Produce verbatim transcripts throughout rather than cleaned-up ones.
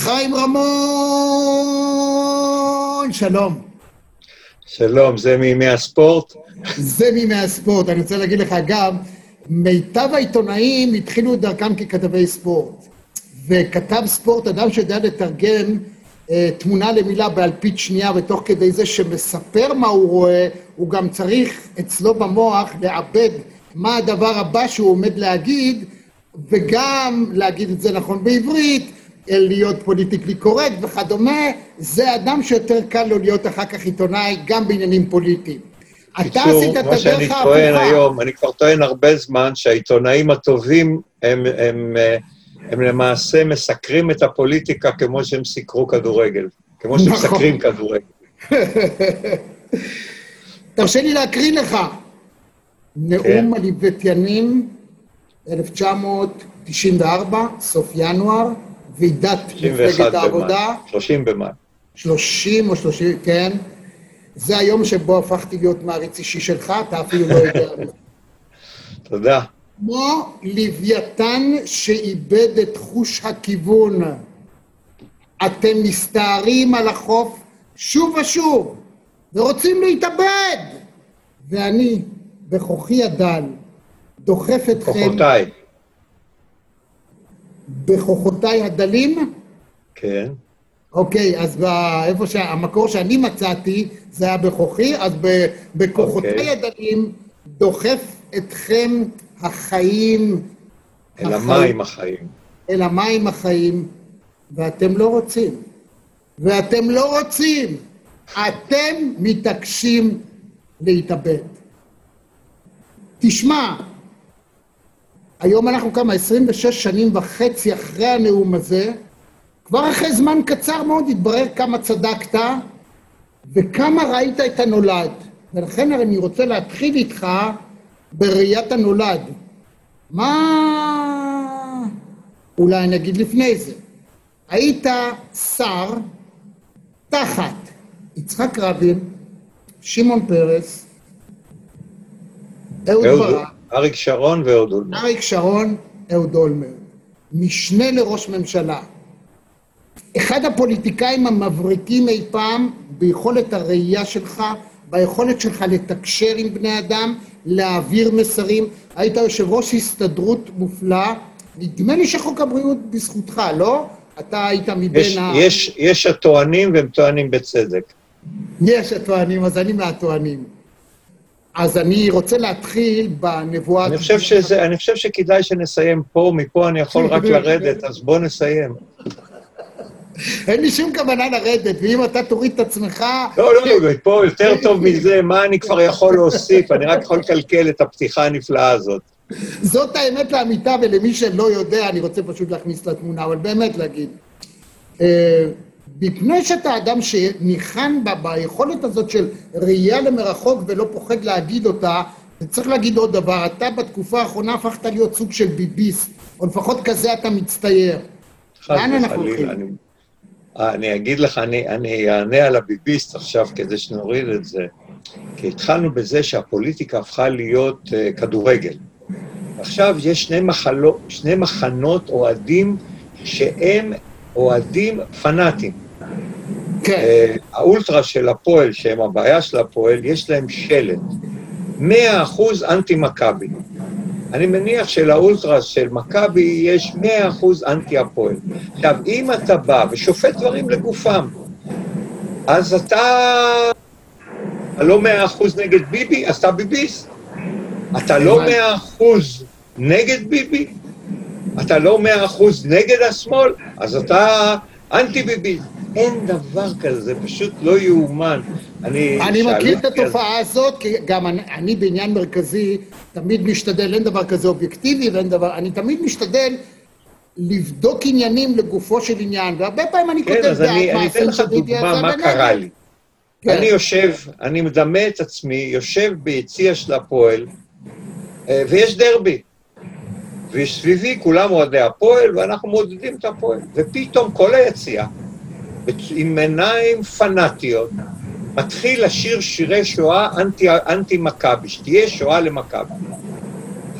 חיים רמון, שלום. שלום, זה מימי הספורט? זה מימי הספורט, אני רוצה להגיד לך גם, מיטב העיתונאים התחילו את דרכם ככתבי ספורט, וכתב ספורט, אדם שיודע לתרגם אה, תמונה למילה באלפית שנייה, ותוך כדי זה שמספר מה הוא רואה, הוא גם צריך אצלו במוח לעבד מה הדבר הבא שהוא עומד להגיד, וגם להגיד את זה נכון בעברית, להיות פוליטיקלי קורקט וכדומה, זה אדם שיותר קל לו להיות אחר כך עיתונאי גם בעניינים פוליטיים. אתה עשית את מה שאני טוען היום, אני כבר טוען הרבה זמן שהעיתונאים הטובים הם, הם, הם למעשה מסקרים את הפוליטיקה כמו שהם סיקרו כדורגל, כמו שהם מסקרים כדורגל. תרשה לי להקריא לך, נאום הליבטיינים אלף תשע מאות תשעים וארבע, סוף ינואר, ועידת מפלגת העבודה. שלושים במאי. שלושים או שלושים, כן. זה היום שבו הפכתי להיות מעריץ אישי שלך, אתה אפילו לא יודע. תודה. כמו לוויתן שאיבד את חוש הכיוון. אתם מסתערים על החוף שוב ושוב, ורוצים להתאבד. ואני, בכוחי הדל, דוחף אתכם... כוחותיי. בכוחותיי הדלים? כן. אוקיי, אז באיפה שהמקור שאני מצאתי, זה היה בכוחי, אז בכוחותיי הדלים דוחף אתכם החיים... אל המים החיים. אל המים החיים, ואתם לא רוצים. ואתם לא רוצים. אתם מתעקשים להתאבד. תשמע, היום אנחנו כמה, עשרים ושש שנים וחצי אחרי הנאום הזה, כבר אחרי זמן קצר מאוד התברר כמה צדקת, וכמה ראית את הנולד. ולכן אני רוצה להתחיל איתך בראיית הנולד. מה... אולי אני אגיד לפני זה. היית שר תחת יצחק רבין, שמעון פרס, אהוד ברק, אריק שרון ואהוד אולמרט. אריק שרון, אהוד אולמרט. משנה לראש ממשלה. אחד הפוליטיקאים המבריקים אי פעם, ביכולת הראייה שלך, ביכולת שלך לתקשר עם בני אדם, להעביר מסרים. היית יושב ראש הסתדרות מופלא. נדמה לי שחוק הבריאות בזכותך, לא? אתה היית מבין יש, ה... יש, יש הטוענים והם טוענים בצדק. יש הטוענים, אז אני מהטוענים. אז אני רוצה להתחיל בנבואה... אני חושב שזה, אני חושב שכדאי שנסיים פה, מפה אני יכול רק לרדת, אז בוא נסיים. אין לי שום כוונה לרדת, ואם אתה תוריד את עצמך... לא, לא, לא, פה יותר טוב מזה, מה אני כבר יכול להוסיף? אני רק יכול לקלקל את הפתיחה הנפלאה הזאת. זאת האמת לאמיתה, ולמי שלא יודע, אני רוצה פשוט להכניס לתמונה, אבל באמת להגיד. בפני שאתה אדם שניחן בה, ביכולת הזאת של ראייה למרחוק ולא פוחד להגיד אותה, צריך להגיד עוד דבר, אתה בתקופה האחרונה הפכת להיות סוג של ביביסט, או לפחות כזה אתה מצטייר. לאן אנחנו הולכים? אני, אני אגיד לך, אני, אני אענה על הביביסט עכשיו כדי שנוריד את זה, כי התחלנו בזה שהפוליטיקה הפכה להיות uh, כדורגל. עכשיו יש שני, מחלו, שני מחנות אוהדים שהם אוהדים פנאטים. כן. Uh, האולטרה של הפועל, שהם הבעיה של הפועל, יש להם שלט. מאה אחוז אנטי מכבי. אני מניח שלאולטרה של מכבי יש מאה אחוז אנטי הפועל. עכשיו, אם אתה בא ושופט דברים לגופם, אז אתה לא מאה אחוז נגד ביבי, אז אתה ביביסט. אתה לא מאה אחוז נגד ביבי, אתה לא מאה אחוז נגד השמאל, אז אתה אנטי ביבי. אין דבר כזה, זה פשוט לא יאומן. אני, אני מכיר את התופעה הזאת, כי גם אני, אני בעניין מרכזי תמיד משתדל, אין דבר כזה אובייקטיבי, ואין דבר, אני תמיד משתדל לבדוק עניינים לגופו של עניין, והרבה פעמים אני כן, כותב אז אני, אני אתן לך חוויתי דוגמה מה קרה לי. כן. אני יושב, אני מדמה את עצמי, יושב ביציע של הפועל, ויש דרבי. וסביבי כולם אוהדי הפועל, ואנחנו מעודדים את הפועל. ופתאום כל היציע, עם עיניים פנאטיות, מתחיל לשיר שירי שואה אנטי, אנטי מכבי, שתהיה שואה למכבי.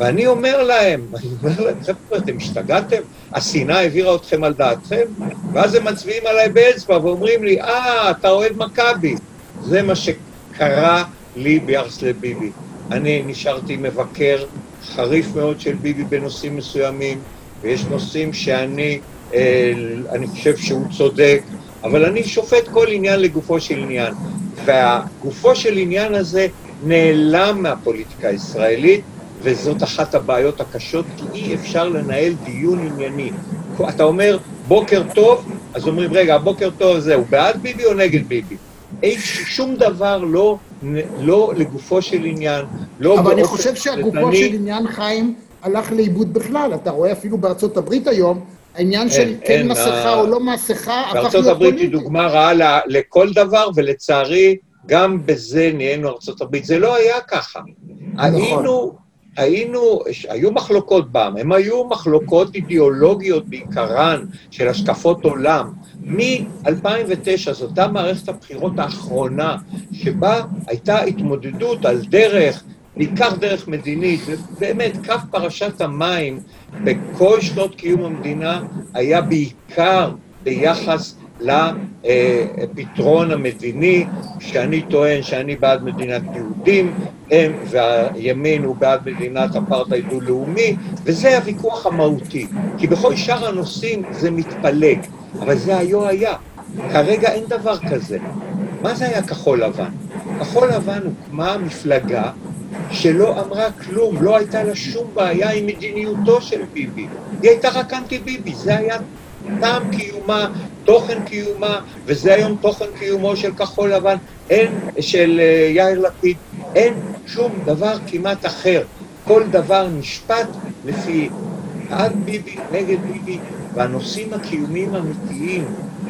ואני אומר להם, אני אומר להם, חבר'ה, אתם השתגעתם? השנאה העבירה אתכם על דעתכם? ואז הם מצביעים עליי באצבע ואומרים לי, אה, אתה אוהד מכבי. זה מה שקרה לי ביחס לביבי. אני נשארתי מבקר חריף מאוד של ביבי בנושאים מסוימים, ויש נושאים שאני אה, אני חושב שהוא צודק, אבל אני שופט כל עניין לגופו של עניין. והגופו של עניין הזה נעלם מהפוליטיקה הישראלית, וזאת אחת הבעיות הקשות, כי אי אפשר לנהל דיון ענייני. אתה אומר, בוקר טוב, אז אומרים, רגע, בוקר טוב הזה, הוא בעד ביבי או נגד ביבי? אין שום דבר לא, לא לגופו של עניין, לא אבל אני חושב שהגופו נתני... של עניין, חיים, הלך לאיבוד בכלל. אתה רואה אפילו בארצות הברית היום, העניין אין, של כן מסכה או לא מסכה, הפך להיות פוליטי. בארצות הברית היא דוגמה רעה לכל דבר, ולצערי, גם בזה נהיינו ארצות הברית. זה לא היה ככה. נכון. היינו, היינו, היו מחלוקות בעם, הם היו מחלוקות אידיאולוגיות בעיקרן של השקפות עולם. מ-אלפיים ותשע, זאת אותה מערכת הבחירות האחרונה, שבה הייתה התמודדות על דרך, בעיקר דרך מדינית, ובאמת, קו פרשת המים בכל שנות קיום המדינה היה בעיקר ביחס לפתרון המדיני, שאני טוען שאני בעד מדינת יהודים, הם והימין הוא בעד מדינת אפרטהייד דו-לאומי, וזה הוויכוח המהותי, כי בכל שאר הנושאים זה מתפלג, אבל זה היה היה. כרגע אין דבר כזה. מה זה היה כחול לבן? כחול לבן הוקמה מפלגה שלא אמרה כלום, לא הייתה לה שום בעיה עם מדיניותו של ביבי. היא הייתה רק אנטי ביבי, זה היה טעם קיומה, תוכן קיומה, וזה היום תוכן קיומו של כחול לבן, אין, של uh, יאיר לפיד, אין שום דבר כמעט אחר. כל דבר נשפט לפי עד ביבי, נגד ביבי, והנושאים הקיומיים האמיתיים,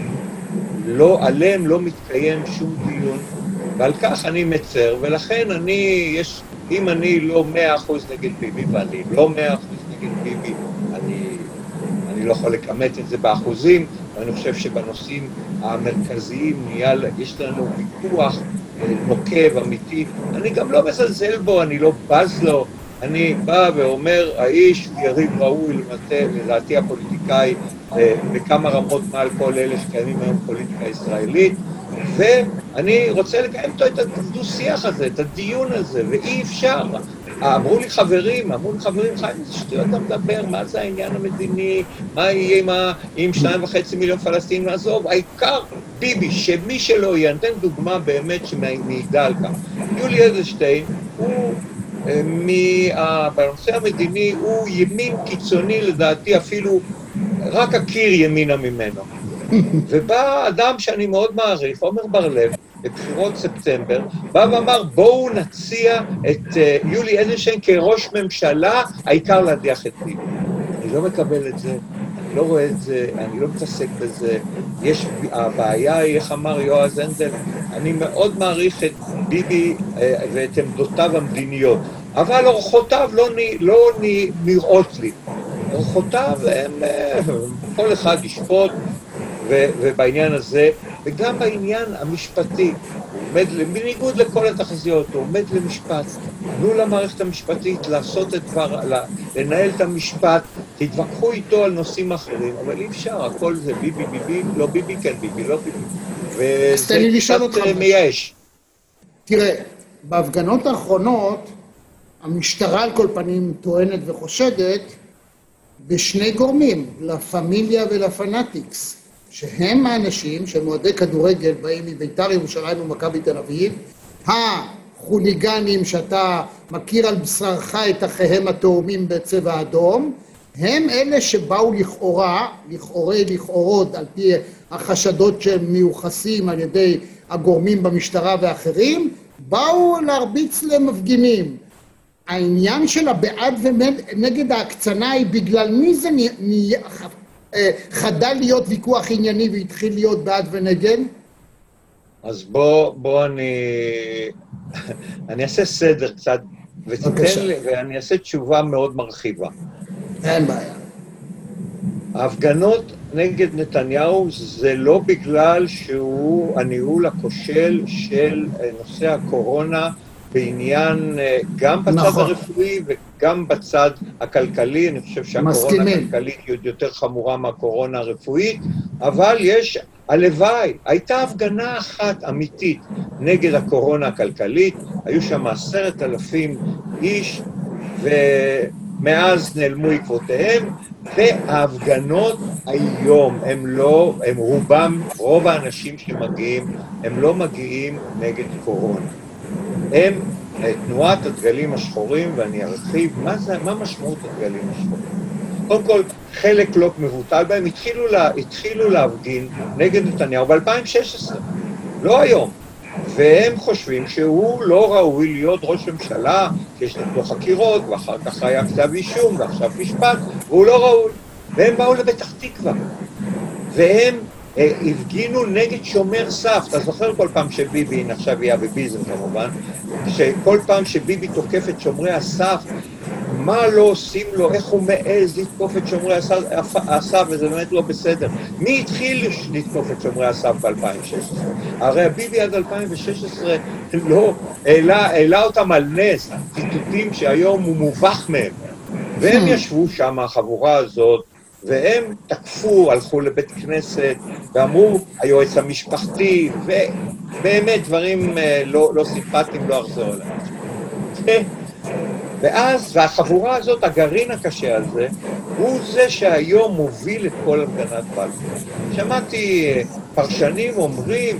לא, עליהם לא מתקיים שום דיון, ועל כך אני מצר, ולכן אני, יש, אם אני לא מאה אחוז נגד ביבי, ואני לא מאה אחוז נגד ביבי, אני, אני לא יכול לקמת את זה באחוזים, ואני חושב שבנושאים המרכזיים נהיה, יש לנו ויכוח נוקב, אמיתי, אני גם לא מזלזל בו, אני לא בז לו, אני בא ואומר, האיש יריב ראוי לדעתי הפוליטיקאי בכמה רמות מעל כל אלה שקיימים היום פוליטיקה ישראלית, ואני רוצה לקיים אותו את הדו-שיח הזה, את הדיון הזה, ואי אפשר. אמרו לי חברים, אמרו לי חברים, חיים, איזה שטויות אתה מדבר, מה זה העניין המדיני, מה יהיה עם, עם שניים וחצי מיליון פלסטינים, לעזוב, העיקר ביבי, שמי שלא יהיה, נתן דוגמה באמת שמעידה על כך. יולי אדלשטיין, הוא, מה, בנושא המדיני, הוא ימין קיצוני לדעתי, אפילו רק הקיר ימינה ממנו. ובא אדם שאני מאוד מעריך, עומר בר-לב, בבחירות ספטמבר, בא ואמר, בואו נציע את uh, יולי אדלשטיין כראש ממשלה, העיקר להדיח את ביבי. אני לא מקבל את זה, אני לא רואה את זה, אני לא מתעסק בזה. יש, הבעיה היא, איך אמר יועז הנדל, אני מאוד מעריך את ביבי uh, ואת עמדותיו המדיניות, אבל אורחותיו לא, לא נראות לי. אורחותיו הם, uh, כל אחד ישפוט, ובעניין הזה, וגם בעניין המשפטי, הוא עומד, בניגוד לכל התחזיות, הוא עומד למשפט, תנו למערכת המשפטית לעשות את דבר, לנהל את המשפט, תתווכחו איתו על נושאים אחרים, אבל אי אפשר, הכל זה ביבי, ביבי, לא ביבי, כן ביבי, לא ביבי. וזה קצת מייאש. תראה, בהפגנות האחרונות, המשטרה על כל פנים טוענת וחושדת, בשני גורמים, לפמיליה ולפנאטיקס, שהם האנשים שמועדי כדורגל באים מביתר ירושלים ומכבי תל אביב, החוליגנים שאתה מכיר על בשרך את אחיהם התאומים בצבע אדום, הם אלה שבאו לכאורה, לכאורי לכאורות על פי החשדות שהם מיוחסים על ידי הגורמים במשטרה ואחרים, באו להרביץ למפגינים. העניין של הבעד ונגד ההקצנה היא בגלל מי זה חדל להיות ויכוח ענייני והתחיל להיות בעד ונגד? אז בוא, בוא אני, אני אעשה סדר קצת, ותתן לי, ואני אעשה תשובה מאוד מרחיבה. אין בעיה. ההפגנות נגד נתניהו זה לא בגלל שהוא הניהול הכושל של נושא הקורונה בעניין, גם בצד נכון. הרפואי וגם בצד הכלכלי. אני חושב שהקורונה הכלכלית היא עוד יותר חמורה מהקורונה הרפואית, אבל יש, הלוואי, הייתה הפגנה אחת אמיתית נגד הקורונה הכלכלית, היו שם עשרת אלפים איש, ומאז נעלמו עקבותיהם, וההפגנות היום הם לא, הם רובם, רוב האנשים שמגיעים, הם לא מגיעים נגד קורונה. הם תנועת הדגלים השחורים, ואני ארחיב, מה זה, מה משמעות הדגלים השחורים? קודם כל, חלק לא מבוטל בהם, התחילו, לה, התחילו להפגין נגד נתניהו ב-אלפיים ושש עשרה, לא היום. והם חושבים שהוא לא ראוי להיות ראש ממשלה, שיש לו חקירות, ואחר כך היה כתב אישום, ועכשיו משפט, והוא לא ראוי. והם באו לפתח תקווה, והם אה, הפגינו נגד שומר סף. אתה זוכר כל פעם שביבי, עכשיו יהיה בביזם כמובן, שכל פעם שביבי תוקף את שומרי הסף, מה לא עושים לו, איך הוא מעז לתקוף את שומרי הסף, וזה באמת לא בסדר. מי התחיל לתקוף את שומרי הסף ב-אלפיים ושש עשרה? הרי ביבי עד אלפיים ושש עשרה לא העלה, העלה אותם על נס, ציטוטים שהיום הוא מובך מהם. והם ישבו שם, החבורה הזאת, והם תקפו, הלכו לבית כנסת, ואמרו, היועץ המשפחתי, ובאמת דברים לא, לא סימפטיים, לא אחזור עליהם. ואז, והחבורה הזאת, הגרעין הקשה הזה, הוא זה שהיום מוביל את כל הפגנת בלפור. שמעתי פרשנים אומרים,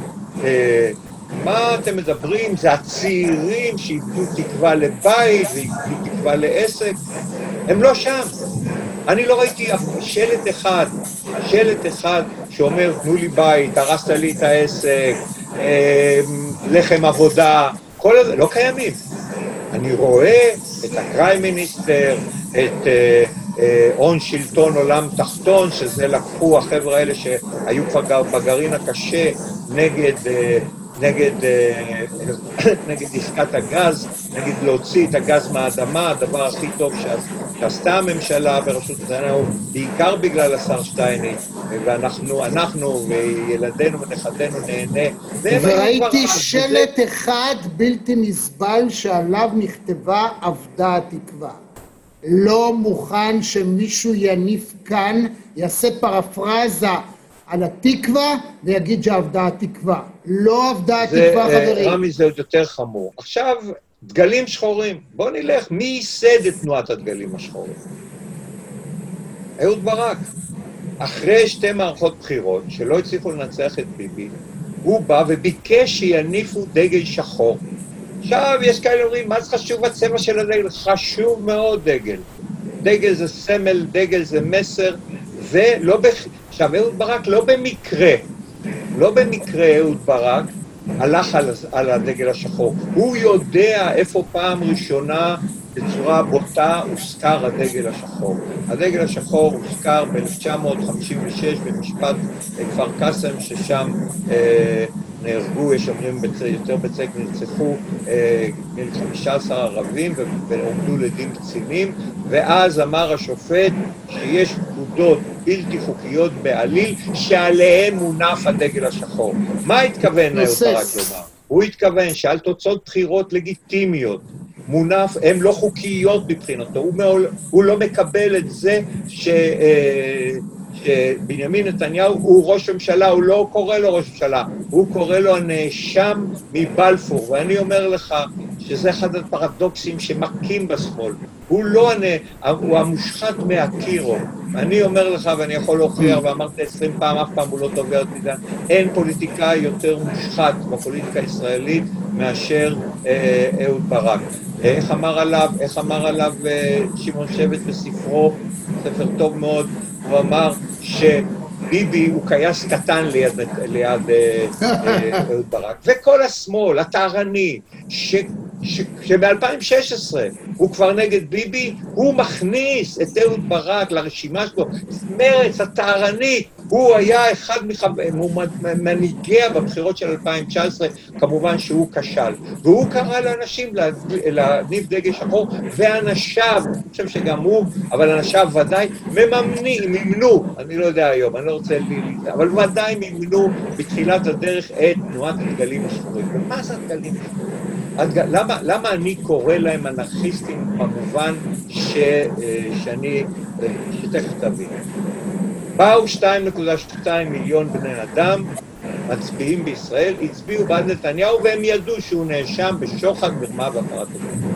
מה אתם מדברים? זה הצעירים שאיבדו תקווה לבית ואיבדו תקווה לעסק. הם לא שם. אני לא ראיתי שלט אחד, שלט אחד שאומר, תנו לי בית, הרסת לי את העסק, לחם עבודה, כל הזה, לא קיימים. אני רואה את הקריים מיניסטר, את הון שלטון עולם תחתון, שזה לקחו החבר'ה האלה שהיו כבר בגרעין הקשה נגד, נגד, נגד עסקת הגז, נגד להוציא את הגז מהאדמה, הדבר הכי טוב שעשתה הממשלה בראשות נתניהו, בעיקר בגלל השר שטייניץ, ואנחנו, אנחנו וילדינו ונכדינו נהנה. וראיתי שלט אחד בלתי נסבל שעליו נכתבה עבדה התקווה. לא מוכן שמישהו יניף כאן, יעשה פרפרזה על התקווה ויגיד שעבדה התקווה. לא עבדה התקווה, חברים. רמי, זה עוד יותר חמור. עכשיו, דגלים שחורים. בואו נלך, מי ייסד את תנועת הדגלים השחורים? אהוד ברק. אחרי שתי מערכות בחירות, שלא הצליחו לנצח את ביבי, הוא בא וביקש שיניפו דגל שחור. עכשיו, יש כאלה אומרים, מה זה חשוב הצבע של הדגל? חשוב מאוד דגל. דגל זה סמל, דגל זה מסר, ולא בכ... עכשיו, אהוד ברק לא במקרה, לא במקרה אהוד ברק הלך על, על הדגל השחור. הוא יודע איפה פעם ראשונה בצורה בוטה הוזכר הדגל השחור. הדגל השחור הוזכר ב-אלף תשע מאות חמישים ושש במשפט כפר קאסם, ששם אה, נהרגו, יש אומרים בצ... יותר בצק, נרצחו אה, חמישה עשר ערבים ועומדו לדין קצינים, ואז אמר השופט שיש פקודות בלתי חוקיות בעליל שעליהן מונף הדגל השחור. מה התכוון אהוד ברק לומר? הוא התכוון שעל תוצאות בחירות לגיטימיות מונף, הן לא חוקיות מבחינתו, הוא, מעול, הוא לא מקבל את זה ש, אה, שבנימין נתניהו הוא ראש ממשלה, הוא לא קורא לו ראש ממשלה, הוא קורא לו הנאשם מבלפור, ואני אומר לך שזה אחד הפרדוקסים שמכים בשמאל, הוא לא הנ... הוא המושחת מהקירו, אני אומר לך ואני יכול להוכיח, ואמרתי עשרים פעם, אף פעם הוא לא תובע אותי, אין פוליטיקאי יותר מושחת בפוליטיקה הישראלית מאשר אה, אהוד ברק. איך אמר עליו, איך אמר עליו שמעון שבט בספרו, ספר טוב מאוד, הוא אמר שביבי הוא קייס קטן ליד, ליד אהוד ברק. וכל השמאל, הטהרני, ש... שב-אלפיים ושש עשרה הוא כבר נגד ביבי, הוא מכניס את אהוד ברק לרשימה שלו, מרץ הטהרני, הוא היה אחד ממנהיגיה בבחירות של אלפיים תשע עשרה, כמובן שהוא כשל, והוא קרא לאנשים להניף דגל שחור, ואנשיו, אני חושב שגם הוא, אבל אנשיו ודאי, מממנים, מימנו, אני לא יודע היום, אני לא רוצה לי, אבל ודאי מימנו בתחילת הדרך את תנועת הדגלים השחורים. ומה זה הדגלים השחורים? למה, למה אני קורא להם אנרכיסטים במובן ש, שאני, שתכף תבין. באו שתיים נקודה שתיים מיליון בני אדם, מצביעים בישראל, הצביעו בעד נתניהו והם ידעו שהוא נאשם בשוחד, מרמה והפרת אמונים.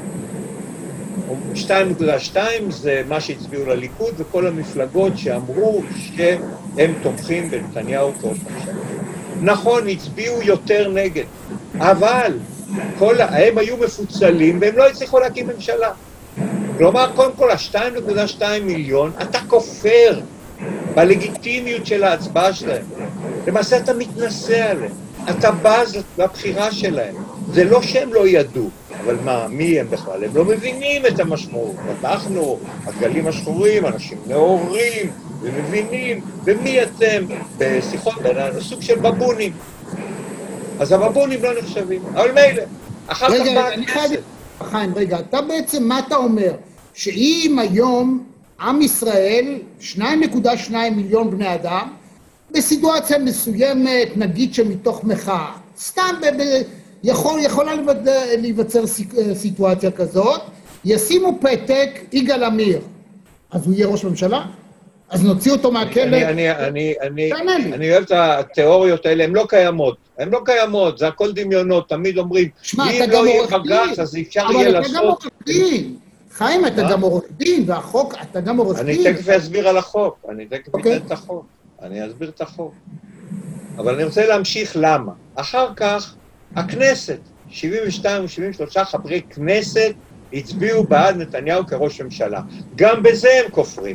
שתיים נקודה שתיים זה מה שהצביעו לליכוד וכל המפלגות שאמרו שהם תומכים בנתניהו כראש ממשלה. נכון, הצביעו יותר נגד, אבל כל, הם היו מפוצלים והם לא הצליחו להקים ממשלה. כלומר, קודם כל, ה-שתיים נקודה שתיים מיליון, אתה כופר בלגיטימיות של ההצבעה שלהם. למעשה אתה מתנסה עליהם, אתה בז לבחירה שלהם. זה לא שהם לא ידעו, אבל מה, מי הם בכלל? הם לא מבינים את המשמעות. אנחנו, הדגלים השחורים, אנשים נאורים ומבינים, ומי אתם? בשיחות בין סוג של בבונים. אז הבבונים לא נחשבים, אבל מילא. אחר כך בא הכנסת. חיים, רגע, אתה בעצם, מה אתה אומר? שאם היום עם ישראל, שניים נקודה שתיים מיליון בני אדם, בסיטואציה מסוימת, נגיד שמתוך מחאה, סתם ב- ב- יכול, יכולה להיווצר סיטואציה כזאת, ישימו פתק יגאל עמיר, אז הוא יהיה ראש ממשלה? אז נוציא אותו מהכלא? אני, אני, אני, אני, אני אוהב את התיאוריות האלה, הן לא קיימות, הן לא קיימות, זה הכל דמיונות, תמיד אומרים, שמה, אם לא יהיה בג"ץ, אז אפשר יהיה לעשות... אבל אתה גם עורך דין, חיים, אתה גם עורך דין, והחוק, אתה גם עורך דין. אני תכף אסביר על החוק, אני תכף אסביר את החוק, אני אסביר את החוק. אבל אני רוצה להמשיך למה. אחר כך, הכנסת, שבעים ושתיים או שבעים ושלושה חברי כנסת, הצביעו בעד נתניהו כראש ממשלה. גם בזה הם כופרים.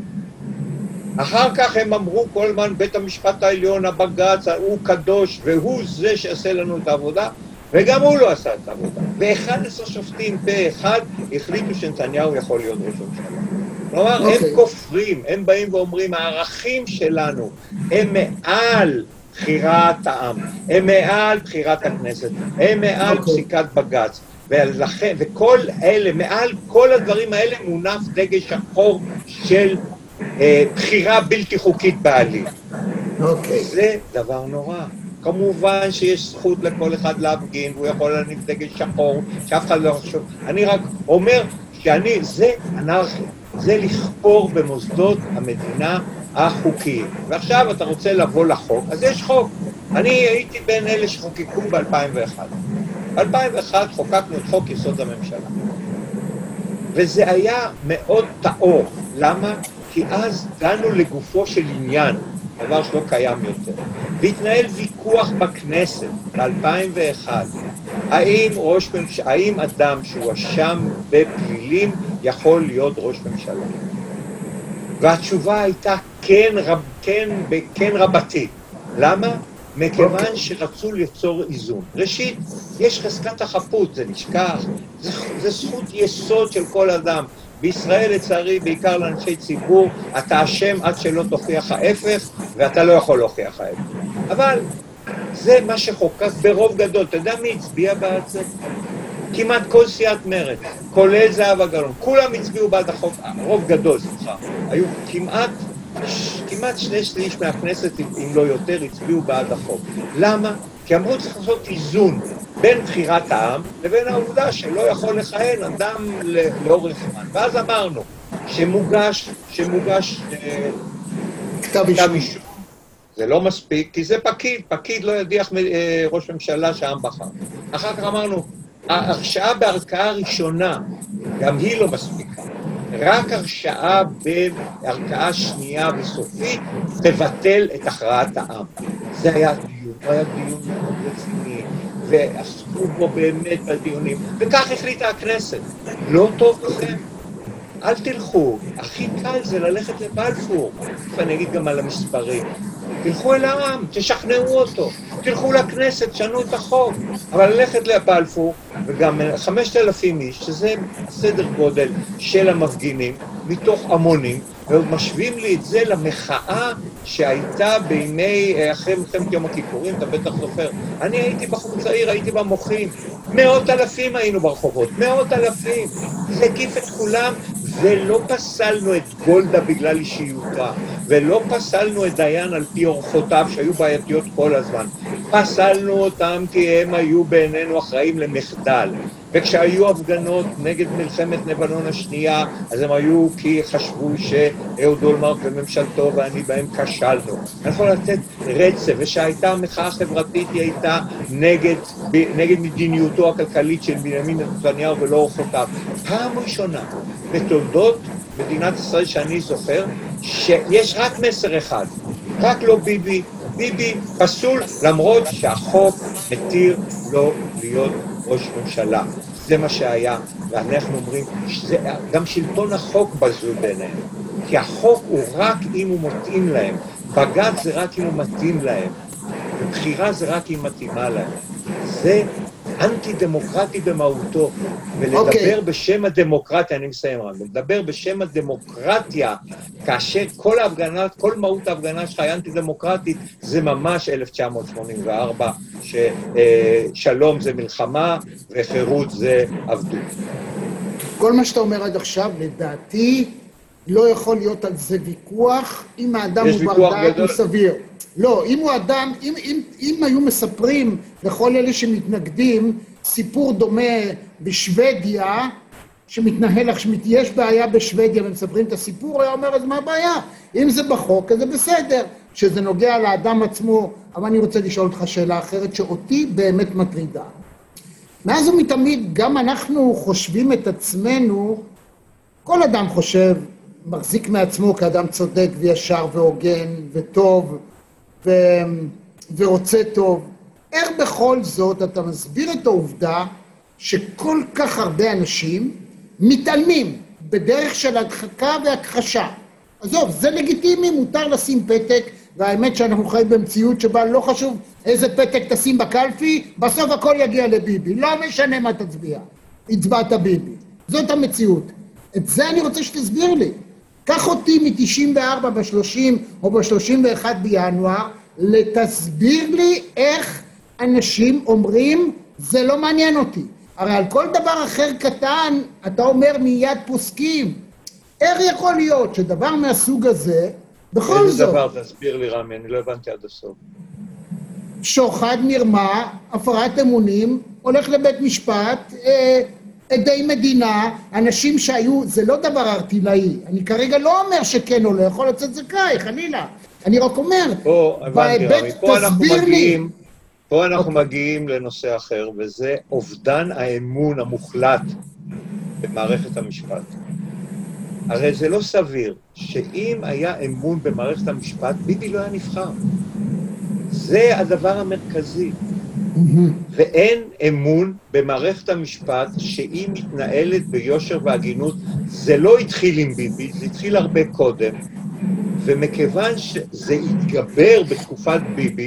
אחר כך הם אמרו כל הזמן, בית המשפט העליון, הבג"ץ, הוא קדוש, והוא זה שעשה לנו את העבודה, וגם הוא לא עשה את העבודה. ו-אחד עשר שופטים פה אחד החליטו שנתניהו יכול להיות ראש ממשלה. כלומר, okay. הם כופרים, הם באים ואומרים, הערכים שלנו הם מעל בחירת העם, הם מעל בחירת הכנסת, הם מעל okay. פסיקת בג"ץ, ולכן, וכל אלה, מעל כל הדברים האלה מונף דגל שחור של אה, בחירה בלתי חוקית בעליל. אוקיי. Okay. זה דבר נורא. כמובן שיש זכות לכל אחד להפגין, והוא יכול להניף דגל שחור, שאף אחד לא חשוב. אני רק אומר שאני, זה אנרכיה, זה לכפור במוסדות המדינה החוקיים. ועכשיו אתה רוצה לבוא לחוק, אז יש חוק. אני הייתי בין אלה שחוקקו ב-אלפיים ואחת. ב-אלפיים ואחת חוקקנו את חוק יסוד הממשלה. וזה היה מאוד טהור. למה? כי אז דנו לגופו של עניין, דבר שלא קיים יותר. והתנהל ויכוח בכנסת ב-אלפיים ואחת, האם, ראש ממשל... האם אדם שהואשם בפלילים יכול להיות ראש ממשלה? והתשובה הייתה כן, רב... כן, כן רבתי. למה? מכיוון שרצו ליצור איזון. ראשית, יש חזקת החפות, זה נשכח, זה, זה זכות יסוד של כל אדם. בישראל לצערי, בעיקר לאנשי ציבור, אתה אשם עד שלא תוכיח ההפך, ואתה לא יכול להוכיח ההפך. אבל זה מה שחוקק ברוב גדול. אתה יודע מי הצביע בעד זה? כמעט כל סיעת מרצ, כולל זהבה גלאון. כולם הצביעו בעד החוק, רוב גדול, סליחה. היו כמעט, כמעט שני שליש מהכנסת, אם לא יותר, הצביעו בעד החוק. למה? כי אמרו צריך לעשות איזון בין בחירת העם לבין העובדה שלא יכול לכהן אדם לאורך זמן. ואז אמרנו שמוגש, שמוגש כתב אישום. זה לא מספיק, כי זה פקיד, פקיד לא ידיח ראש ממשלה שהעם בחר. אחר כך אמרנו, ההרשעה בערכאה ראשונה, גם היא לא מספיקה. רק הרשעה בערכאה שנייה וסופית תבטל את הכרעת העם. זה היה דיון, זה היה דיון מאוד רציני, ועסקו בו באמת בדיונים, וכך החליטה הכנסת. לא טוב לכם, אל תלכו, הכי קל זה ללכת לבלפור, ואני אגיד גם על המספרים. תלכו אל העם, תשכנעו אותו, תלכו לכנסת, שנו את החוק, אבל ללכת לבלפור, וגם חמשת אלפים איש, שזה סדר גודל של המפגינים, מתוך המונים, ומשווים לי את זה למחאה שהייתה בימי, אחרי מלחמת יום הכיפורים, אתה בטח זוכר. אני הייתי בחור צעיר, הייתי במוחים, מאות אלפים היינו ברחובות, מאות אלפים, זה הקיף את כולם, ולא פסלנו את גולדה בגלל אישיותה, ולא פסלנו את דיין על פי אורחותיו שהיו בעייתיות כל הזמן. פסלנו אותם כי הם היו בעינינו אחראים למחדל. וכשהיו הפגנות נגד מלחמת לבנון השנייה, אז הם היו כי חשבו שאהוד אולמרט וממשלתו ואני בהם כשלנו. אני יכול לתת רצף, ושהייתה המחאה החברתית היא הייתה נגד, נגד מדיניותו הכלכלית של בנימין נתניהו ולא אורחותיו. פעם ראשונה בתולדות מדינת ישראל שאני זוכר, שיש רק מסר אחד, רק לא ביבי, ביבי פסול למרות שהחוק מתיר לו להיות ראש ממשלה. זה מה שהיה, ואנחנו אומרים שזה גם שלטון החוק בזוי ביניהם, כי החוק הוא רק אם הוא מתאים להם, בג"ץ זה רק אם הוא מתאים להם, ובחירה זה רק אם מתאימה להם. זה אנטי-דמוקרטי במהותו, ולדבר okay. בשם הדמוקרטיה, אני מסיים רק, לדבר בשם הדמוקרטיה, כאשר כל ההפגנה, כל מהות ההפגנה שלך היא אנטי-דמוקרטית, זה ממש אלף תשע מאות שמונים וארבע, ששלום זה מלחמה וחירות זה עבדות. כל מה שאתה אומר עד עכשיו, לדעתי, לא יכול להיות על זה ויכוח, אם האדם הוא בר דעת הוא סביר. לא, אם הוא אדם, אם, אם, אם היו מספרים לכל אלה שמתנגדים, סיפור דומה בשוודיה, שמתנהל, יש בעיה בשוודיה, ומספרים את הסיפור, היה אומר, אז מה הבעיה? אם זה בחוק, אז זה בסדר, שזה נוגע לאדם עצמו, אבל אני רוצה לשאול אותך שאלה אחרת, שאותי באמת מטרידה. מאז ומתמיד, גם אנחנו חושבים את עצמנו, כל אדם חושב, מחזיק מעצמו כאדם צודק וישר והוגן וטוב, ו... ורוצה טוב. איך בכל זאת אתה מסביר את העובדה שכל כך הרבה אנשים מתעלמים בדרך של הדחקה והכחשה? עזוב, זה לגיטימי, מותר לשים פתק, והאמת שאנחנו חיים במציאות שבה לא חשוב איזה פתק תשים בקלפי, בסוף הכל יגיע לביבי, לא משנה מה תצביע, הצבעת ביבי. זאת המציאות. את זה אני רוצה שתסביר לי. קח אותי מ-תשעים וארבע ב-שלושים או ב-שלושים ואחד בינואר, לתסביר לי איך אנשים אומרים, זה לא מעניין אותי. הרי על כל דבר אחר קטן, אתה אומר מיד פוסקים. איך יכול להיות שדבר מהסוג הזה, בכל איזה זאת... איזה דבר, תסביר לי רמי, אני לא הבנתי עד הסוף. שוחד, מרמה, הפרת אמונים, הולך לבית משפט, אה, עדי מדינה, אנשים שהיו, זה לא דבר ארטילאי, אני כרגע לא אומר שכן או לא, יכול לצאת זכאי, חלילה, אני רק אומר, פה, הבנתי רמי, פה אנחנו מגיעים, פה אנחנו אוקיי. מגיעים לנושא אחר, וזה אובדן האמון המוחלט במערכת המשפט. הרי זה לא סביר שאם היה אמון במערכת המשפט, ביבי לא היה נבחר. זה הדבר המרכזי. ואין אמון במערכת המשפט שהיא מתנהלת ביושר והגינות. זה לא התחיל עם ביבי, זה התחיל הרבה קודם, ומכיוון שזה התגבר בתקופת ביבי,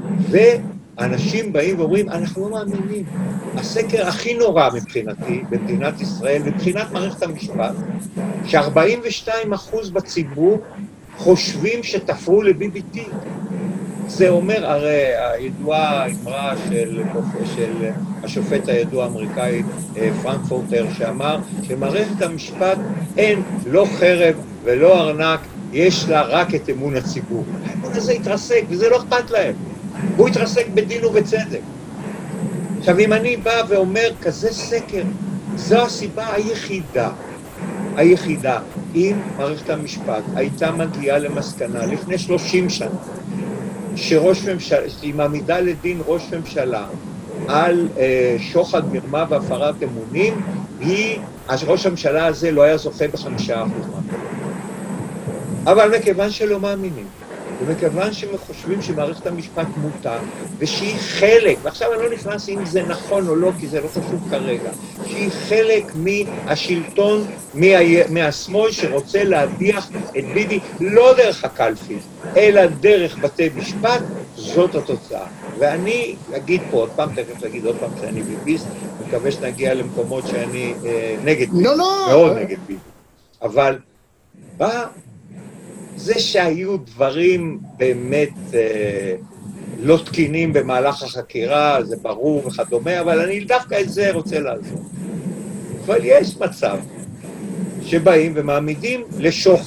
ואנשים באים ואומרים, אנחנו לא מאמינים. הסקר הכי נורא מבחינתי, במדינת ישראל, מבחינת מערכת המשפט, ש-ארבעים ושתיים אחוז בציבור חושבים שתפרו לביבי תיק. זה אומר, הרי הידועה האמרה של, של השופט הידוע האמריקאי פרנקפורטר, שאמר שמערכת המשפט אין לא חרב ולא ארנק, יש לה רק את אמון הציבור. האמון הזה התרסק, וזה לא אכפת להם. הוא התרסק בדין ובצדק. עכשיו, אם אני בא ואומר כזה סקר, זו הסיבה היחידה, היחידה, אם מערכת המשפט הייתה מגיעה למסקנה לפני שלושים שנה, שראש ממשלה, שהיא מעמידה לדין ראש ממשלה על אה, שוחד, מרמה והפרת אמונים, היא, אז ראש הממשלה הזה לא היה זוכה בחמישה אחוז. אבל מכיוון שלא מאמינים, ומכיוון שהם חושבים שמערכת המשפט מוטה, ושהיא חלק, ועכשיו אני לא נכנס אם זה נכון או לא, כי זה לא חשוב כרגע, שהיא חלק מהשלטון, מה, מהשמאל שרוצה להדיח את ביבי, לא דרך הקלפי, אלא דרך בתי משפט, זאת התוצאה. ואני אגיד פה עוד פעם, תכף אגיד עוד פעם שאני ביביסט, מקווה שנגיע למקומות שאני אה, נגד ביבי, לא, לא. מאוד נגד ביבי. אבל בא... זה שהיו דברים באמת אה, לא תקינים במהלך החקירה, זה ברור וכדומה, אבל אני דווקא את זה רוצה לעזור. אבל יש מצב שבאים ומעמידים לשוחד.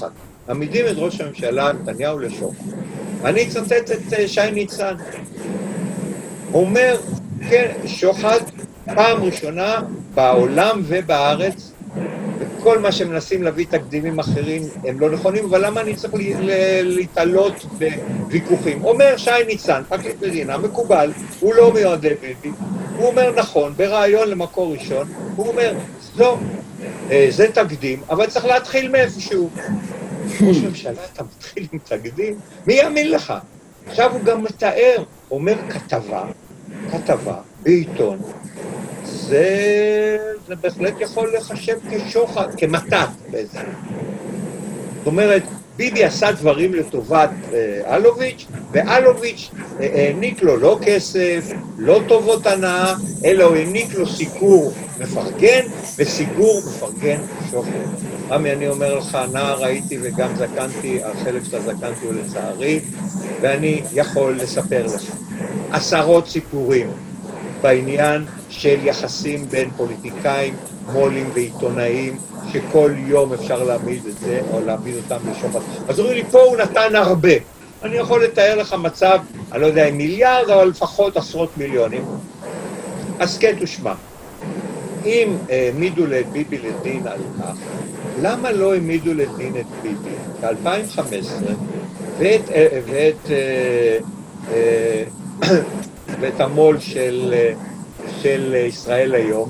מעמידים את ראש הממשלה נתניהו לשוחד. אני אצטט את שי ניצן. הוא אומר, כן, שוחד פעם ראשונה בעולם ובארץ, וכל מה שמנסים להביא תקדימים אחרים הם לא נכונים, אבל למה אני צריך להתעלות בוויכוחים? אומר שי ניצן, פרקליט מדינה, מקובל, הוא לא מיועד ביבי, הוא אומר נכון, ברעיון למקור ראשון, הוא אומר, לא, זה תקדים, אבל צריך להתחיל מאיפשהו. ראש ממשלה, אתה מתחיל עם תקדים? מי יאמין לך? עכשיו הוא גם מתאר, אומר כתבה, כתבה בעיתון, זה, זה בהחלט יכול לחשב כשוחד, כמתת בעצם. זאת אומרת, ביבי עשה דברים לטובת אה, אלוביץ', ואלוביץ' העניק לו לא כסף, לא טובות הנאה, אלא הוא העניק לו סיקור מפרגן, וסיגור מפרגן שוחד. רמי, אני אומר לך, נער הייתי וגם זקנתי, החלק של הזקנתי הוא לצערי, ואני יכול לספר לך עשרות סיפורים בעניין של יחסים בין פוליטיקאים, מולים ועיתונאים, שכל יום אפשר להעמיד את זה, או להעמיד אותם לשוחד. אז אומרים לי, פה הוא נתן הרבה. אני יכול לתאר לך מצב, אני לא יודע אם מיליארד, אבל לפחות עשרות מיליונים. אז כן תשמע, אם העמידו את ביבי לדין על כך, למה לא העמידו לדין את ביבי? ב-אלפיים וחמש עשרה, ואת, ואת, ואת המול של, של ישראל היום,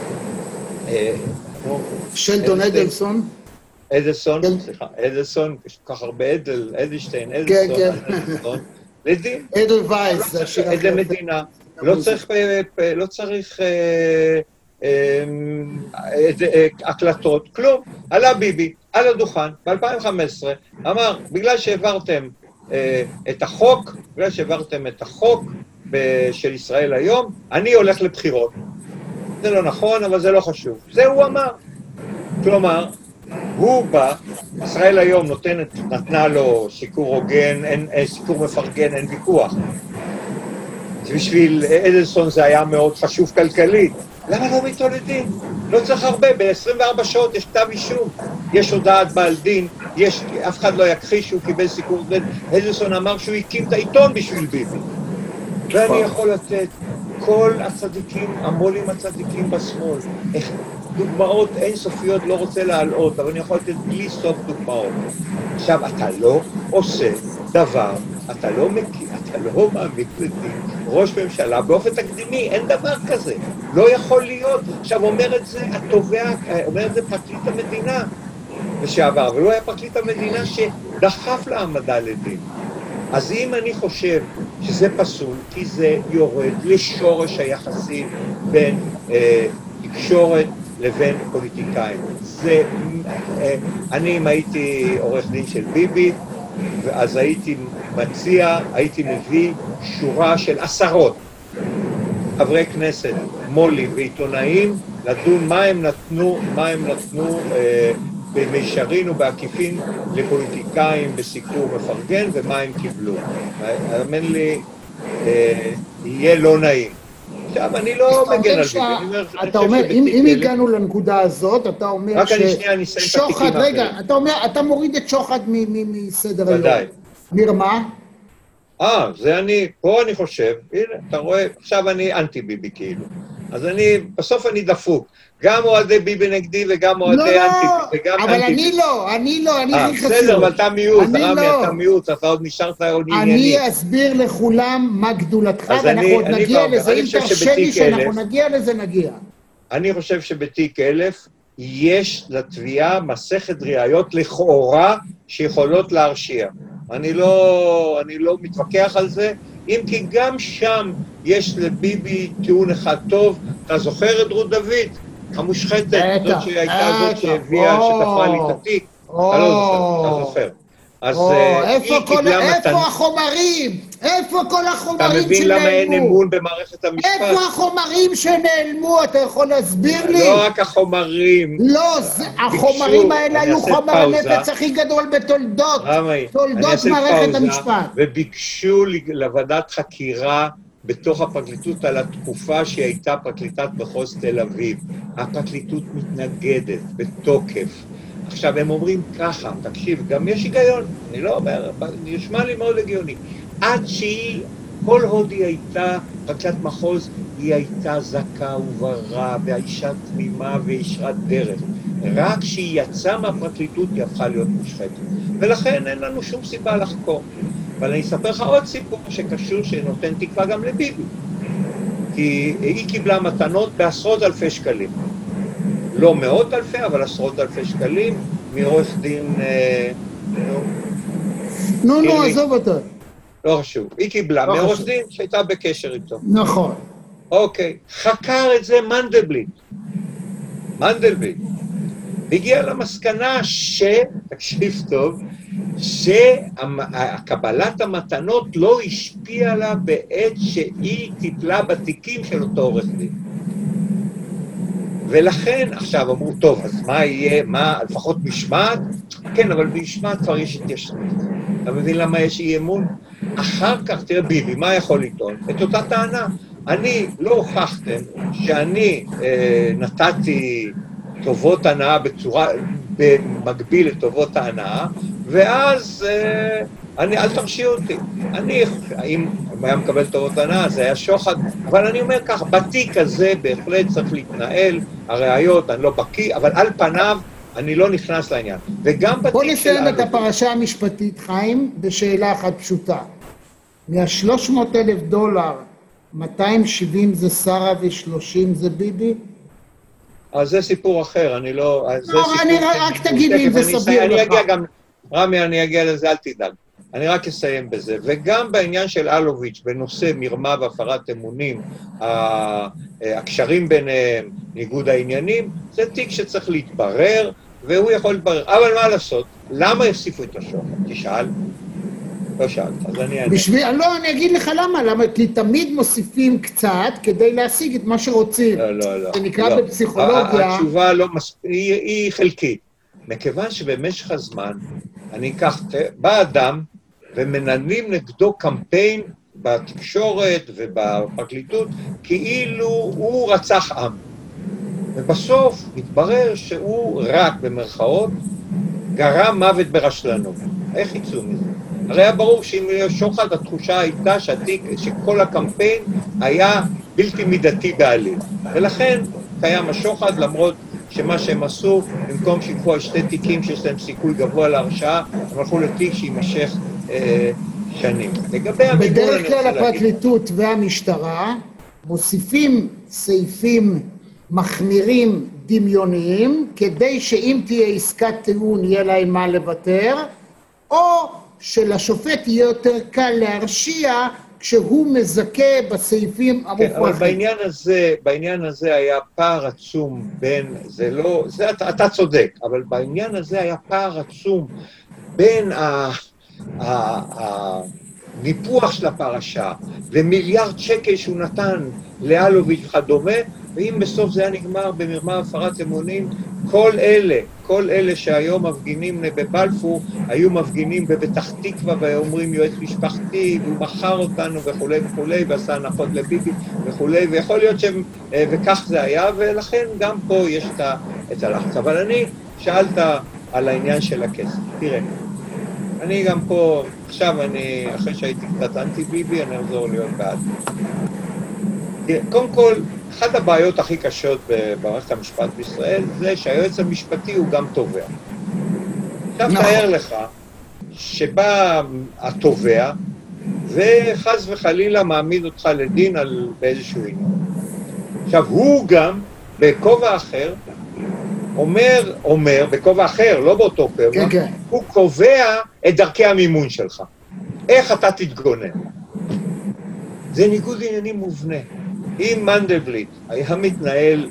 שלדון אדלסון. אדלסון, סליחה, אדלסון, יש כל כך הרבה אדל, אדלשטיין, אדלסון, לדין. אדלווייס, זה השיר אחר. עדי מדינה. לא צריך, לא צריך הקלטות, כלום. עלה ביבי, על הדוכן, ב-אלפיים וחמש עשרה, אמר, בגלל שהעברתם את החוק, בגלל שהעברתם את החוק של ישראל היום, אני הולך לבחירות. זה לא נכון, אבל זה לא חשוב. זה הוא אמר. כלומר, הוא בא, ישראל היום נותנת, נתנה לו סיקור הוגן, אין, סיקור מפרגן, אין ויכוח. בשביל אדלסון זה היה מאוד חשוב כלכלית. למה לא מתעודדים? לא צריך הרבה, ב-עשרים וארבע שעות יש כתב אישום, יש הודעת בעל דין, יש, אף אחד לא יכחיש שהוא קיבל סיקור הוגן. אדלסון אמר שהוא הקים את העיתון בשביל ביבי. ואני יכול לתת כל הצדיקים, המולים הצדיקים בשמאל, איך דוגמאות אינסופיות לא רוצה להעלות, אבל אני יכול לתת בלי סוף דוגמאות. עכשיו, אתה לא עושה דבר, אתה לא מכיר, אתה לא מעמיד לדין ראש ממשלה באופן תקדימי, אין דבר כזה, לא יכול להיות. עכשיו, אומר את זה התובע, אומר את זה פרקליט המדינה לשעבר, אבל לא היה פרקליט המדינה שדחף להעמדה לדין. אז אם אני חושב שזה פסול, כי זה יורד לשורש היחסים בין אה, תקשורת לבין פוליטיקאים. זה, אה, אני אם הייתי עורך דין של ביבי, אז הייתי מציע, הייתי מביא שורה של עשרות חברי כנסת, מולים ועיתונאים, לדון מה הם נתנו, מה הם נתנו אה, במישרין ובעקיפין לפוליטיקאים בסיקור מפרגן, ומה הם קיבלו. האמן לי, יהיה לא נעים. עכשיו, אני לא מגן על זה. אתה אומר, אם הגענו לנקודה הזאת, אתה אומר ששוחד, רגע, אתה אומר, אתה מוריד את שוחד מסדר היום. ודאי. מרמה? אה, זה אני, פה אני חושב, הנה, אתה רואה, עכשיו אני אנטי ביבי כאילו. אז אני, בסוף אני דפוק. גם אוהדי ביבי נגדי וגם אוהדי אנטי ביבי. לא, אבל אני לא, אני לא, אני הכי חשוב. בסדר, אבל אתה מיעוט, רמי, אתה מיעוט, אתה עוד נשארת עוד ענייני. אני אסביר לכולם מה גדולתך, ואנחנו עוד נגיע לזה, אם תרשה לי שאנחנו נגיע לזה, נגיע. אני חושב שבתיק אלף יש לתביעה מסכת ראיות לכאורה שיכולות להרשיע. אני לא, אני לא מתווכח על זה, אם כי גם שם יש לביבי טיעון אחד טוב. אתה זוכר את רות דוד, המושחתת, זאת שהייתה זאת שהביאה, שתפרה לי את התיק? אתה לא זוכר, אתה זוכר. אז איפה החומרים? איפה כל החומרים שנעלמו? אתה מבין למה אין אמון במערכת המשפט? איפה החומרים שנעלמו? אתה יכול להסביר לי? לא רק החומרים. לא, החומרים האלה היו חומר הנפץ הכי גדול בתולדות, תולדות מערכת המשפט. וביקשו לוועדת חקירה בתוך הפרקליטות על התקופה שהיא הייתה פרקליטת מחוז תל אביב. הפרקליטות מתנגדת בתוקף. עכשיו, הם אומרים ככה, תקשיב, גם יש היגיון, אני לא אומר, נשמע לי מאוד הגיוני. עד שהיא, כל הודי הייתה, פרקליטת מחוז, היא הייתה זכה וברה, והאישה תמימה וישרת דרך. רק כשהיא יצאה מהפרקליטות, היא הפכה להיות מושחתת. ולכן אין לנו שום סיבה לחקור. אבל אני אספר לך עוד סיפור שקשור, שנותן תקווה גם לביבי. כי היא קיבלה מתנות בעשרות אלפי שקלים. לא מאות אלפי, אבל עשרות אלפי שקלים, מעורך דין... נו, נו, עזוב אותו. לא חשוב. היא קיבלה מעורך דין שהייתה בקשר איתו. נכון. אוקיי. חקר את זה מנדלבליט. מנדלבליט. הגיע למסקנה ש... תקשיב טוב, שקבלת המתנות לא השפיעה לה בעת שהיא טיפלה בתיקים של אותו עורך דין. ולכן, עכשיו אמרו, טוב, אז מה יהיה, מה, לפחות משמעת? כן, אבל במשמעת כבר יש התיישנות. אתה מבין למה יש אי אמון? אחר כך, תראה ביבי, מה יכול לטעון? את אותה טענה. אני, לא הוכחתם שאני אה, נתתי טובות הנאה בצורה, במקביל לטובות ההנאה, ואז אה, אני, אל תרשיעו אותי. אני, אם היה מקבל טובות הנאה, זה היה שוחד, אבל אני אומר כך, בתיק הזה בהחלט צריך להתנהל, הראיות, אני לא בקיא, אבל על פניו אני לא נכנס לעניין. וגם בתיק של... בוא נסיים את הפרשה המשפטית, חיים, בשאלה אחת פשוטה. מה-שלוש מאות אלף דולר, מאתיים שבעים זה שרה ו-שלושים זה ביבי? אז זה סיפור אחר, אני לא... לא, אני רק תגיד לי אם זה סביר לך. אני אגיע גם, רמי, אני אגיע לזה, אל תדאג. אני רק אסיים בזה. וגם בעניין של אלוביץ', בנושא מרמה והפרת אמונים, הקשרים ביניהם, ניגוד העניינים, זה תיק שצריך להתברר, והוא יכול להתברר. אבל מה לעשות? למה יוסיפו את השוחד? תשאל. לא שאלת, אז אני אענה. בשביל, לא, אני אגיד לך למה, למה, כי תמיד מוסיפים קצת כדי להשיג את מה שרוצים. לא, לא, לא. זה נקרא לא. בפסיכולוגיה. התשובה לא מספיק, היא, היא חלקית. מכיוון שבמשך הזמן, אני אקח, בא אדם ומנהלים נגדו קמפיין בתקשורת ובפרקליטות, כאילו הוא רצח עם. ובסוף מתברר שהוא רק במרכאות גרם מוות ברשלנות. איך יצאו מזה? הרי היה ברור שאם שוחד התחושה הייתה שהתיק, שכל הקמפיין היה בלתי מידתי בעליל. ולכן קיים השוחד, למרות שמה שהם עשו, במקום שיקחו על שתי תיקים שיש להם סיכוי גבוה להרשעה, הם הלכו לתיק שימשך אה, שנים. לגבי המימון... בדרך כלל הפרקליטות והמשטרה מוסיפים סעיפים מחמירים דמיוניים, כדי שאם תהיה עסקת טיעון יהיה להם מה לוותר, או שלשופט יהיה יותר קל להרשיע כשהוא מזכה בסעיפים המופרכים. כן, אבל בעניין הזה, בעניין הזה היה פער עצום בין, זה לא, זה, אתה, אתה צודק, אבל בעניין הזה היה פער עצום בין ה, ה, ה, הניפוח של הפרשה ומיליארד שקל שהוא נתן לאלוביץ' וכדומה, ואם בסוף זה היה נגמר במרמה הפרת אמונים, כל אלה, כל אלה שהיום מפגינים בבלפור, היו מפגינים בפתח תקווה ואומרים יועץ משפחתי, והוא מכר אותנו וכולי וכולי, ועשה הנחות לביבי וכולי, ויכול להיות שהם, וכך זה היה, ולכן גם פה יש את הלחץ. אבל אני, שאלת על העניין של הכסף. תראה, אני גם פה, עכשיו אני, אחרי שהייתי קצת אנטי ביבי, אני אחזור להיות בעד. תראה, קודם כל, אחת הבעיות הכי קשות במערכת המשפט בישראל זה שהיועץ המשפטי הוא גם תובע. עכשיו תאר לך שבא התובע וחס וחלילה מעמיד אותך לדין על באיזשהו עניין. עכשיו הוא גם בכובע אחר אומר, אומר, בכובע אחר, לא באותו כובע, כן, כן. הוא קובע את דרכי המימון שלך. איך אתה תתגונן? זה ניגוד עניינים מובנה. אם מנדלבליט היה מתנהל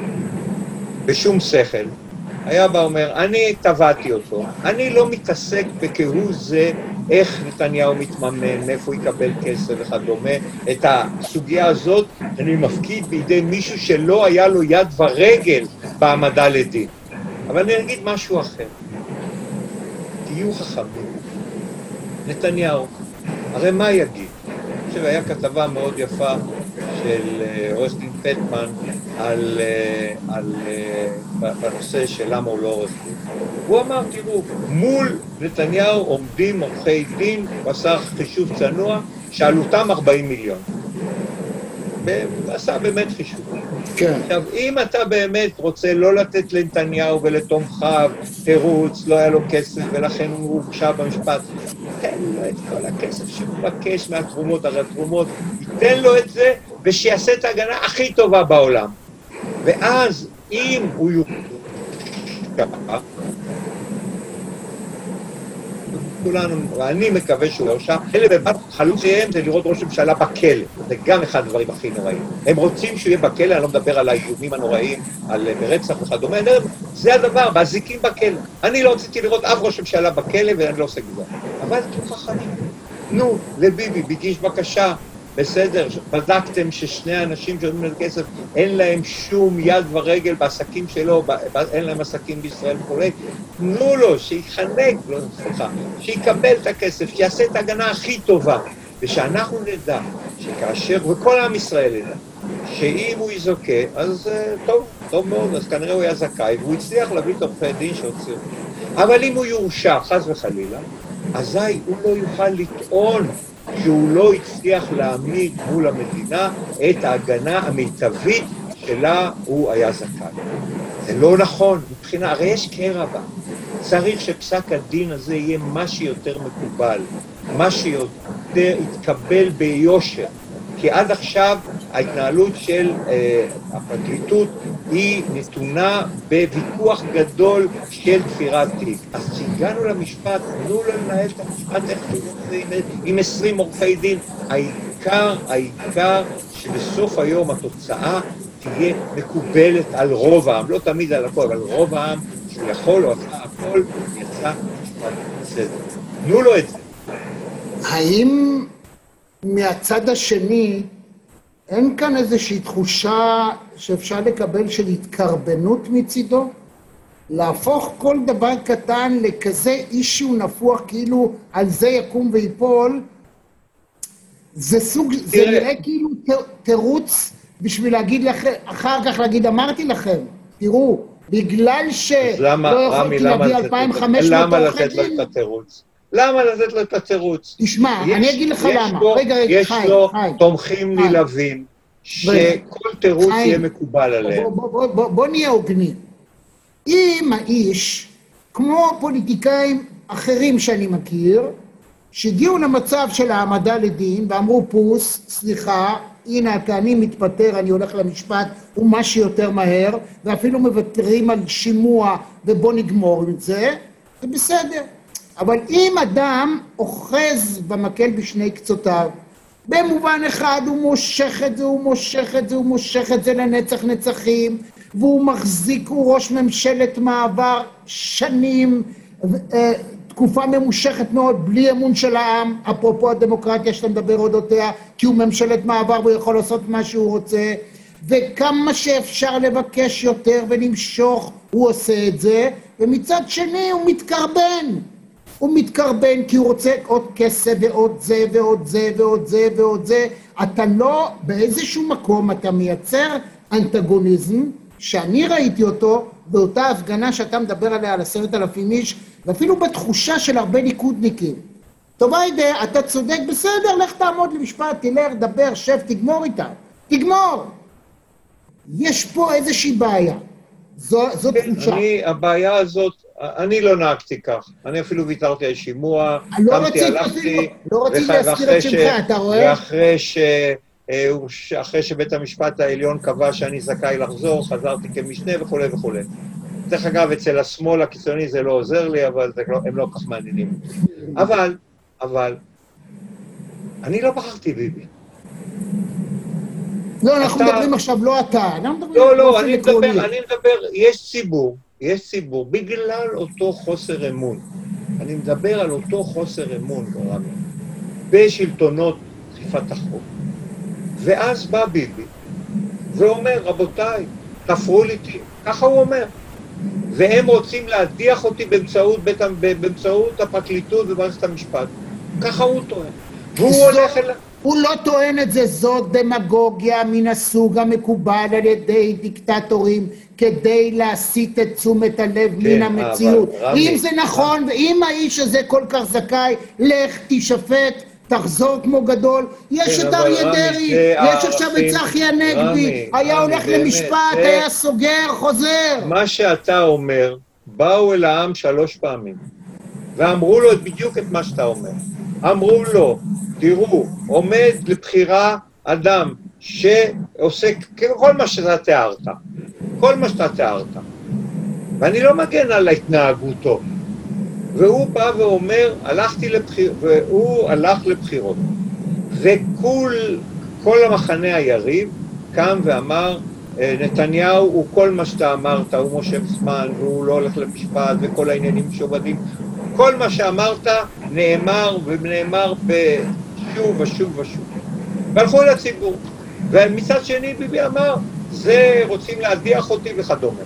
בשום שכל, היה בא אומר, אני טבעתי אותו, אני לא מתעסק בכהוא זה איך נתניהו מתממן, מאיפה הוא יקבל כסף וכדומה, את הסוגיה הזאת אני מפקיד בידי מישהו שלא היה לו יד ורגל בהעמדה לדין. אבל אני אגיד משהו אחר. תהיו חכמים. נתניהו, הרי מה יגיד? אני חושב, היה כתבה מאוד יפה של עורך דין פטמן על, על בנושא של למה הוא לא עורך דין. הוא אמר, תראו, מול נתניהו עומדים עורכי דין, הוא עשה חישוב צנוע, שעלותם ארבעים מיליון. הוא עשה באמת חישוב. כן. עכשיו, אם אתה באמת רוצה לא לתת לנתניהו ולתומכיו תירוץ, לא היה לו כסף, ולכן הוא הורשע במשפט, תן לו את כל הכסף שהוא מבקש מהתרומות, הרי התרומות, ייתן לו את זה, ושיעשה את ההגנה הכי טובה בעולם. ואז, אם הוא יורשע, כולנו, ואני מקווה שהוא יורשע, אלה באמת חלוץ שהם זה לראות ראש ממשלה בכלא, זה גם אחד הדברים הכי נוראים. הם רוצים שהוא יהיה בכלא, אני לא מדבר על האיומים הנוראים, על רצח וכדומה, זה הדבר, באזיקים בכלא. אני לא רציתי לראות אף ראש ממשלה בכלא ואני לא עושה גזר. אבל תהיו חכמים. נו, לביבי, בגיש בקשה, בסדר, בדקתם ששני אנשים שעושים את הכסף, אין להם שום יד ורגל בעסקים שלו, אין להם עסקים בישראל וכולי, תנו לו, שיחנק, לא סליחה, שיקבל את הכסף, שיעשה את ההגנה הכי טובה, ושאנחנו נדע שכאשר, וכל עם ישראל ידע, שאם הוא יזוכה, אז טוב, טוב מאוד, אז כנראה הוא היה זכאי, והוא הצליח להביא את עורכי הדין שהוציאו. אבל אם הוא יורשע, חס וחלילה, אזי הוא לא יוכל לטעון שהוא לא הצליח להעמיד מול המדינה את ההגנה המיטבית שלה הוא היה זכאי. זה לא נכון, מבחינה, הרי יש קרע בה. צריך שפסק הדין הזה יהיה מה שיותר מקובל, מה שיותר יתקבל ביושר. כי עד עכשיו ההתנהלות של אה, הפרקליטות היא נתונה בוויכוח גדול של תפירת תיק. אז כשהגענו למשפט, תנו לו לנהל את המשפט איך עם עשרים עורכי דין. העיקר, העיקר שבסוף היום התוצאה תהיה מקובלת על רוב העם, לא תמיד על הכל, אבל רוב העם שהוא יכול או עשה הכל, יצא משפט בסדר. תנו לו את זה. האם מהצד השני, אין כאן איזושהי תחושה שאפשר לקבל של התקרבנות מצידו? להפוך כל דבר קטן לכזה אישיו נפוח, כאילו על זה יקום ויפול, זה סוג, זה נראה כאילו תירוץ בשביל להגיד לכם, אחר כך להגיד, אמרתי לכם, תראו, בגלל שלא יכולתי להביא אלפיים וחמש מאות למה לתת לו את התירוץ? למה לתת לו את התירוץ? תשמע, אני אגיד לך למה. רגע, רגע, יש לו תומכים נלהבים, שכל תירוץ יהיה מקובל עליהם. בוא נהיה הוגנים. אם האיש, כמו פוליטיקאים אחרים שאני מכיר, שהגיעו למצב של העמדה לדין, ואמרו פוס, סליחה, הנה אתה, אני מתפטר, אני הולך למשפט, ומה שיותר מהר, ואפילו מוותרים על שימוע, ובוא נגמור עם זה, זה בסדר. אבל אם אדם אוחז במקל בשני קצותיו, במובן אחד הוא מושך את זה, הוא מושך את זה, הוא מושך את זה לנצח נצחים, והוא מחזיק, הוא ראש ממשלת מעבר שנים, תקופה ממושכת מאוד, בלי אמון של העם, אפרופו הדמוקרטיה שאתה מדבר אודותיה, כי הוא ממשלת מעבר והוא יכול לעשות מה שהוא רוצה, וכמה שאפשר לבקש יותר ולמשוך, הוא עושה את זה, ומצד שני הוא מתקרבן. הוא מתקרבן כי הוא רוצה עוד כסף ועוד זה ועוד זה ועוד זה ועוד זה. אתה לא, באיזשהו מקום אתה מייצר אנטגוניזם, שאני ראיתי אותו באותה הפגנה שאתה מדבר עליה על עשרת אלפים איש, ואפילו בתחושה של הרבה ליכודניקים. טוב היידה, אתה צודק, בסדר, לך תעמוד למשפט, תלך, דבר, שב, תגמור איתה. תגמור! יש פה איזושהי בעיה. זו, זו תחושה. אני, הבעיה הזאת, אני לא נהגתי כך. אני אפילו ויתרתי על שימוע, לא רציתי, הלכתי, לא רציתי להזכיר את שמך, אתה רואה? ואחרי ש... אחרי שבית המשפט העליון קבע שאני זכאי לחזור, חזרתי כמשנה וכו' וכו'. דרך אגב, אצל השמאל הקיצוני זה לא עוזר לי, אבל לא, הם לא כך מעניינים. אבל, אבל, אני לא בחרתי ביבי. לא, אנחנו אתה... מדברים עכשיו, לא אתה. לא, לא, אני מדבר, אני מדבר, יש ציבור, יש ציבור, בגלל אותו חוסר אמון. אני מדבר על אותו חוסר אמון, ברבי, בשלטונות דחיפת החוק. ואז בא ביבי, ואומר, רבותיי, תפרו לי תיק, ככה הוא אומר. והם רוצים להדיח אותי באמצעות, באמצעות הפרקליטות ובמערכת המשפט. ככה הוא טוען. והוא הולך, אל, הוא לא טוען את זה, זאת דמגוגיה מן הסוג המקובל על ידי דיקטטורים, כדי להסיט את תשומת הלב כן, מן המציאות. אם זה נכון, ואם האיש הזה כל כך זכאי, לך תשפט, תחזור כמו גדול. יש את אריה דרעי, יש עכשיו את צחי הנגבי, היה הולך למשפט, היה סוגר, חוזר. מה שאתה אומר, באו אל העם שלוש פעמים, ואמרו לו בדיוק את מה שאתה אומר. אמרו לו, תראו, עומד לבחירה אדם שעושה כל מה שאתה תיארת, כל מה שאתה תיארת. ואני לא מגן על ההתנהגותו. והוא בא ואומר, הלכתי לבחיר, והוא הלך לבחירות. וכל כל המחנה היריב קם ואמר, נתניהו הוא כל מה שאתה אמרת, הוא מושך זמן, והוא לא הולך למשפט, וכל העניינים שעובדים. כל מה שאמרת נאמר ונאמר שוב ושוב ושוב. והלכו לציבור. ומצד שני ביבי אמר, זה רוצים להדיח אותי וכדומה.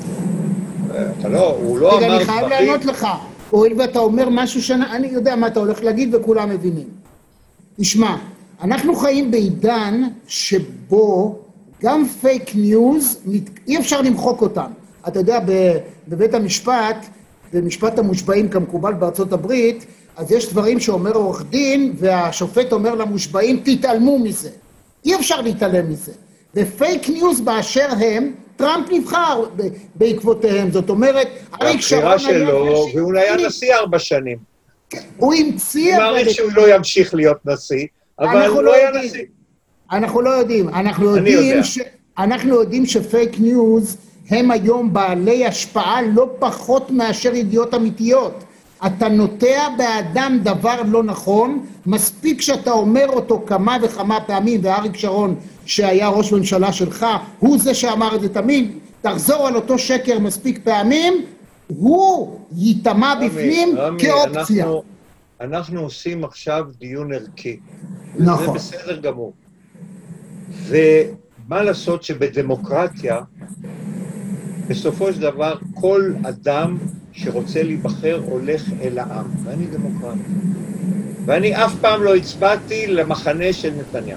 אתה לא, הוא לא אמר דברים... אני חייב לענות לך. הואיל ואתה אומר משהו שאני אני יודע מה אתה הולך להגיד וכולם מבינים. תשמע, אנחנו חיים בעידן שבו גם פייק ניוז, אי אפשר למחוק אותם. אתה יודע, בבית המשפט, במשפט המושבעים כמקובל בארצות הברית, אז יש דברים שאומר עורך דין, והשופט אומר למושבעים, תתעלמו מזה. אי אפשר להתעלם מזה. ופייק ניוז באשר הם, טראמפ נבחר בעקבותיהם. זאת אומרת, אריק שרון שלו, והוא היה נשיא ארבע שנים. הוא המציא... אני מעריך שהוא לא ימשיך להיות נשיא, אבל הוא לא היה נשיא. אנחנו לא יודעים. אנחנו יודעים ש... אנחנו יודעים שפייק ניוז הם היום בעלי השפעה לא פחות מאשר ידיעות אמיתיות. אתה נוטע באדם דבר לא נכון, מספיק שאתה אומר אותו כמה וכמה פעמים, ואריק שרון שהיה ראש ממשלה שלך, הוא זה שאמר את זה תמיד, תחזור על אותו שקר מספיק פעמים, הוא ייטמע בפנים רמי, כאופציה. אנחנו, אנחנו עושים עכשיו דיון ערכי. נכון. זה בסדר גמור. ומה לעשות שבדמוקרטיה, בסופו של דבר, כל אדם שרוצה להיבחר הולך אל העם, ואני דמוקרט. ואני אף פעם לא הצבעתי למחנה של נתניהו.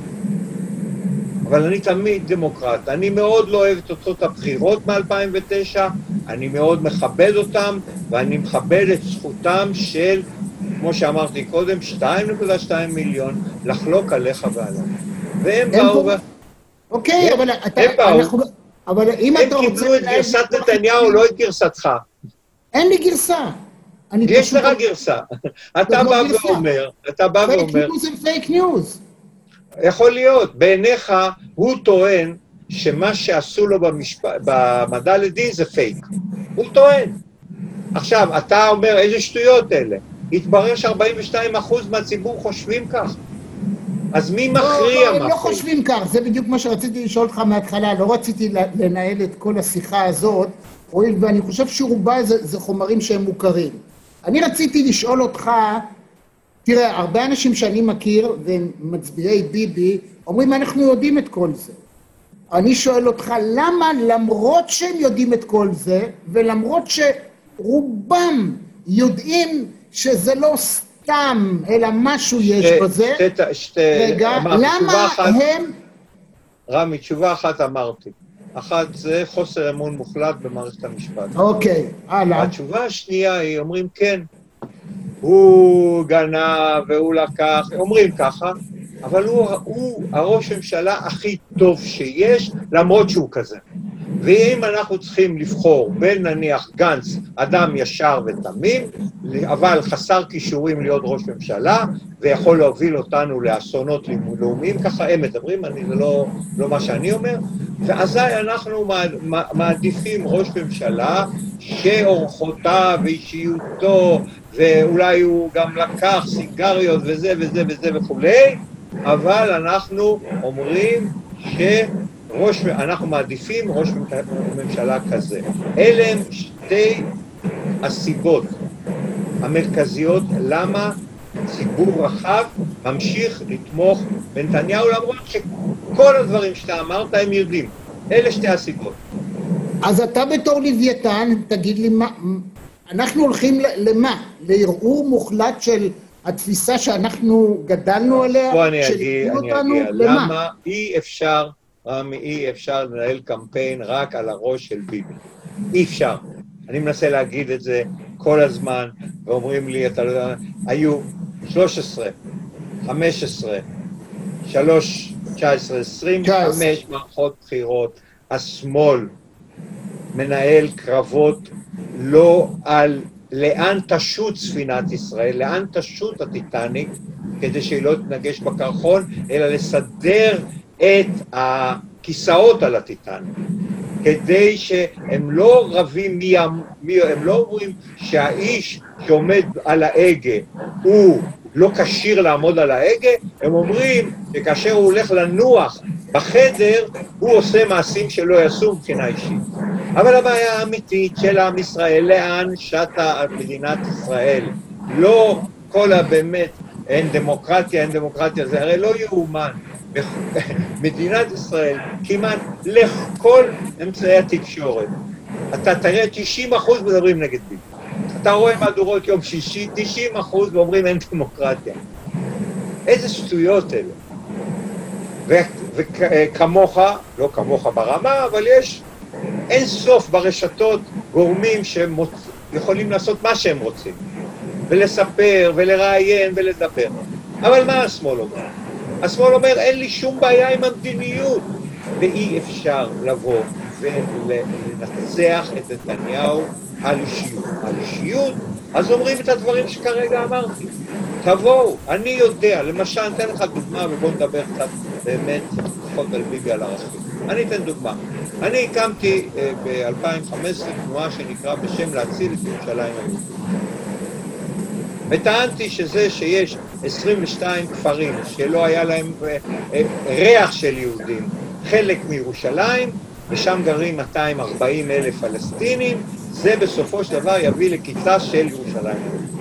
אבל אני תמיד דמוקרט. אני מאוד לא אוהב את תוצאות הבחירות מ-אלפיים ותשע, אני מאוד מכבד אותם, ואני מכבד את זכותם של, כמו שאמרתי קודם, שתיים נקודה שתיים מיליון לחלוק עליך ועליו. והם באו... אוקיי, אבל אתה... אבל אם אתה רוצה... הם קיבלו את גרסת נתניהו, לא את גרסתך. אין לי גרסה. יש לך גרסה. אתה בא ואומר, אתה בא ואומר... פייק ניוז הם פייק ניוז. יכול להיות. בעיניך הוא טוען שמה שעשו לו במדע לדין זה פייק. הוא טוען. עכשיו, אתה אומר איזה שטויות אלה. התברר ש-ארבעים ושתיים אחוז מהציבור חושבים כך. אז מי מכריע מה? הם לא חושבים כך, זה בדיוק מה שרציתי לשאול אותך מההתחלה, לא רציתי לנהל את כל השיחה הזאת, ואני חושב שרובה זה, זה חומרים שהם מוכרים. אני רציתי לשאול אותך, תראה, הרבה אנשים שאני מכיר, והם מצביעי ביבי, אומרים, אנחנו יודעים את כל זה. אני שואל אותך, למה למרות שהם יודעים את כל זה, ולמרות שרובם יודעים שזה לא סתם, אלא משהו יש שתי, בזה, שתי, שתי, רגע, אמרתי, למה אחת, הם... רמי, תשובה אחת אמרתי. אחת זה חוסר אמון מוחלט במערכת המשפט. אוקיי, הלאה. התשובה השנייה היא, אומרים כן, הוא גנב והוא לקח, אומרים ככה, אבל הוא, הוא הראש ממשלה הכי טוב שיש, למרות שהוא כזה. ואם אנחנו צריכים לבחור בין נניח גנץ, אדם ישר ותמים, אבל חסר כישורים להיות ראש ממשלה, ויכול להוביל אותנו לאסונות לאומיים, ככה הם מדברים, אני, זה לא, לא מה שאני אומר, ואזי אנחנו מעדיפים ראש ממשלה שאורחותיו ואישיותו, ואולי הוא גם לקח סיגריות וזה וזה וזה וכולי, אבל אנחנו אומרים ש... ראש, אנחנו מעדיפים ראש ממשלה כזה. אלה הם שתי הסיבות המרכזיות למה ציבור רחב ממשיך לתמוך בנתניהו, למרות שכל הדברים שאתה אמרת הם יודעים. אלה שתי הסיבות. אז אתה בתור לוויתן, תגיד לי מה, אנחנו הולכים למה? לערעור מוחלט של התפיסה שאנחנו גדלנו עליה, פה אני אגיע, אני אותנו, אגיע. למה? למה אי אפשר, רמי, אי אפשר לנהל קמפיין רק על הראש של ביבי? אי אפשר. אני מנסה להגיד את זה כל הזמן, ואומרים לי, אתה לא יודע, היו שלוש עשרה, חמש עשרה, שלוש, תשע עשרה, עשרים וחמש מערכות בחירות, השמאל מנהל קרבות לא על לאן תשוט ספינת ישראל, לאן תשוט הטיטניק, כדי שהיא לא תנגש בקרחון, אלא לסדר את הכיסאות על הטיטניק, כדי שהם לא רבים מי, מי הם לא אומרים שהאיש שעומד על ההגה הוא לא כשיר לעמוד על ההגה, הם אומרים שכאשר הוא הולך לנוח בחדר, הוא עושה מעשים שלא יעשו מבחינה אישית. אבל הבעיה האמיתית של עם ישראל, לאן שטה מדינת ישראל? לא כל הבאמת, אין דמוקרטיה, אין דמוקרטיה, זה הרי לא יאומן. מדינת ישראל, כמעט לכל אמצעי התקשורת, אתה תראה תשעים אחוז מדברים נגד ביבי. אתה רואה מהדורות יום שישי, תשעים אחוז ואומרים אין דמוקרטיה. איזה שטויות אלה. וכמוך, לא כמוך ברמה, אבל יש אין סוף ברשתות גורמים שיכולים לעשות מה שהם רוצים, ולספר, ולראיין, ולדבר. אבל מה השמאל אומר? השמאל אומר, אין לי שום בעיה עם המדיניות, ואי אפשר לבוא ולנצח את נתניהו על אישיות. על אישיות, אז אומרים את הדברים שכרגע אמרתי. תבואו, אני יודע, למשל, אני אתן לך דוגמה, ובואו נדבר קצת באמת, לפחות על ביבי על ערכים. אני אתן דוגמה. אני הקמתי אה, ב-אלפיים וחמש עשרה תנועה שנקרא בשם להציל את ירושלים היהודית. וטענתי שזה שיש עשרים ושתיים כפרים שלא היה להם אה, אה, ריח של יהודים, חלק מירושלים, ושם גרים מאתיים וארבעים אלף פלסטינים, זה בסופו של דבר יביא לקיצה של ירושלים.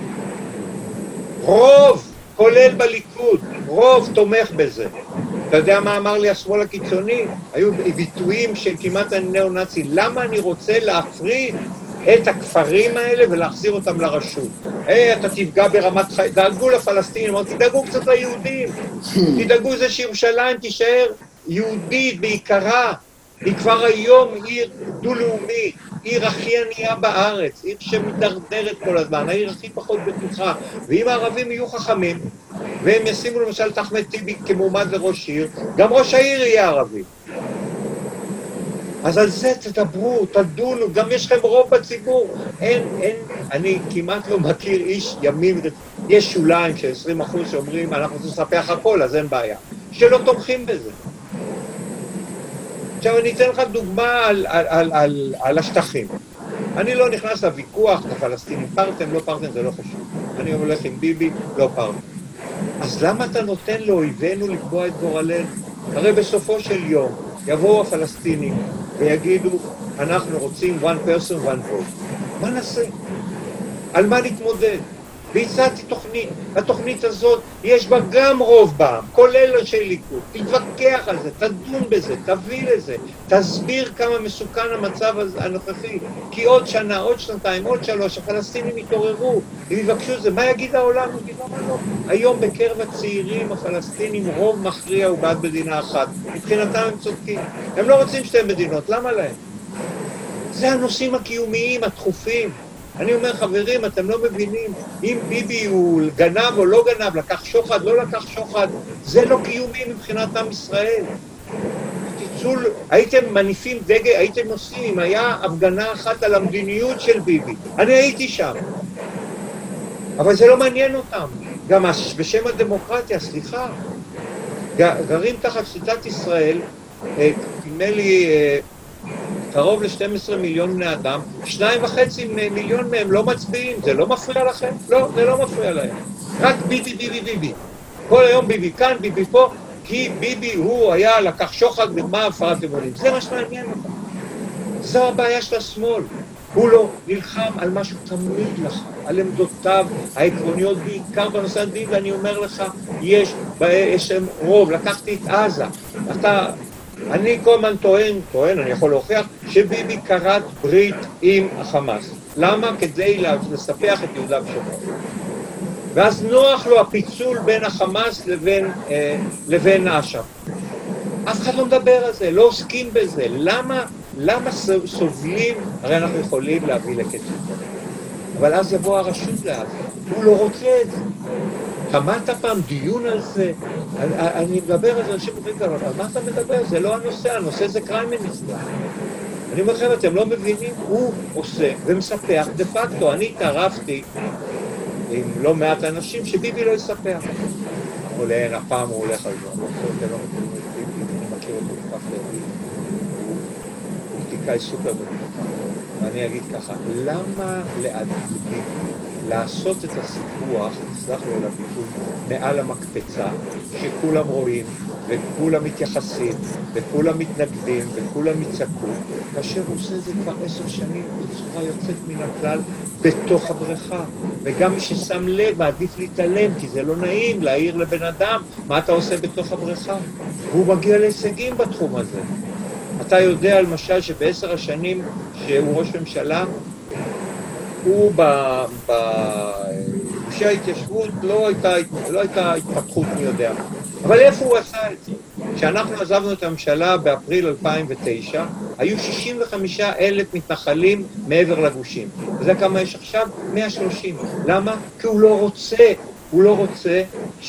רוב, כולל בליכוד, רוב תומך בזה. אתה יודע מה אמר לי השמאל הקיצוני? היו ביטויים של כמעט הנאו-נאצי. למה אני רוצה להפריד את הכפרים האלה ולהחזיר אותם לרשות? היי, אתה תפגע ברמת חיים, דאגו לפלסטינים, אמרתי, תדאגו קצת ליהודים. תדאגו זה שירושלים תישאר יהודית בעיקרה. היא כבר היום עיר דו-לאומית, עיר הכי ענייה בארץ, עיר שמדרדרת כל הזמן, העיר הכי פחות בטוחה. ואם הערבים יהיו חכמים, והם ישימו למשל את אחמד טיבי כמועמד לראש עיר, גם ראש העיר יהיה ערבי. אז על זה תדברו, תדונו, גם יש לכם רוב בציבור. אין, אין, אני כמעט לא מכיר איש ימין, יש שוליים של עשרים אחוז שאומרים, אנחנו רוצים לספח הכל, אז אין בעיה. שלא תומכים בזה. עכשיו אני אתן לך דוגמה על, על, על, על, על השטחים. אני לא נכנס לוויכוח, לפלסטינים פרטם, לא פרטם, זה לא חשוב. אני הולך עם ביבי, לא פרטם. אז למה אתה נותן לאויבינו לקבוע את גורלנו? הרי בסופו של יום יבואו הפלסטינים ויגידו, אנחנו רוצים one person, one vote. מה נעשה? על מה נתמודד? והצעתי תוכנית. התוכנית הזאת, יש בה גם רוב בעם, כולל אנשי ליכוד. תתווכח על זה, תדון בזה, תביא לזה, תסביר כמה מסוכן המצב הנוכחי. כי עוד שנה, עוד שנתיים, עוד שלוש, הפלסטינים יתעוררו, הם יבקשו את זה. מה יגיד העולם? יגיד, לא, מה לא? היום בקרב הצעירים הפלסטינים רוב מכריע הוא בעד מדינה אחת. מבחינתם הם צודקים. הם לא רוצים שתי מדינות, למה להם? זה הנושאים הקיומיים, הדחופים. אני אומר, חברים, אתם לא מבינים, אם ביבי הוא גנב או לא גנב, לקח שוחד, לא לקח שוחד, זה לא קיומי מבחינת עם ישראל. תצאו, הייתם מניפים דגל, הייתם עושים, היה הפגנה אחת על המדיניות של ביבי. אני הייתי שם. אבל זה לא מעניין אותם. גם בשם הדמוקרטיה, סליחה, גרים תחת שליטת ישראל, נדמה לי, קרוב ל-שנים עשר מיליון בני אדם, שניים וחצי מיליון מהם לא מצביעים, זה לא מפריע לכם? לא, זה לא מפריע להם. רק ביבי, ביבי, ביבי. כל היום ביבי כאן, ביבי פה, כי ביבי הוא היה לקח שוחד במה הפרת אמונים. זה מה שמעניין אותם. זו הבעיה של השמאל. הוא לא נלחם על משהו תמיד לך, על עמדותיו העקרוניות, בעיקר בנושא הדין, ואני אומר לך, יש, יש רוב, לקחתי את עזה. אתה... אני כל הזמן טוען, טוען, אני יכול להוכיח, שביבי קראת ברית עם החמאס. למה? כדי לספח את יהודה ושומרון. ואז נוח לו הפיצול בין החמאס לבין, אה, לבין אש"ף. אף אחד לא מדבר על זה, לא עוסקים בזה. למה, למה סובלים? הרי אנחנו יכולים להביא לקץ שלטון. אבל אז יבוא הרשות לעזה. הוא לא רוצה את זה. שמעת פעם דיון על זה? אני, אני מדבר על זה, אנשים אומרים כאן, על מה אתה מדבר? זה לא הנושא, הנושא זה קריים מיניסטר. אני אומר לכם, אתם לא מבינים, הוא עושה ומספח דה פקטו. אני התערבתי עם לא מעט אנשים שביבי לא יספח. עולה, הפעם הוא הולך על זה. אני מכיר אותו כל כך להגיד. הוא פוליטיקאי סופר בטוחה. ואני אגיד ככה, למה להדליק, לעשות את הסיפוח, תסלח לו על הביטוי, מעל המקפצה, שכולם רואים, וכולם מתייחסים, וכולם מתנגדים, וכולם יצעקו, כאשר הוא עושה את זה כבר עשר שנים, בצורה יוצאת מן הכלל, בתוך הבריכה. וגם מי ששם לב, מעדיף להתעלם, כי זה לא נעים להעיר לבן אדם, מה אתה עושה בתוך הבריכה? והוא מגיע להישגים בתחום הזה. אתה יודע, למשל, שבעשר השנים שהוא ראש ממשלה, הוא בגושי ההתיישבות לא הייתה, לא הייתה התפתחות מי יודע. אבל איפה הוא עשה את זה? כשאנחנו עזבנו את הממשלה באפריל אלפיים ותשע, היו שישים וחמישה אלף מתנחלים מעבר לגושים. וזה כמה יש עכשיו? מאה ושלושים. למה? כי הוא לא רוצה, הוא לא רוצה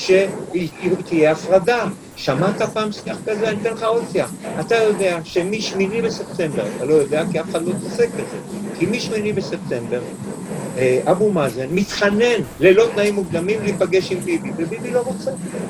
שתהיה הפרדה. שמעת פעם שיח כזה? אני אתן לך עוד שיח. אתה יודע שמשמיני בספטמבר, אתה לא יודע כי אף אחד לא תעסק בזה, כי משמיני בספטמבר, אבו מאזן מתחנן ללא תנאים מוקדמים להיפגש עם ביבי, וביבי לא רוצה.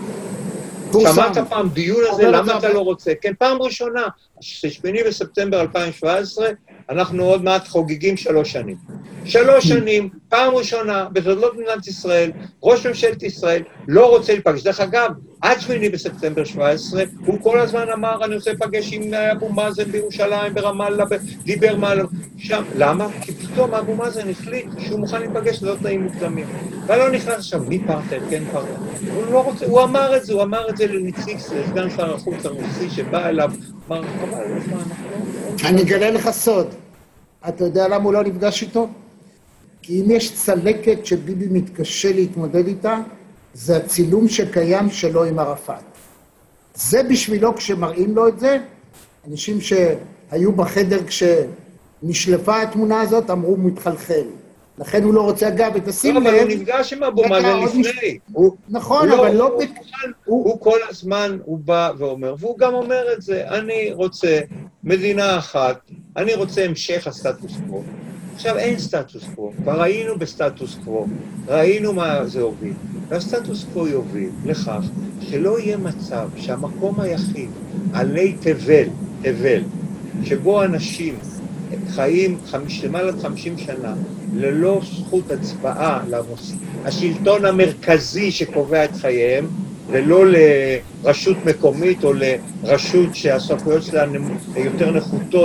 שמעת פעם דיון הזה, למה אתה לא רוצה? כן, פעם ראשונה, שמיני בספטמבר אלפיים שבע עשרה, אנחנו עוד מעט חוגגים שלוש שנים. שלוש שנים, פעם ראשונה, בתולדות מדינת ישראל, ראש ממשלת ישראל לא רוצה להיפגש. דרך אגב, עד שמיני בספטמבר שבע עשרה, הוא כל הזמן אמר, אני רוצה להיפגש עם אבו מאזן בירושלים, ברמאללה, דיבר מעלה, שם. למה? כי פתאום אבו מאזן החליט שהוא מוכן להיפגש ללא תנאים מוקדמים. ולא נכנס עכשיו, מי פרטנר, כן פרטנר. הוא לא רוצה, הוא אמר את זה, הוא אמר את זה לנציג, סגן שר החוץ הרוסי, שבא אליו, אמר, חבל, אני אגלה לך סוד. אתה יודע למה הוא לא נפגש איתו? כי אם יש צלקת שביבי מתקשה להתמודד איתה, זה הצילום שקיים שלו עם ערפאת. זה בשבילו, כשמראים לו את זה, אנשים שהיו בחדר כשנשלפה התמונה הזאת, אמרו מתחלחל. לכן הוא לא רוצה, אגב, ותשים לב... אבל הוא נפגש עם אבו מאזן לפני. נכון, אבל לא... הוא כל הזמן, הוא בא ואומר, והוא גם אומר את זה, אני רוצה מדינה אחת, אני רוצה המשך הסטטוס קוו. עכשיו אין סטטוס קוו, כבר ראינו בסטטוס קוו, ראינו מה זה הוביל, והסטטוס קוו יוביל לכך שלא יהיה מצב שהמקום היחיד עלי תבל, תבל, שבו אנשים חיים למעלה חמישים שנה ללא זכות הצבעה למוס... השלטון המרכזי שקובע את חייהם, ולא לרשות מקומית או לרשות שהסמכויות שלה יותר נחותות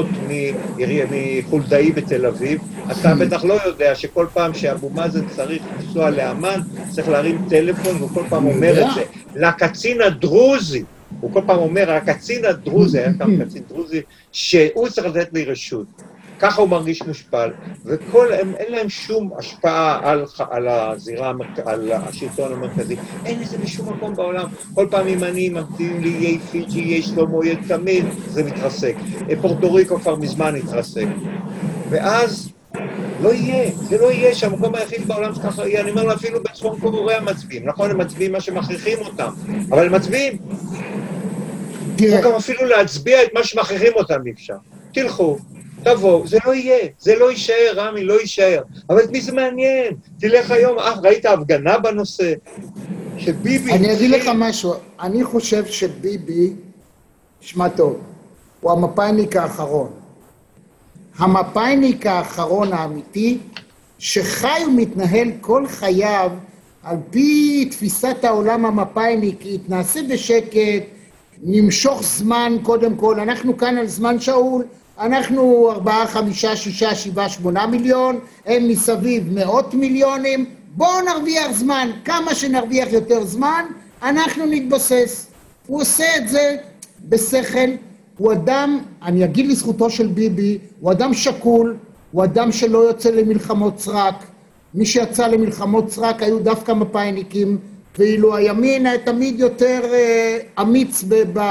מחולדאי בתל אביב. אתה בטח לא יודע שכל פעם שאבו מאזן צריך לנסוע לאמן, צריך להרים טלפון, והוא כל פעם אומר את זה. לקצין הדרוזי, הוא כל פעם אומר, הקצין הדרוזי, היה כאן קצין דרוזי, שהוא צריך לתת לי רשות. ככה הוא מרגיש מושפל, וכל, הם, אין להם שום השפעה על, על הזירה, על השלטון המרכזי. אין לזה בשום מקום בעולם. כל פעם אם אני ממתינים לי איי פיג'י, איי שלמה, איי תמיד, זה מתרסק. פורטוריקו כבר מזמן התרסק. ואז לא יהיה, זה לא יהיה שהמקום היחיד בעולם שככה יהיה. אני אומר לו אפילו בצפון קוריאה מצביעים. נכון, הם מצביעים מה שמכריחים אותם, אבל הם מצביעים. או גם אפילו להצביע את מה שמכריחים אותם אפשר. תלכו. תבוא, זה לא יהיה, זה לא יישאר, רמי, לא יישאר. אבל את מי זה מעניין? תלך היום, אה, ראית הפגנה בנושא? שביבי... אני אגיד לך משהו, אני חושב שביבי, שמע טוב, הוא המפאיניק האחרון. המפאיניק האחרון האמיתי, שחי ומתנהל כל חייו, על פי תפיסת העולם המפאיניקית, נעשה בשקט, נמשוך זמן קודם כל, אנחנו כאן על זמן שאול, אנחנו ארבעה, חמישה, שישה, שבעה, שמונה מיליון, הם מסביב מאות מיליונים, בואו נרוויח זמן, כמה שנרוויח יותר זמן, אנחנו נתבסס. הוא עושה את זה בשכל, הוא אדם, אני אגיד לזכותו של ביבי, הוא אדם שקול, הוא אדם שלא יוצא למלחמות סרק, מי שיצא למלחמות סרק היו דווקא מפאיניקים, ואילו הימין היה תמיד יותר uh, אמיץ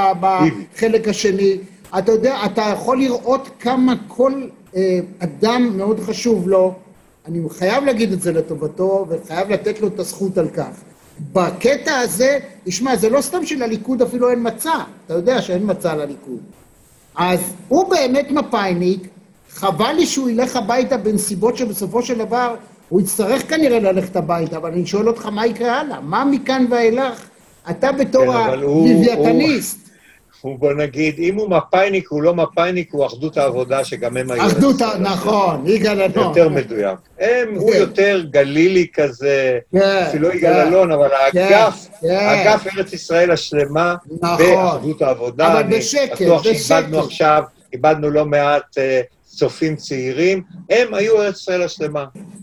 בחלק השני. אתה יודע, אתה יכול לראות כמה כל uh, אדם מאוד חשוב לו, אני חייב להגיד את זה לטובתו, וחייב לתת לו את הזכות על כך. בקטע הזה, תשמע, זה לא סתם שלליכוד אפילו אין מצע, אתה יודע שאין מצע לליכוד. אז הוא באמת מפאיניק, חבל לי שהוא ילך הביתה בנסיבות שבסופו של דבר הוא יצטרך כנראה ללכת הביתה, אבל אני שואל אותך מה יקרה הלאה, מה מכאן ואילך? אתה בתור הלוויתניסט. הוא בוא נגיד, אם הוא מפאיניק, הוא לא מפאיניק, הוא אחדות העבודה שגם הם היו... אחדות, נכון, יגאל אלון. יותר מדויק. הם, הוא יותר גלילי כזה, אפילו יגאל אלון, אבל האגף, האגף ארץ ישראל השלמה, באחדות העבודה. אבל בשקט, בשקט. בטוח שאיבדנו עכשיו, איבדנו לא מעט צופים צעירים, הם היו ארץ ישראל השלמה.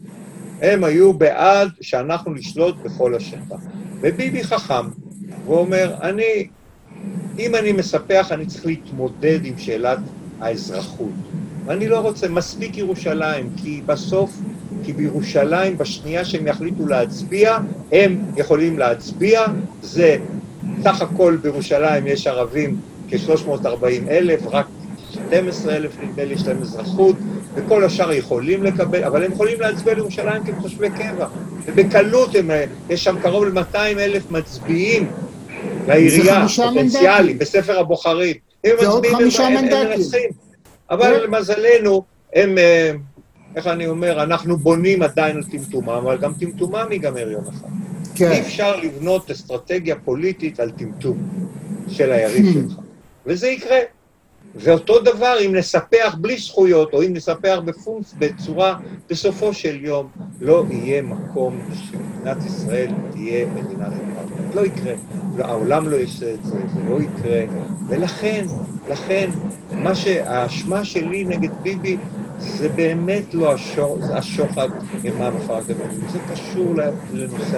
הם היו בעד שאנחנו נשלוט בכל השטח. וביבי חכם, הוא אומר, אני... אם אני מספח, אני צריך להתמודד עם שאלת האזרחות. ואני לא רוצה, מספיק ירושלים, כי בסוף, כי בירושלים, בשנייה שהם יחליטו להצביע, הם יכולים להצביע, זה, סך הכל בירושלים יש ערבים כ-שלוש מאות וארבעים אלף, רק שנים עשר אלף נדמה לי יש להם אזרחות, וכל השאר יכולים לקבל, אבל הם יכולים להצביע לירושלים כתושבי קבע. ובקלות הם, יש שם קרוב ל-מאתיים אלף מצביעים, לעירייה, פוטנציאלי, בספר הבוחרים. זה עוד חמישה מנדטים. אבל למזלנו, הם, איך אני אומר, אנחנו בונים עדיין על טמטומם, אבל גם טמטומם ייגמר יום אחד. אי אפשר לבנות אסטרטגיה פוליטית על טמטום של היריב שלך. וזה יקרה. ואותו דבר, אם נספח בלי זכויות, או אם נספח בפונקס, בצורה, בסופו של יום, לא יהיה מקום שמדינת ישראל תהיה מדינת ישראל. לא יקרה. העולם לא יעשה את זה, זה לא יקרה. ולכן, לכן, מה שהאשמה שלי נגד ביבי, זה באמת לא השוחד אימה ופרק דמוקרטי. זה קשור לנושא,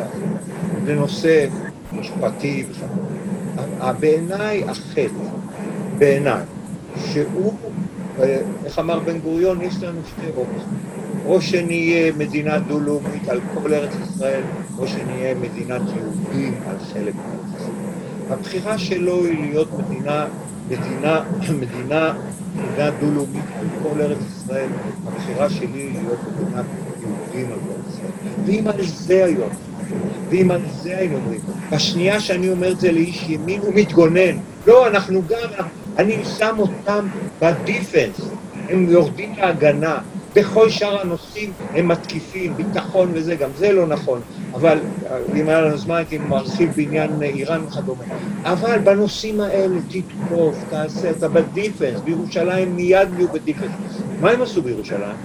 לנושא משפטי וכו'. בעיניי החטא, בעיניי, שהוא, איך אמר בן גוריון, יש לנו שתי אופציות. או שנהיה מדינה דו-לאומית על כל ארץ ישראל, או שנהיה מדינת יהודים על חלק מארץ ישראל. הבחירה שלו היא להיות מדינה, מדינה, מדינה, מדינה דו-לאומית על כל ארץ ישראל. הבחירה שלי היא להיות מדינת יהודים על כל ארץ ישראל. ואם על זה היום, ואם על זה היינו אומרים, בשנייה שאני אומר את זה לאיש ימין, הוא מתגונן. לא, אנחנו גם, אני שם אותם בדיפנס, הם יורדים להגנה. בכל שאר הנושאים הם מתקיפים, ביטחון וזה, גם זה לא נכון. אבל אם היה לנו זמן, הייתי מרחיב בעניין איראן וכדומה. אבל בנושאים האלה, תתקוף, תעשה, אתה בדיפנס, בירושלים מיד יהיו בדיפנס. מה הם עשו בירושלים?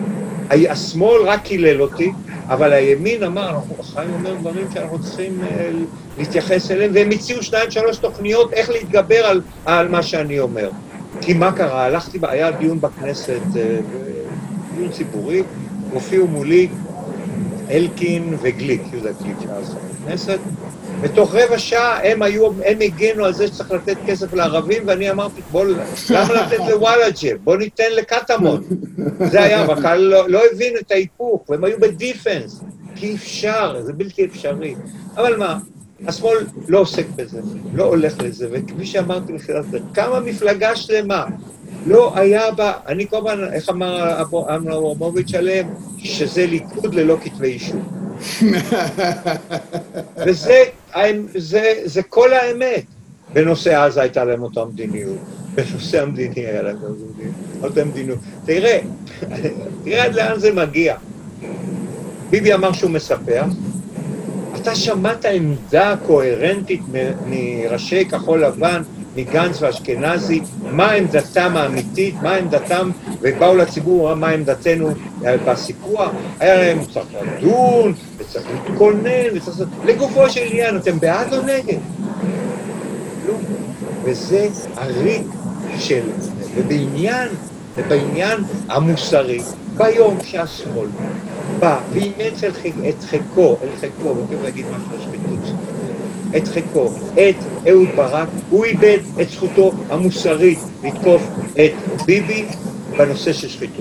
השמאל רק קילל אותי, אבל הימין אמר, אנחנו חיים אומר דברים שאנחנו צריכים להתייחס אליהם, והם הציעו שניים שלוש תוכניות איך להתגבר על, על מה שאני אומר. כי מה קרה? הלכתי, היה דיון בכנסת, דיון ציבורי, הופיעו מולי אלקין וגליק, יהודה גליק שאז בכנסת, בתוך רבע שעה הם היו, הם הגנו על זה שצריך לתת כסף לערבים, ואני אמרתי, בוא, למה לתת לוואלג'ה? בוא ניתן לקטמון. זה היה, והקהל לא, לא הבין את ההיפוך, והם היו בדיפנס, כי אפשר, זה בלתי אפשרי. אבל מה, השמאל לא עוסק בזה, לא הולך לזה, וכפי שאמרתי בתחילת זה, כמה מפלגה שלמה, לא היה בה, אני כל פעם, איך אמר אמנון אברמוביץ' עליהם, שזה ליכוד ללא כתבי אישום. וזה זה, זה כל האמת. בנושא עזה הייתה להם אותה מדיניות, בנושא המדיני היה להם אותה מדיניות. תראה, תראה עד לאן זה מגיע. ביבי אמר שהוא מספח, אתה שמעת עמדה קוהרנטית מראשי כחול לבן, מגנץ ואשכנזי, מה עמדתם האמיתית, מה עמדתם, ובאו לציבור מה עמדתנו בסיפוח, היה להם צריך לדון, וצריך להתכונן, וצריך... לגופו של עניין, אתם בעד או נגד? לא. וזה הריק של... ובעניין, ובעניין המוסרי, ביום שהשמאל בא ואימץ את חיקו, את חיקו, וכאילו להגיד משהו לשחיתות, את חיקו, את אהוד ברק, הוא איבד את זכותו המוסרית לתקוף את ביבי בנושא של שחיתות.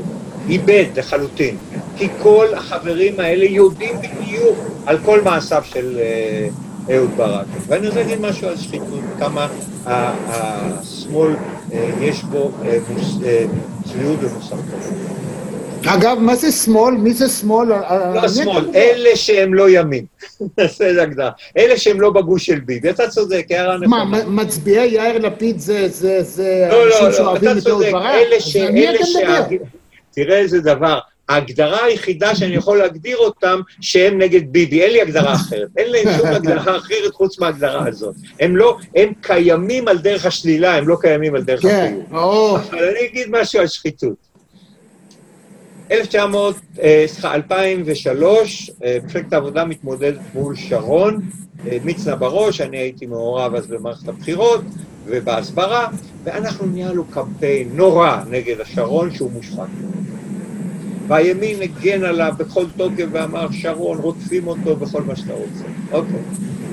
איבד לחלוטין, כי כל החברים האלה יודעים בדיוק על כל מעשיו של אהוד ברק. ואני רוצה להגיד משהו על שחיתות, כמה השמאל יש בו צביעות ומוסר טוב. אגב, מה זה שמאל? מי זה שמאל? לא שמאל, אלה שהם לא ימין. זה הגדרה. אלה שהם לא בגוש של ביבי. אתה צודק, הערה נכונה. מה, מצביעי יאיר לפיד זה לא, אנשים לא, שאוהבים את אהוד ברק? אלה ש... תראה איזה דבר. ההגדרה היחידה שאני יכול להגדיר אותם, שהם נגד ביבי. אין לי הגדרה אחרת. אין להם שום הגדרה אחרת חוץ מההגדרה הזאת. הם לא, הם קיימים על דרך השלילה, הם לא קיימים על דרך החיוב. אבל אני אגיד משהו על שחיתות. אלף תשע מאות, סליחה, אלפיים ושלוש, מפלגת העבודה מתמודדת מול שרון, מצנע בראש, אני הייתי מעורב אז במערכת הבחירות ובהסברה, ואנחנו ניהלנו קמפיין נורא נגד השרון שהוא מושחת. והימין הגן עליו בכל תוקף ואמר, שרון, רודפים אותו בכל מה שאתה רוצה. אוקיי.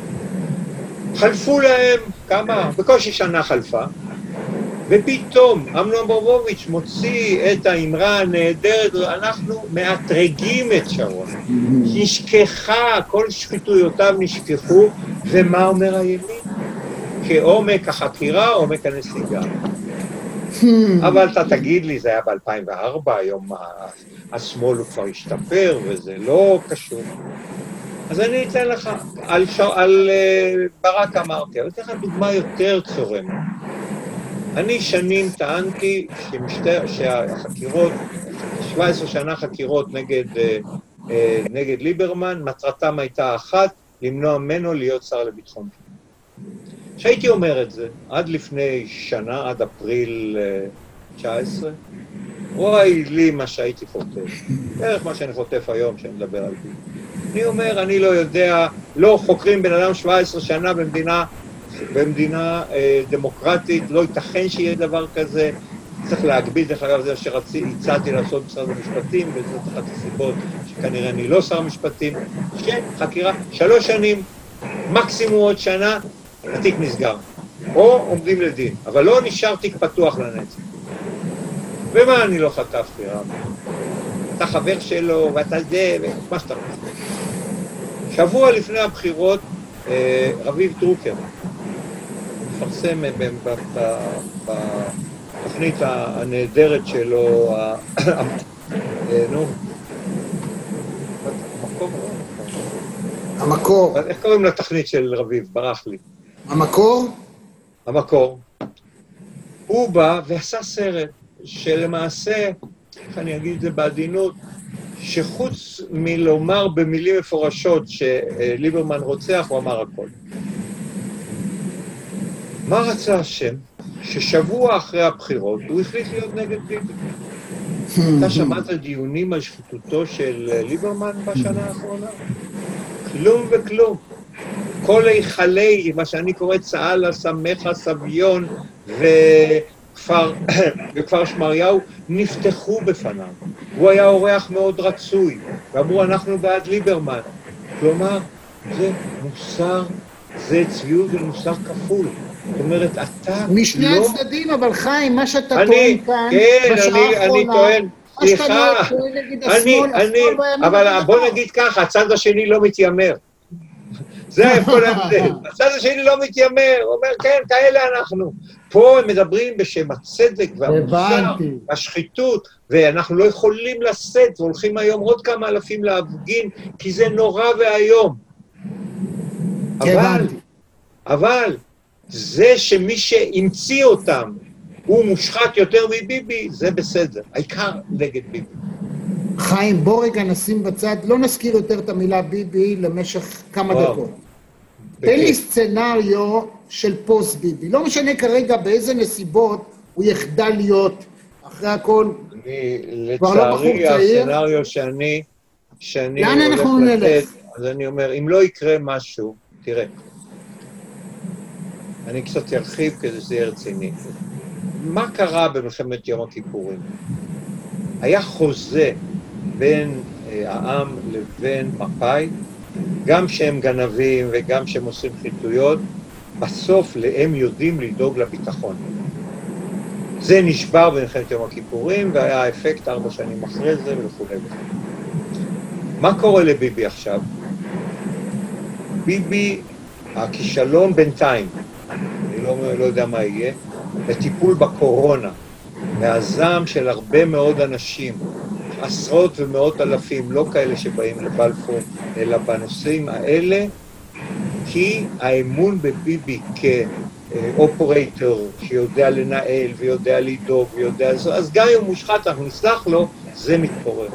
חלפו להם כמה, בקושי שנה חלפה, ופתאום אמנון ברבוביץ' מוציא את האמרה הנהדרת, אנחנו מאתרגים את שרון. נשכחה, כל שחיתויותיו נשכחו, ומה אומר הימין? כעומק החקירה, עומק הנסיגה. אבל אתה תגיד לי, זה היה ב-אלפיים וארבע, היום השמאל הוא כבר השתפר, וזה לא קשור. אז אני אתן לך, על, ש... על uh, ברק אמרתי, אבל אתן לך דוגמה יותר צורמת. אני שנים טענתי שמשתי... שהחקירות, שבע עשרה שנה חקירות נגד, uh, uh, נגד ליברמן, מטרתם הייתה אחת, למנוע ממנו להיות שר לביטחון. כשהייתי אומר את זה, עד לפני שנה, עד אפריל uh, תשע עשרה, וואי לי מה שהייתי חוטף, בערך מה שאני חוטף היום, שאני מדבר על זה. אני אומר, אני לא יודע, לא חוקרים בן אדם שבע עשרה שנה במדינה, במדינה אה, דמוקרטית, לא ייתכן שיהיה דבר כזה, צריך להגביל, דרך אגב, זה שהצעתי לעשות משרד המשפטים, וזאת אחת הסיבות שכנראה אני לא שר המשפטים, שחקירה, שלוש שנים, מקסימום עוד שנה, התיק נסגר, או עומדים לדין, אבל לא נשאר תיק פתוח לנצח. ומה אני לא חטפתי, רב? אתה חבר שלו, ואתה זה, ומה שאתה רוצה. שבוע לפני הבחירות, רביב דרוקר, מפרסם בתוכנית הנהדרת שלו, נו, המקור? המקור. איך קוראים לתוכנית של רביב? ברח לי. המקור? המקור. הוא בא ועשה סרט שלמעשה, איך אני אגיד את זה בעדינות, שחוץ מלומר במילים מפורשות שליברמן רוצח, הוא אמר הכל. מה רצה השם? ששבוע אחרי הבחירות הוא החליט להיות נגד ביבי. אתה שמעת דיונים על שחיתותו של ליברמן בשנה האחרונה? כלום וכלום. כל היכלי, מה שאני קורא צהלה, סמכה, סביון וכפר, וכפר שמריהו, נפתחו בפניו. הוא היה אורח מאוד רצוי, ואמרו אנחנו בעד ליברמן. כלומר, זה מוסר, זה צביעות ומוסר כפול. זאת אומרת, אתה משני לא... הצדדים, אבל חיים, מה שאתה אני, טוען כאן, כן, בשעה אני, האחרונה, אני טוען, סליחה, אני, אני, אבל בוא נגיד ככה, הצד השני לא מתיימר. זה יכול להבדל. הצד השני לא מתיימר, הוא אומר, כן, כאלה אנחנו. פה הם מדברים בשם הצדק והמוסר, השחיתות, ואנחנו לא יכולים לשאת, והולכים היום עוד כמה אלפים להפגין, כי זה נורא והיום. אבל, אבל, זה שמי שהמציא אותם, הוא מושחת יותר מביבי, זה בסדר. העיקר נגד ביבי. חיים, בוא רגע נשים בצד, לא נזכיר יותר את המילה ביבי למשך כמה דקות. תן לי סצנריו של פוסט ביבי. לא משנה כרגע באיזה נסיבות הוא יחדל להיות אחרי הכל. אני, לצערי, הסצנריו שאני, שאני לאן אנחנו נלך? אז אני אומר, אם לא יקרה משהו, תראה, אני קצת ארחיב כדי שזה יהיה רציני. מה קרה במלחמת יום הכיפורים? היה חוזה בין העם לבין מפא"י, גם שהם גנבים וגם שהם עושים חיתויות, בסוף הם יודעים לדאוג לביטחון. זה נשבר במלחמת יום הכיפורים, והיה אפקט ארבע שנים אחרי זה וכו'. מה קורה לביבי עכשיו? ביבי, הכישלון בינתיים, אני לא, לא יודע מה יהיה, לטיפול בקורונה, מהזעם של הרבה מאוד אנשים, עשרות ומאות אלפים, לא כאלה שבאים לבלפור, אלא בנושאים האלה, כי האמון בביבי כאופרייטור שיודע לנהל ויודע לדאוג ויודע... אז גם אם הוא מושחת, אנחנו נסלח לו, זה מתפורר.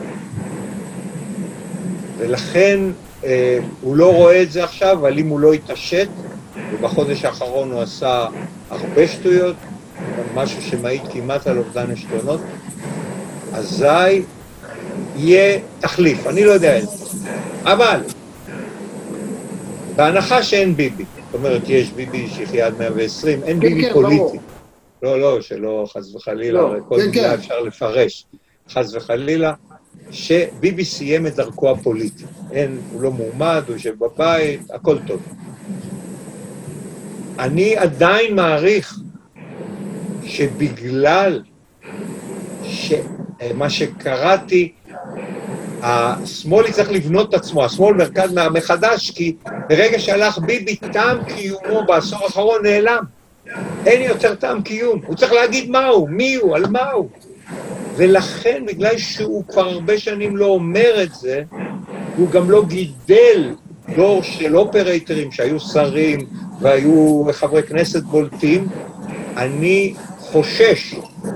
ולכן אה, הוא לא רואה את זה עכשיו, אבל אם הוא לא יתעשת, ובחודש האחרון הוא עשה הרבה שטויות, משהו שמעיד כמעט על אובדן השטונות, אזי יהיה תחליף, אני לא יודע את זה. אבל, בהנחה שאין ביבי, זאת אומרת, יש ביבי שיחיה עד מאה ועשרים, אין כן, ביבי כן, פוליטי. לא, לא, שלא חס וחלילה, לא, כל כן, מילה כן. אפשר לפרש. חס וחלילה, שביבי סיים את דרכו הפוליטית. אין, הוא לא מועמד, הוא יושב בבית, הכל טוב. אני עדיין מעריך שבגלל שמה שקראתי, השמאל יצטרך לבנות את עצמו, השמאל מרכז מחדש, כי ברגע שהלך ביבי, טעם קיומו בעשור האחרון נעלם. אין יותר טעם קיום, הוא צריך להגיד מהו, מי הוא, על מה הוא. ולכן, בגלל שהוא כבר הרבה שנים לא אומר את זה, הוא גם לא גידל דור של אופרייטרים שהיו שרים והיו חברי כנסת בולטים. אני חושש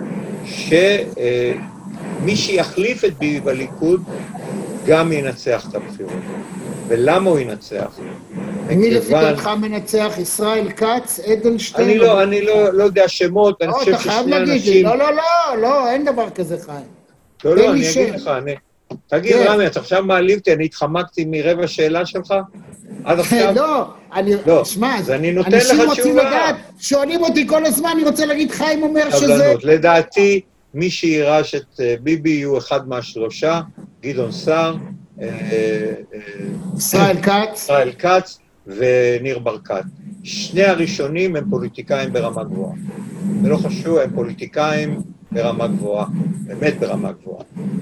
שמי שיחליף את ביבי בליכוד גם ינצח את הבחירות. ולמה הוא ינצח? מי לפי דעתך מנצח? ישראל כץ, אדלשטיין? אני לא, אני לא, לא יודע שמות, אני חושב אתה חייב ששני להגיד לי, אנשים... לא, לא, לא, לא, אין דבר כזה חיים. לא, לא, אני אגיד לך, אני... תגיד, רמי, אתה עכשיו מעליב אותי, אני התחמקתי מרבע שאלה שלך? עד עכשיו? לא, אני... לא, שמע, אז אני נותן לך אנשים רוצים תשובה. לדעת, שואלים אותי כל הזמן, אני רוצה להגיד, חיים אומר שזה... סבלנות, לדעתי, מי שירש את ביבי יהיו אחד מהשלושה, גדעון סער, ישראל כץ. ישראל כץ וניר ברקת. שני הראשונים הם פוליטיקאים ברמה גבוהה. זה לא חשוב, הם פוליטיקאים ברמה גבוהה, באמת ברמה גבוהה.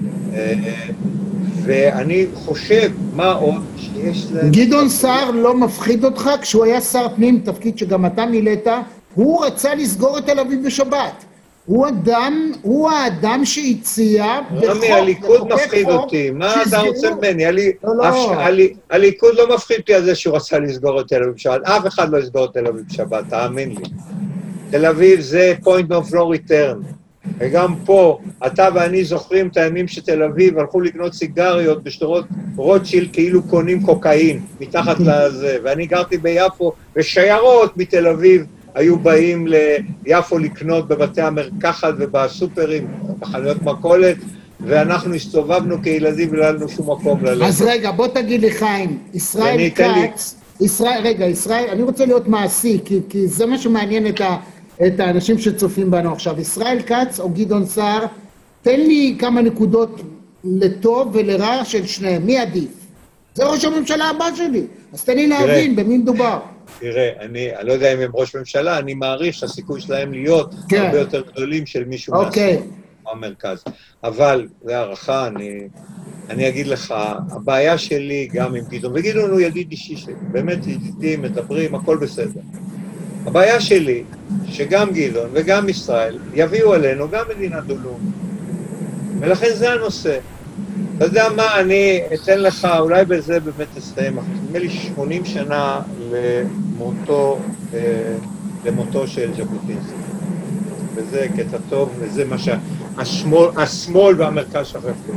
ואני חושב, מה עוד שיש להם... גדעון סער לא מפחיד אותך, כשהוא היה שר פנים, תפקיד שגם אתה מילאת, הוא רצה לסגור את תל אביב בשבת. הוא אדם, הוא האדם שהציע בחוק, רמי, הליכוד מפחיד אותי, מה אתה רוצה ממני? הליכוד לא מפחיד אותי על זה שהוא רצה לסגור את תל אביב בשבת, אף אחד לא יסגור את תל אביב בשבת, תאמין לי. תל אביב זה point of no return, וגם פה, אתה ואני זוכרים את הימים שתל אביב הלכו לקנות סיגריות בשטרות רוטשילד כאילו קונים קוקאין מתחת לזה, ואני גרתי ביפו, ושיירות מתל אביב היו באים ליפו לקנות בבתי המרקחת ובסופרים, בחנויות מכולת, ואנחנו הסתובבנו כילדים ולא לנו שום מקום ללכת. אז רגע, בוא תגיד לי חיים, ישראל כץ, ישראל, רגע, ישראל, אני רוצה להיות מעשי, כי, כי זה מה שמעניין את, ה, את האנשים שצופים בנו עכשיו. ישראל כץ או גדעון סער, תן לי כמה נקודות לטוב ולרע של שניהם, מי עדיף? זה ראש הממשלה הבא שלי, אז תן לי להבין במי מדובר. תראה, אני, אני לא יודע אם הם ראש ממשלה, אני מעריך שהסיכוי שלהם להיות כן. הרבה יותר גדולים של מישהו אוקיי. מהסוף, מהמרכז. אבל, זה הערכה, אני, אני אגיד לך, הבעיה שלי גם עם גדעון, וגדעון הוא ידיד אישי שלי, באמת ידידים, מדברים, הכל בסדר. הבעיה שלי, שגם גדעון וגם ישראל יביאו עלינו גם מדינה דו-לאומית. ולכן זה הנושא. אתה יודע מה, אני אתן לך, אולי בזה באמת תסתיים, נדמה לי שמונים שנה למותו, למותו של ז'בוטינסקי. וזה קטע טוב, וזה מה שהשמאל, השמאל והמרכז שכחו.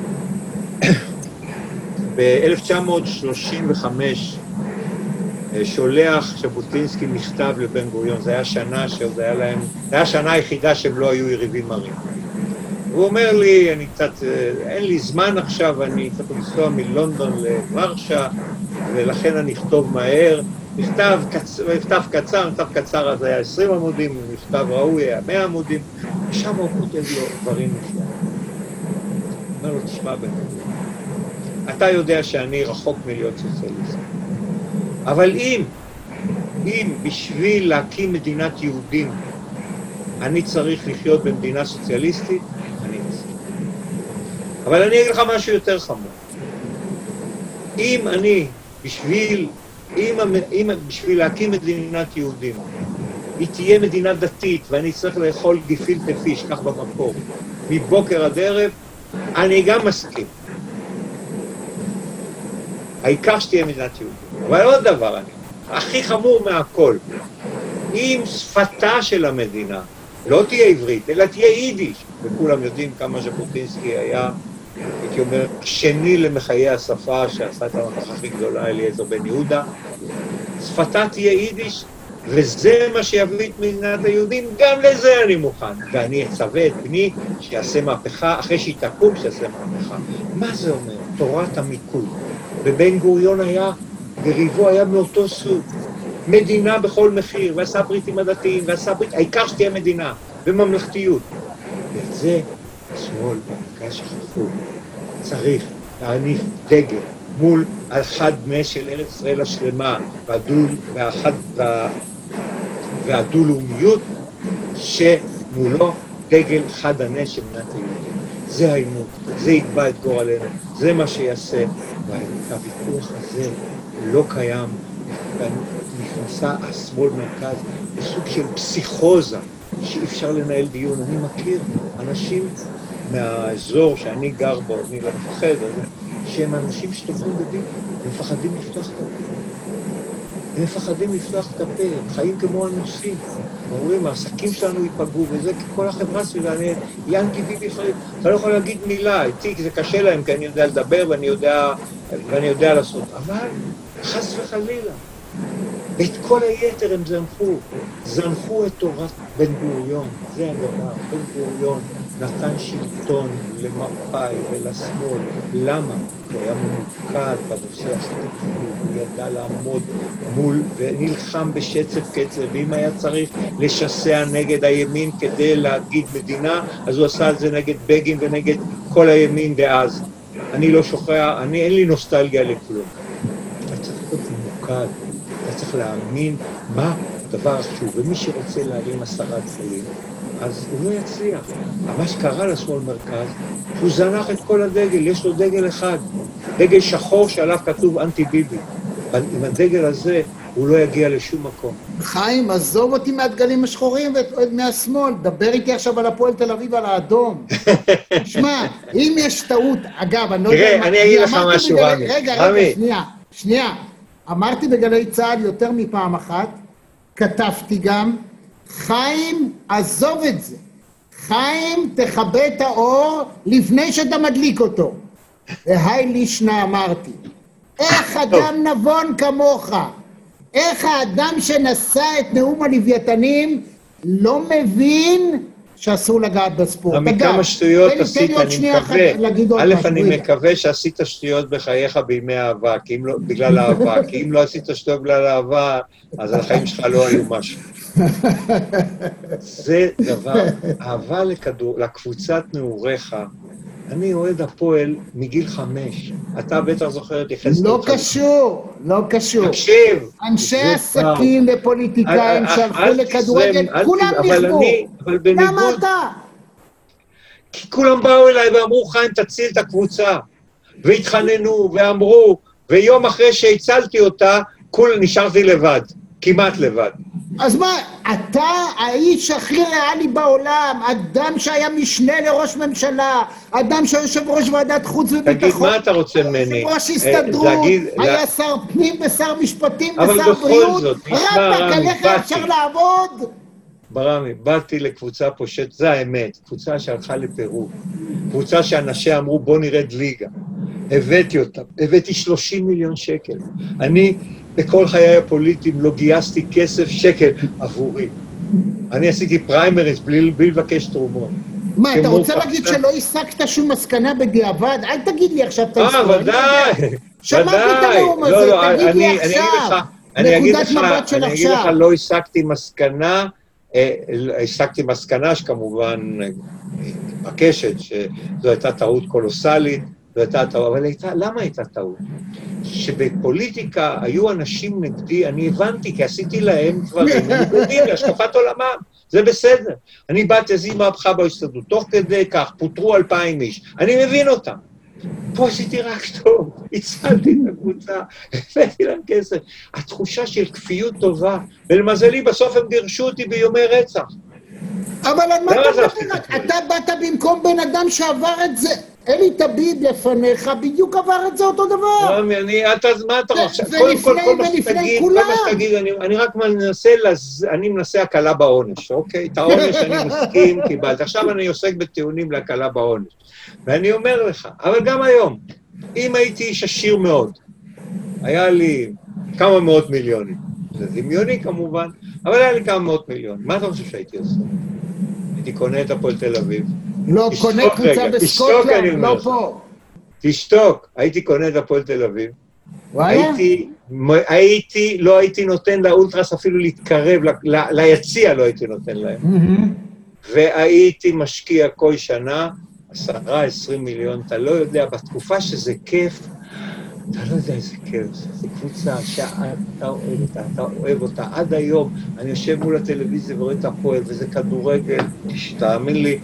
ב-אלף תשע מאות שלושים וחמש שולח ז'בוטינסקי מכתב לבן גוריון, זה היה שנה שעוד היה להם, זה היה השנה היחידה שהם לא היו יריבים מרים. הוא אומר לי, אני קצת, אין לי זמן עכשיו, אני צריך לנסוע מלונדון לוורשה, ולכן אני אכתוב מהר. מכתב קצר, קצר, מכתב קצר אז היה עשרים עמודים, מכתב ראוי היה מאה עמודים, ושם הוא כותב לו דברים נפלאים. אומר לו, תשמע בן, אתה יודע שאני רחוק מלהיות סוציאליסט. אבל אם, אם בשביל להקים מדינת יהודים, אני צריך לחיות במדינה סוציאליסטית, אני מסכים. אבל אני אגיד לך משהו יותר חמור. אם אני, בשביל, אם, אם בשביל להקים מדינת יהודים, היא תהיה מדינה דתית, ואני צריך לאכול גפילטע פיש, כך במקור, מבוקר עד ערב, אני גם מסכים. העיקר שתהיה מדינת יהודים. אבל עוד דבר, אני, הכי חמור מהכל, אם שפתה של המדינה לא תהיה עברית, אלא תהיה יידיש, וכולם יודעים כמה ז'בוטינסקי היה, הייתי אומר, שני למחיי השפה שעשה את המהפכה הכי גדולה, אליעזר בן יהודה, שפתה תהיה יידיש, וזה מה שיביא את מדינת היהודים, גם לזה אני מוכן. ואני אצווה את בני שיעשה מהפכה, אחרי שהיא תקום שיעשה מהפכה. מה זה אומר? תורת המיקוד. ובן גוריון היה, וריבו היה מאותו סוג. מדינה בכל מחיר, ועשה ברית עם הדתיים, ועשה ברית, העיקר שתהיה מדינה, וממלכתיות. ואת זה, השמאל, במקרה שכחו, צריך להניף דגל מול אחד בני של ארץ ישראל השלמה, והדול, והאחד, וה... והדו-לאומיות, שמולו דגל חד ענש של מדינת היהודים. זה העימות, זה יקבע את גורלנו, זה מה שיעשה, והוויכוח הזה לא קיים, נכנסה השמאל מרכז בסוג של פסיכוזה, שאי אפשר לנהל דיון. אני מכיר אנשים מהאזור שאני גר בו, אני לא מפחד, שהם אנשים שטופים בדין, הם מפחדים לפתוח את הפה. הם מפחדים לפתוח את הפה, הם חיים כמו אנוסים. אומרים, העסקים שלנו ייפגעו, וזה כי כל החברה סביבה, אני, ינקי ביבי חיים, אתה לא יכול להגיד מילה, איתי, זה קשה להם, כי אני יודע לדבר ואני יודע, ואני יודע לעשות. אבל, חס וחלילה, ואת כל היתר הם זנחו, זנחו את תורת בן גוריון, זה הדבר, בן גוריון נתן שלטון למפא"י ולשמאל, למה? הוא היה ממוקד בנושא הסטטי, הוא ידע לעמוד מול ונלחם בשצף קצף, ואם היה צריך לשסע נגד הימין כדי להגיד מדינה, אז הוא עשה את זה נגד בגין ונגד כל הימין דאז. אני לא שוכח, אני אין לי נוסטלגיה לכלום. אתה צריך להיות ממוקד. אתה צריך להאמין מה הדבר החשוב, ומי שרוצה להרים עשרה צללים, אז הוא לא יצליח. מה שקרה לשמאל מרכז, הוא זנח את כל הדגל, יש לו דגל אחד, דגל שחור שעליו כתוב אנטי ביבי. עם הדגל הזה הוא לא יגיע לשום מקום. חיים, עזוב אותי מהדגלים השחורים ומהשמאל, דבר איתי עכשיו על הפועל תל אביב, על האדום. שמע, אם יש טעות, אגב, אני לא יודע... תראה, אני אגיד לך משהו, רמי. רגע, רגע, שנייה, שנייה. אמרתי בגלי צה"ל יותר מפעם אחת, כתבתי גם, חיים, עזוב את זה. חיים, תכבה את האור לפני שאתה מדליק אותו. והי לישנה אמרתי, איך אדם נבון כמוך, איך האדם שנשא את נאום הלוויתנים לא מבין שאסור לגעת בספורט. מכמה שטויות עשית, אני מקווה, א', אני מקווה שעשית שטויות בחייך בימי אהבה, בגלל אהבה, כי אם לא עשית שטויות בגלל אהבה, אז החיים שלך לא היו משהו. זה דבר, אהבה לכדור, לקבוצת נעוריך, אני אוהד הפועל מגיל חמש. אתה בטח זוכר את יחס... לא קשור, לא קשור. תקשיב. אנשי עסקים ופוליטיקאים שהלכו לכדורגל, כולם נכבו. למה אתה? כי כולם באו אליי ואמרו, חיים, תציל את הקבוצה. והתחננו ואמרו, ויום אחרי שהצלתי אותה, כול נשארתי לבד. כמעט לבד. אז מה, אתה האיש הכי ריאלי בעולם, אדם שהיה משנה לראש ממשלה, אדם שהיה יושב ראש ועדת חוץ וביטחון. תגיד, מה אתה רוצה ממני? יושב ראש הסתדרות, היה שר פנים ושר משפטים ושר בריאות. רבק, עליך אפשר לעבוד? ברמי, באתי לקבוצה פושט, זה האמת, קבוצה שהלכה לפירוק, קבוצה שאנשיה אמרו בוא נרד ליגה. הבאתי אותה, הבאתי שלושים מיליון שקל. אני... בכל חיי הפוליטיים לא גייסתי כסף שקל עבורי. אני עשיתי פריימריז בלי, בלי לבקש תרומות. מה, אתה רוצה להגיד שלא הסקת שום מסקנה בדיעבד? אל תגיד לי עכשיו את ההיסטוריה. אה, ודאי, שמעתי את הנאום הזה, לא, לא, תגיד אני, לי עכשיו, אני אגיד נקודת לך, מבט של אני אגיד עכשיו. לך, לא הסקתי מסקנה, אה, הסקתי מסקנה שכמובן מבקשת, שזו הייתה טעות קולוסלית, זו הייתה טעות, אבל הייתה, למה הייתה טעות? שבפוליטיקה היו אנשים נגדי, אני הבנתי, כי עשיתי להם דברים, נגדים להשקפת עולמם. זה בסדר. אני באתי, אז היא מהפכה בהסתדרות, תוך כדי כך, פוטרו אלפיים איש, אני מבין אותם. פה עשיתי רק טוב, הצלתי את הקבוצה, הבאתי להם כסף. התחושה של כפיות טובה, ולמזלי בסוף הם גירשו אותי ביומי רצח. אבל על מה אתה מדבר? אתה באת במקום בן אדם שעבר את זה. אלי טביב לפניך, בדיוק עבר את זה אותו דבר. לא, אני, אתה, מה אתה רוצה? ולפני ולפני כולם. כל מה שתגיד, אני, אני רק מנסה, לז, אני מנסה הקלה בעונש, אוקיי? את העונש אני מסכים, קיבלת. עכשיו אני עוסק בטיעונים להקלה בעונש. ואני אומר לך, אבל גם היום, אם הייתי איש עשיר מאוד, היה לי כמה מאות מיליונים, זה דמיוני כמובן, אבל היה לי כמה מאות מיליונים. מה אתה חושב שהייתי עושה? הייתי קונה את הפועל תל אביב. לא, קונה קבוצה בסקוטלנד, לא פה. תשתוק, הייתי קונה את הפועל תל אביב. וואלה? הייתי, הייתי, לא הייתי נותן לאולטרס אפילו להתקרב, ל, ליציע לא הייתי נותן להם. והייתי משקיע כל שנה, עשרה, עשרים מיליון, אתה לא יודע, בתקופה שזה כיף, אתה לא יודע איזה כיף, זו קבוצה שאתה אוהב אותה, אתה אוהב אותה. עד היום אני יושב מול הטלוויזיה ורואה את הפועל, וזה כדורגל, תאמין לי.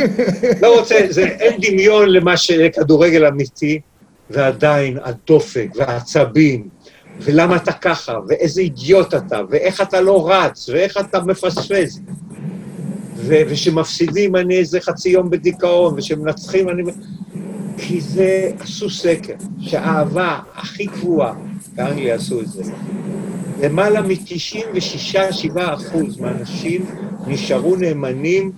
לא רוצה, זה, אין דמיון למה שכדורגל אמיתי, ועדיין הדופק והעצבים, ולמה אתה ככה, ואיזה אידיוט אתה, ואיך אתה לא רץ, ואיך אתה מפספס. ו- ושמפסידים אני איזה חצי יום בדיכאון, ושמנצחים אני... כי זה, עשו סקר, שהאהבה הכי קבועה, באנגליה עשו את זה, למעלה מ-תשעים ושישה שבעה אחוז מהאנשים נשארו נאמנים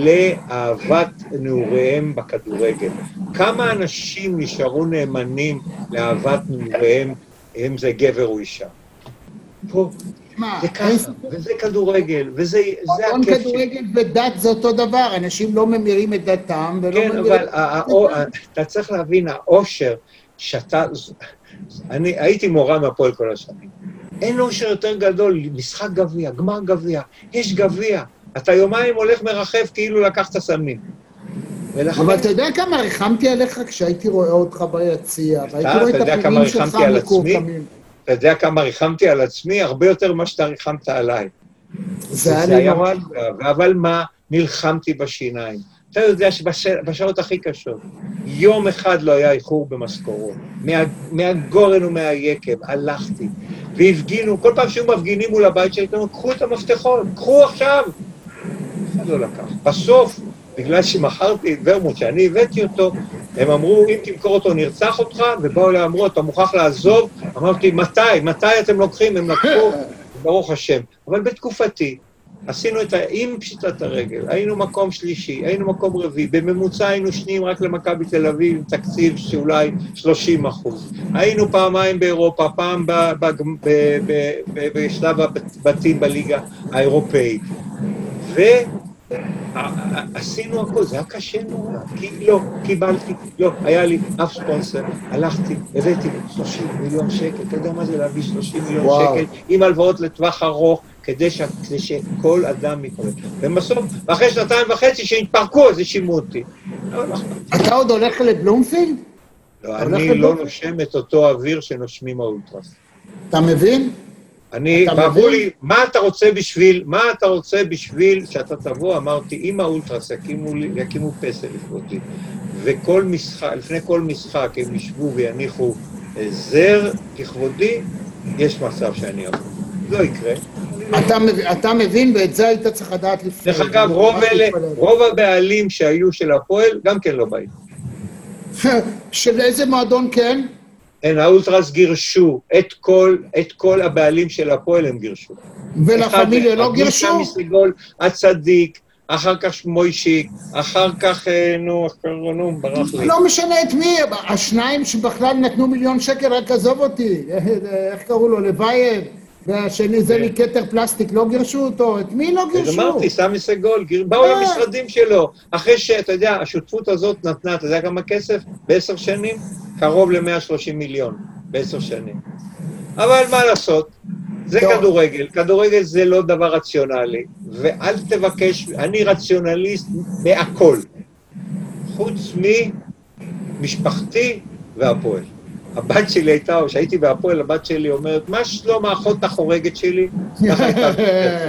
לאהבת נעוריהם בכדורגל. כמה אנשים נשארו נאמנים לאהבת נעוריהם, אם זה גבר או אישה? פה. זה ככה, וזה כדורגל, וזה הכיף שלי. כדורגל ודת זה אותו דבר, אנשים לא ממירים את דתם ולא ממירים... כן, אבל אתה צריך להבין, האושר שאתה... אני הייתי מורה מהפועל כל השנים. אין אושר יותר גדול, משחק גביע, גמר גביע, יש גביע. אתה יומיים הולך מרחב כאילו לקחת סמים. אבל אתה יודע כמה ריחמתי עליך כשהייתי רואה אותך ביציע, והייתי רואה את הפנים שלך מקורקמים. אתה יודע כמה ריחמתי על עצמי? הרבה יותר ממה שאתה ריחמת עליי. זה היה ממש... אבל מה? נלחמתי בשיניים. אתה יודע שבשעות הכי קשות, יום אחד לא היה איחור במשכורות. מהגורן ומהיקב, הלכתי, והפגינו, כל פעם שהיו מפגינים מול הבית שלי, קחו את המפתחות, קחו עכשיו. אחד לא לקח. בסוף, בגלל שמכרתי את ורמוט, שאני הבאתי אותו, הם אמרו, אם תמכור אותו, נרצח אותך, ובאו אליי, אמרו, אתה מוכרח לעזוב. אמרתי, מתי? מתי אתם לוקחים? הם לקחו, ברוך השם. אבל בתקופתי, עשינו את ה... עם פשיטת הרגל, היינו מקום שלישי, היינו מקום רביעי, בממוצע היינו שניים רק למכבי תל אביב, תקציב שאולי שלושים אחוז. היינו פעמיים באירופה, פעם בשלב הבתים בליגה האירופאית. ו... עשינו הכל, זה היה קשה נורא, כי לא, קיבלתי, לא, היה לי אף ספונסר, הלכתי, הבאתי שלושים מיליון שקל, אתה יודע מה זה להביא שלושים מיליון שקל, עם הלוואות לטווח ארוך, כדי שכל אדם יקבל. ובסוף, ואחרי שנתיים וחצי שהתפרקו, אז השימו אותי. אתה עוד הולך לבלומפילד? לא, אני לא נושם את אותו אוויר שנושמים האולטרס. אתה מבין? אני, ואמרו לי, מה אתה רוצה בשביל, מה אתה רוצה בשביל שאתה תבוא? אמרתי, אם האולטרס יקימו, יקימו פסל לכבודי, וכל משחק, לפני כל משחק הם ישבו ויניחו זר לכבודי, יש מצב שאני אבוא. לא יקרה. אתה, אתה מבין, ואת זה היית צריך לדעת לפני. דרך אגב, רוב, אלה, רוב הבעלים שהיו של הפועל, גם כן לא באים. של איזה מועדון כן? אין, האולטרס גירשו, את כל, את כל הבעלים של הפועל הם גירשו. ולפמיליה לא גירשו? אחד מסגול, הצדיק, אחר כך מוישיק, אחר כך, נו, איך קראו, נו, ברח לי. לא משנה את מי, השניים שבכלל נתנו מיליון שקל, רק עזוב אותי. איך קראו לו, לוייב? והשני זה מקטר פלסטיק, לא גירשו אותו? את מי לא גירשו? אמרתי, סמי סגול, באו למשרדים שלו. אחרי שאתה יודע, השותפות הזאת נתנה, אתה יודע כמה כסף? בעשר שנים? קרוב ל-מאה ושלושים מיליון, בעשר שנים. אבל מה לעשות? זה כדורגל. כדורגל זה לא דבר רציונלי. ואל תבקש, אני רציונליסט בהכל. חוץ ממשפחתי והפועל. הבת שלי הייתה, או שהייתי בהפועל, הבת שלי אומרת, מה שלום האחות החורגת שלי? ככה הייתה.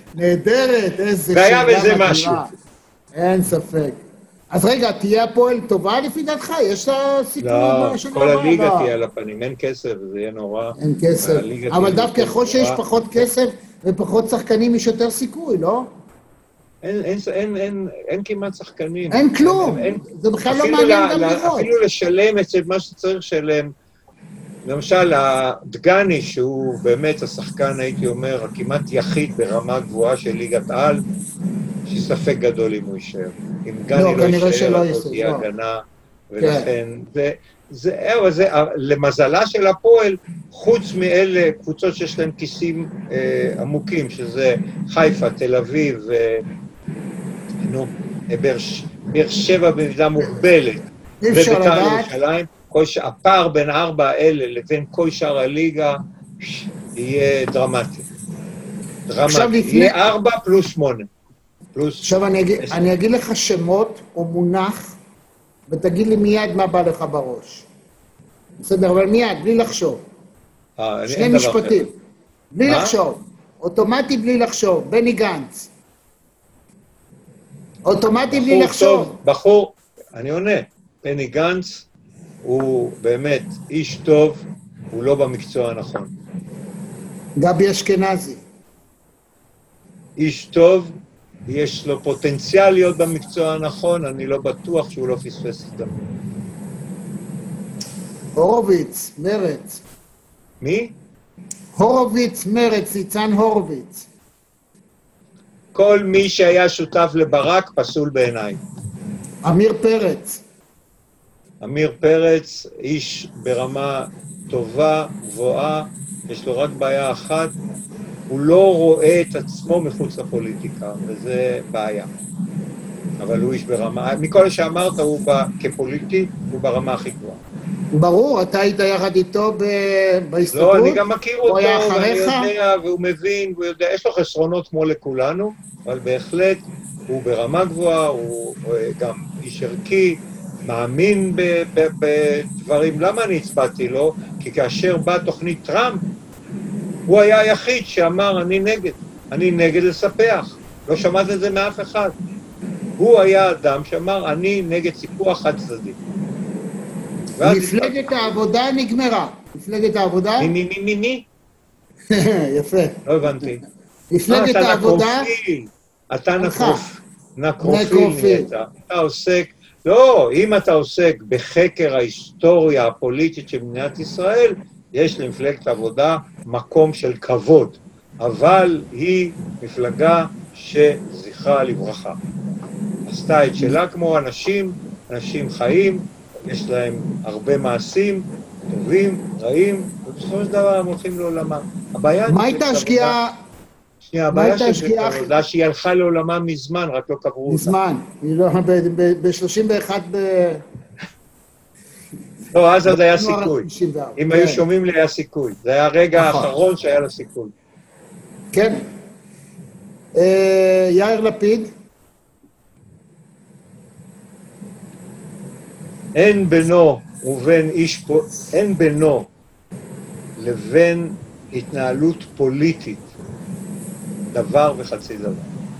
נהדרת, איזה והיה שאלה בזה מדהימה. משהו. אין ספק. אז רגע, תהיה הפועל טובה לפי דעתך? יש לה סיכוי לא, בשנה כל הבאה? הליגה לא. תהיה על הפנים, אין כסף, זה יהיה נורא. אין כסף. והליגה אבל תהיה דווקא יותר יכול שיש גבוהה. פחות כסף ופחות שחקנים, יש יותר סיכוי, לא? אין, אין, אין, אין, אין כמעט שחקנים. אין כלום. אין, זה בכלל לא אפילו מעניין ל- גם ל- לראות. אפילו לשלם את מה שצריך לשלם. למשל, הדגני, שהוא באמת השחקן, הייתי אומר, הכמעט יחיד ברמה גבוהה של ליגת על, שספק גדול אם הוא יישאר. אם דגני לא כנראה יישאר, שלא אז לא יישאר, תהיה לא. הגנה, ולכן, זה, זה, אבל זה, למזלה של הפועל, חוץ מאלה, קבוצות שיש להן כיסים אה, עמוקים, שזה חיפה, תל אביב, אה, נו, באר באר שבע במידה מוגבלת, אי אפשר ובית"ר לדעת. ירושלים, כל ש... הפער בין ארבע האלה לבין כל שאר הליגה יהיה דרמטי. עכשיו דרמטי. לפני- יהיה ארבע פלוס שמונה. פלוס... עכשיו אני אגיד, עשר. אני אגיד לך שמות או מונח, ותגיד לי מיד מה בא לך בראש. בסדר, אבל מיד, בלי לחשוב. אה, שני אין דבר משפטים. כזה. בלי מה? לחשוב. אוטומטי בלי לחשוב. בני גנץ. אוטומטי בלי בחור לחשוב. טוב, בחור, אני עונה, בני גנץ הוא באמת איש טוב, הוא לא במקצוע הנכון. גבי אשכנזי. איש טוב, יש לו פוטנציאל להיות במקצוע הנכון, אני לא בטוח שהוא לא פספס הזדמנות. הורוביץ, מרץ. מי? הורוביץ, מרץ, ניצן הורוביץ. כל מי שהיה שותף לברק פסול בעיניי. אמיר פרץ. אמיר פרץ, איש ברמה טובה, גבוהה, יש לו רק בעיה אחת, הוא לא רואה את עצמו מחוץ לפוליטיקה, וזה בעיה. אבל הוא איש ברמה, מכל שאמרת, הוא בא, כפוליטי, הוא ברמה הכי גבוהה. ברור, אתה היית יחד איתו ב- בהסתדרות? לא, אני גם מכיר אותו, הוא היה ואני אחריך? יודע, והוא מבין, והוא יודע, יש לו חסרונות כמו לכולנו, אבל בהחלט הוא ברמה גבוהה, הוא גם איש ערכי, מאמין ב- ב- בדברים. למה אני הצבעתי לו? כי כאשר באה תוכנית טראמפ, הוא היה היחיד שאמר, אני נגד, אני נגד לספח. לא שמעת את זה מאף אחד. הוא היה אדם שאמר, אני נגד סיפוח חד צדדי. ואז מפלגת העבודה נגמרה. מפלגת העבודה? מי, מי, מי, מי, מי? יפה. לא הבנתי. מפלגת אתה העבודה, נקרופיל, אתה הלכה. נקרופ, נקרופיל נקרופיל. נהיית. אתה עוסק, לא, אם אתה עוסק בחקר ההיסטוריה הפוליטית של מדינת ישראל, יש למפלגת העבודה מקום של כבוד, אבל היא מפלגה שזכרה לברכה. עשתה את שלה כמו אנשים, אנשים חיים, יש להם הרבה מעשים, טובים, רעים, ובסופו של דבר הם הולכים לעולמם. הבעיה... מה הייתה השגיאה? שנייה, מה הבעיה הייתה של השגיאה מפלגת הכי- העבודה שהיא הלכה לעולמה מזמן, רק לא קברו אותה. מזמן. היא לא- ב- ב-שלושים ואחת ב... לא, אז עוד היה בינואר סיכוי. תשעים וארבע. אם כן. היו שומעים לי היה סיכוי. זה היה הרגע נכון. האחרון שהיה לו סיכוי. כן. אה, יאיר לפיד, אין בינו ובין איש פה, אין בינו לבין התנהלות פוליטית דבר וחצי דבר.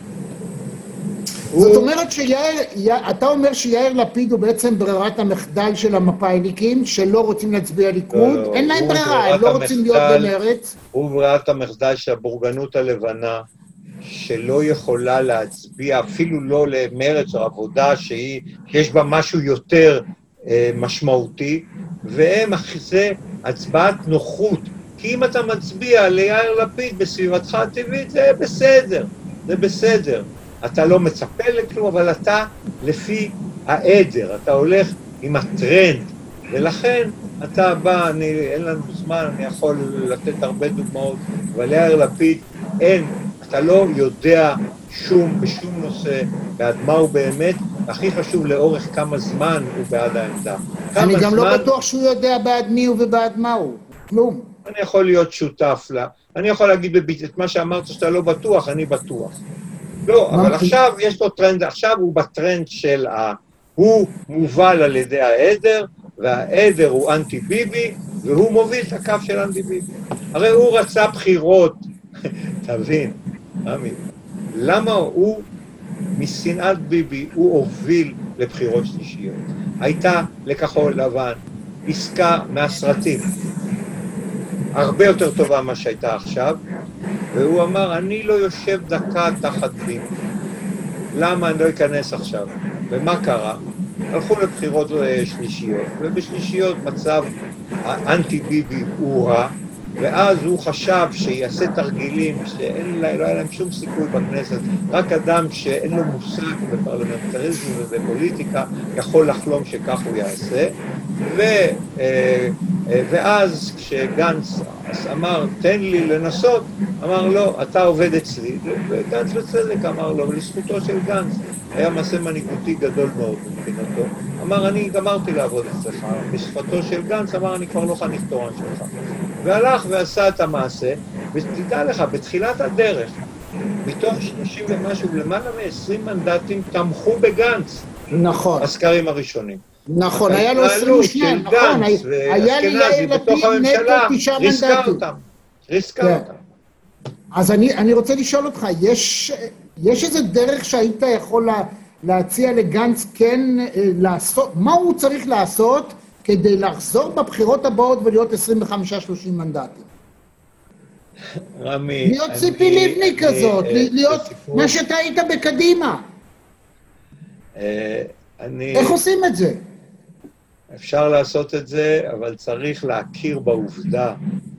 זאת הוא- אומרת שיאיר, יא- אתה אומר שיאיר לפיד הוא בעצם ברירת המחדל של המפא"יניקים, שלא רוצים להצביע ליכוד, לא, לא, אין להם הוא ברירה, ברירת הם לא רוצים להיות המחדל. במרץ. הוא ברירת המחדל של הבורגנות הלבנה, שלא יכולה להצביע אפילו לא למרץ או עבודה שהיא, יש בה משהו יותר אה, משמעותי, והם אחרי הצבעת נוחות. כי אם אתה מצביע ליאיר לפיד בסביבתך הטבעית, זה בסדר, זה בסדר. אתה לא מצפה לכלום, אבל אתה לפי העדר, אתה הולך עם הטרנד, ולכן אתה בא, אני, אין לנו זמן, אני יכול לתת הרבה דוגמאות, אבל יאיר לפיד אין, אתה לא יודע שום, בשום נושא, בעד מה הוא באמת, הכי חשוב לאורך כמה זמן הוא בעד העמדה. אני כמה גם לא זמן בטוח שהוא יודע בעד מי הוא ובעד מה הוא. כלום. אני יכול להיות שותף לה, אני יכול להגיד בביט- את מה שאמרת שאתה לא בטוח, אני בטוח. לא, מה- אבל עכשיו יש לו טרנד, עכשיו הוא בטרנד של ה... הוא מובל על ידי העדר, והעדר הוא אנטי ביבי, והוא מוביל את הקו של אנטי ביבי. הרי הוא רצה בחירות, תבין, עמי, למה הוא, משנאת ביבי, הוא הוביל לבחירות שלישיות. הייתה לכחול לבן עסקה מהסרטים, הרבה יותר טובה מה שהייתה עכשיו, והוא אמר, אני לא יושב דקה תחת ביבי. למה אני לא אכנס עכשיו? ומה קרה? הלכו לבחירות שלישיות, ובשלישיות מצב האנטי ביבי הוא רע, ואז הוא חשב שיעשה תרגילים שאין לה, לא היה להם שום סיכוי בכנסת, רק אדם שאין לו מושג בפרלמנטריזם ובפוליטיקה יכול לחלום שכך הוא יעשה, ו, ואז כשגנץ אמר תן לי לנסות, אמר לו אתה עובד אצלי, וגנץ בצדק אמר לו, ולזכותו של גנץ היה מעשה מנהיגותי גדול מאוד מבחינתו, אמר אני גמרתי לעבוד אצלך, בשפתו של גנץ אמר אני כבר לא חניך תורן שלך, והלך ועשה את המעשה, ותדע לך, בתחילת הדרך, מתוך שלושים ומשהו, למעלה מ-עשרים מנדטים תמכו בגנץ. נכון. הסקרים הראשונים. נכון, היה לו עשרים ושניים, נכון, היה לי יאיר לפיד נטו תשעה מנדטים. ריסקה אותם. אז אני רוצה לשאול אותך, יש איזה דרך שהיית יכול להציע לגנץ כן לעשות, מה הוא צריך לעשות כדי לחזור בבחירות הבאות ולהיות עשרים וחמישה שלושים מנדטים? רמי, להיות ציפי לבני כזאת, להיות מה שאתה היית בקדימה. איך עושים את זה? אפשר לעשות את זה, אבל צריך להכיר בעובדה.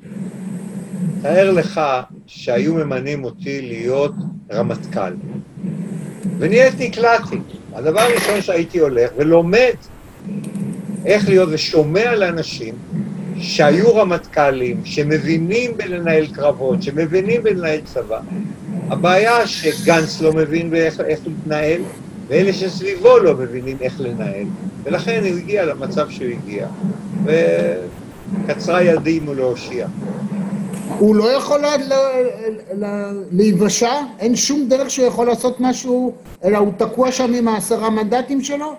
תאר לך שהיו ממנים אותי להיות רמטכ"ל. ונהיית נקלעתי. הדבר הראשון שהייתי הולך ולומד איך להיות ושומע לאנשים שהיו רמטכ"לים, שמבינים בלנהל קרבות, שמבינים בלנהל צבא. הבעיה שגנץ לא מבין איך, איך להתנהל, ואלה שסביבו לא מבינים איך לנהל. ולכן הוא הגיע למצב שהוא הגיע, וקצרה ידי מלהושיע. הוא לא יכול להיוושע? אין שום דרך שהוא יכול לעשות משהו, אלא הוא תקוע שם עם העשרה מנדטים שלו?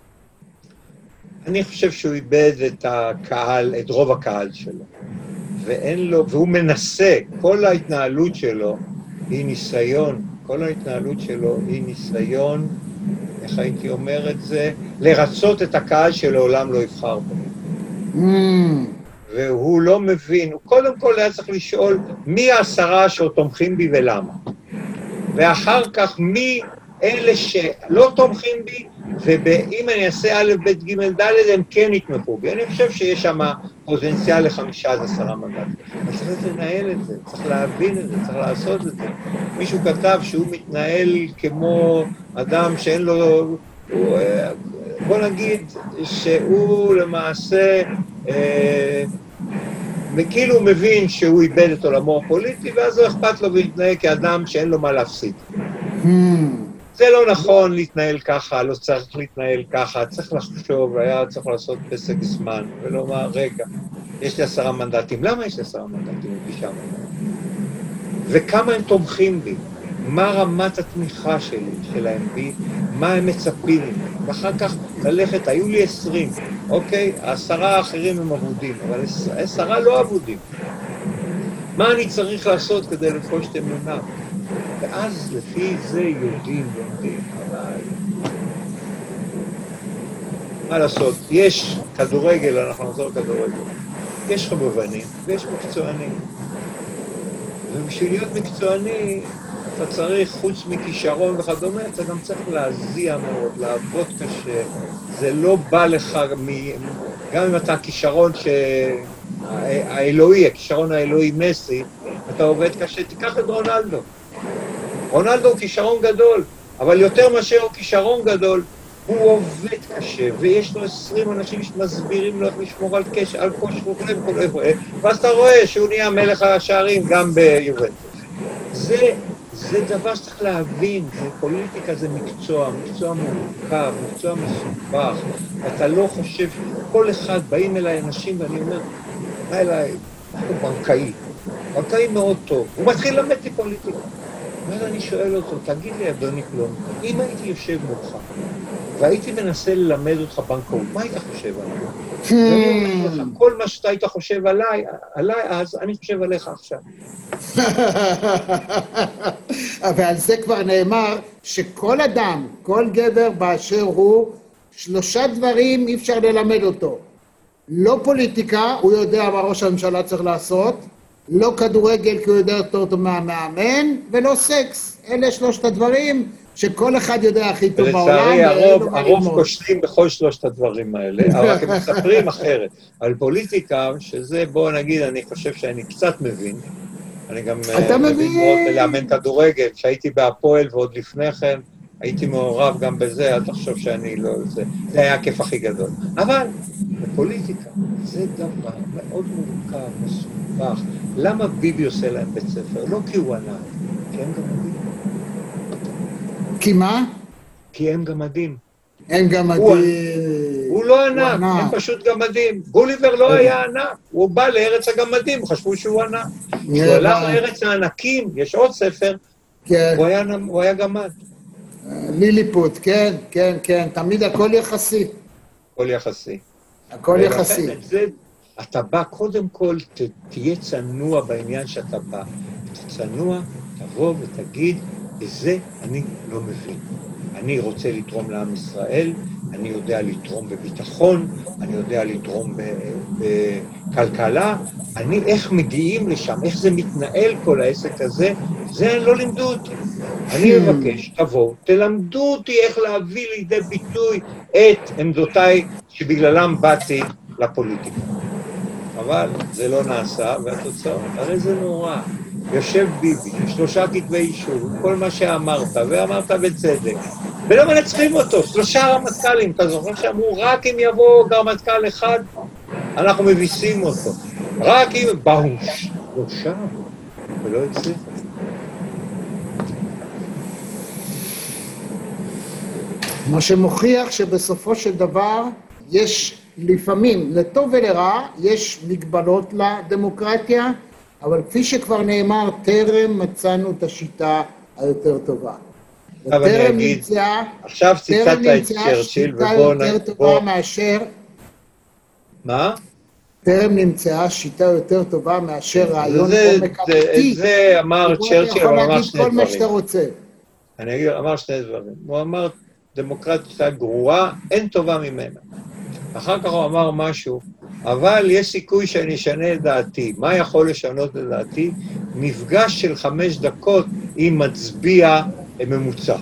אני חושב שהוא איבד את הקהל, את רוב הקהל שלו. ואין לו, והוא מנסה, כל ההתנהלות שלו היא ניסיון, כל ההתנהלות שלו היא ניסיון, איך הייתי אומר את זה, לרצות את הקהל שלעולם לא יבחר בו. Mm. והוא לא מבין, הוא קודם כל היה צריך לשאול מי העשרה שתומכים בי ולמה. ואחר כך מי אלה שלא תומכים בי, ואם אני אעשה א', ב', ג', ד', הם כן יתמכו בי. אני חושב שיש שם פוטנציאל לחמישה עד עשרה מנדטים. אז צריך לנהל את זה, צריך להבין את זה, צריך לעשות את זה. מישהו כתב שהוא מתנהל כמו אדם שאין לו... הוא, בוא נגיד שהוא למעשה... אה, וכאילו מבין שהוא איבד את עולמו הפוליטי, ואז הוא אכפת לו להתנהל כאדם שאין לו מה להפסיד. Hmm. זה לא נכון להתנהל ככה, לא צריך להתנהל ככה, צריך לחשוב, היה צריך לעשות פסק זמן, ולומר, רגע, יש לי עשרה מנדטים, למה יש לי עשרה מנדטים? תשעה מנדטים. וכמה הם תומכים בי? מה רמת התמיכה שלי, שלהם בי? מה הם מצפים לי? ואחר כך ללכת, היו לי עשרים, אוקיי? העשרה האחרים הם עבודים, אבל עשרה לא עבודים. מה אני צריך לעשות כדי לפגוש את אמונם? ואז לפי זה יודעים, יודעים, אבל... מה לעשות? יש כדורגל, אנחנו נחזור לכדורגל. יש חובבנים ויש מקצוענים. ובשביל להיות מקצועני, אתה צריך, חוץ מכישרון וכדומה, אתה גם צריך להזיע מאוד, לעבוד קשה. זה לא בא לך, מ... גם אם אתה כישרון ש... האלוהי, הכישרון האלוהי מסי, אתה עובד קשה, תיקח את רונלדו. רונלדו הוא כישרון גדול, אבל יותר מאשר הוא כישרון גדול, הוא עובד קשה, ויש לו עשרים אנשים שמסבירים לו איך לשמור על קשר, על כושר וכו' וכו', ואז אתה רואה שהוא נהיה מלך השערים גם ביובנטוס. זה, זה דבר שצריך להבין, זה פוליטיקה, זה מקצוע, מקצוע מורכב, מקצוע מסובך, אתה לא חושב, כל אחד באים אליי אנשים ואני אומר, בא אליי, הוא בנקאי, בנקאי מאוד טוב, הוא מתחיל ללמד לי פוליטיקה. ואז אני שואל אותו, תגיד לי, אדוני כלום, אם הייתי יושב מולך, והייתי מנסה ללמד אותך בנקאות, מה היית חושב עליי? ואני אומר לך, כל מה שאתה היית חושב עליי, עליי אז, אני חושב עליך עכשיו. ועל זה כבר נאמר שכל אדם, כל גבר באשר הוא, שלושה דברים אי אפשר ללמד אותו. לא פוליטיקה, הוא יודע מה ראש הממשלה צריך לעשות, לא כדורגל כי הוא יודע יותר מהמאמן, ולא סקס. אלה שלושת הדברים שכל אחד יודע הכי טוב בעולם. ולצערי הרוב, הרוב כושלים בכל שלושת הדברים האלה, אבל אתם מספרים אחרת. על פוליטיקה, שזה בוא נגיד, אני חושב שאני קצת מבין, אני גם מבין מאוד לאמן כדורגל, שהייתי בהפועל ועוד לפני כן, הייתי מעורב גם בזה, אל תחשוב שאני לא... זה, זה היה הכיף הכי גדול. אבל בפוליטיקה זה דבר מאוד מורכב, מסובך. למה ביבי עושה להם בית ספר? לא כי הוא ענה, כי הם גמדים. כי מה? כי הם גמדים. הם גמדים. הוא, הוא לא ענק, הם פשוט גמדים. גוליבר לא היה ענק, הוא בא לארץ הגמדים, חשבו שהוא ענק. כשהוא הלך לארץ הענקים, יש עוד ספר, הוא היה, הוא היה גמד. ליליפוט, כן, כן, כן, תמיד הכל יחסי. הכל יחסי. הכל יחסי. זה, אתה בא, קודם כל, ת, תהיה צנוע בעניין שאתה בא. תצנוע, תבוא ותגיד, בזה אני לא מבין. אני רוצה לתרום לעם ישראל, אני יודע לתרום בביטחון, אני יודע לתרום בכלכלה, אני איך מגיעים לשם, איך זה מתנהל כל העסק הזה, זה לא לימדו אותי. אני מבקש, תבואו, תלמדו אותי איך להביא לידי ביטוי את עמדותיי שבגללם באתי לפוליטיקה. אבל זה לא נעשה, והתוצאות, הרי זה נורא. יושב ביבי, שלושה כתבי אישור, כל מה שאמרת, ואמרת בצדק, ולא מנצחים אותו, שלושה רמטכ"לים, אתה זוכר שאמרו, רק אם יבוא רמטכ"ל אחד, אנחנו מביסים אותו. רק אם באוש, שלושה, ולא הצליח. מה שמוכיח שבסופו של דבר יש לפעמים, לטוב ולרע, יש מגבלות לדמוקרטיה, אבל כפי שכבר נאמר, טרם מצאנו את השיטה היותר טובה. עכשיו אני אגיד, עכשיו ציטטת את צ'רצ'יל, ובואו נ... יותר טובה מאשר... מה? טרם נמצאה שיטה יותר טובה מאשר רעיון עומק אמיתי. את זה אמר צ'רצ'יל, הוא אמר שני דברים. כל מה שאתה רוצה. אני אגיד, אמר שני דברים. הוא אמר, דמוקרטיה גרועה, אין טובה ממנה. אחר כך הוא אמר משהו, אבל יש סיכוי שאני אשנה את דעתי. מה יכול לשנות את דעתי? מפגש של חמש דקות עם מצביע ממוצע.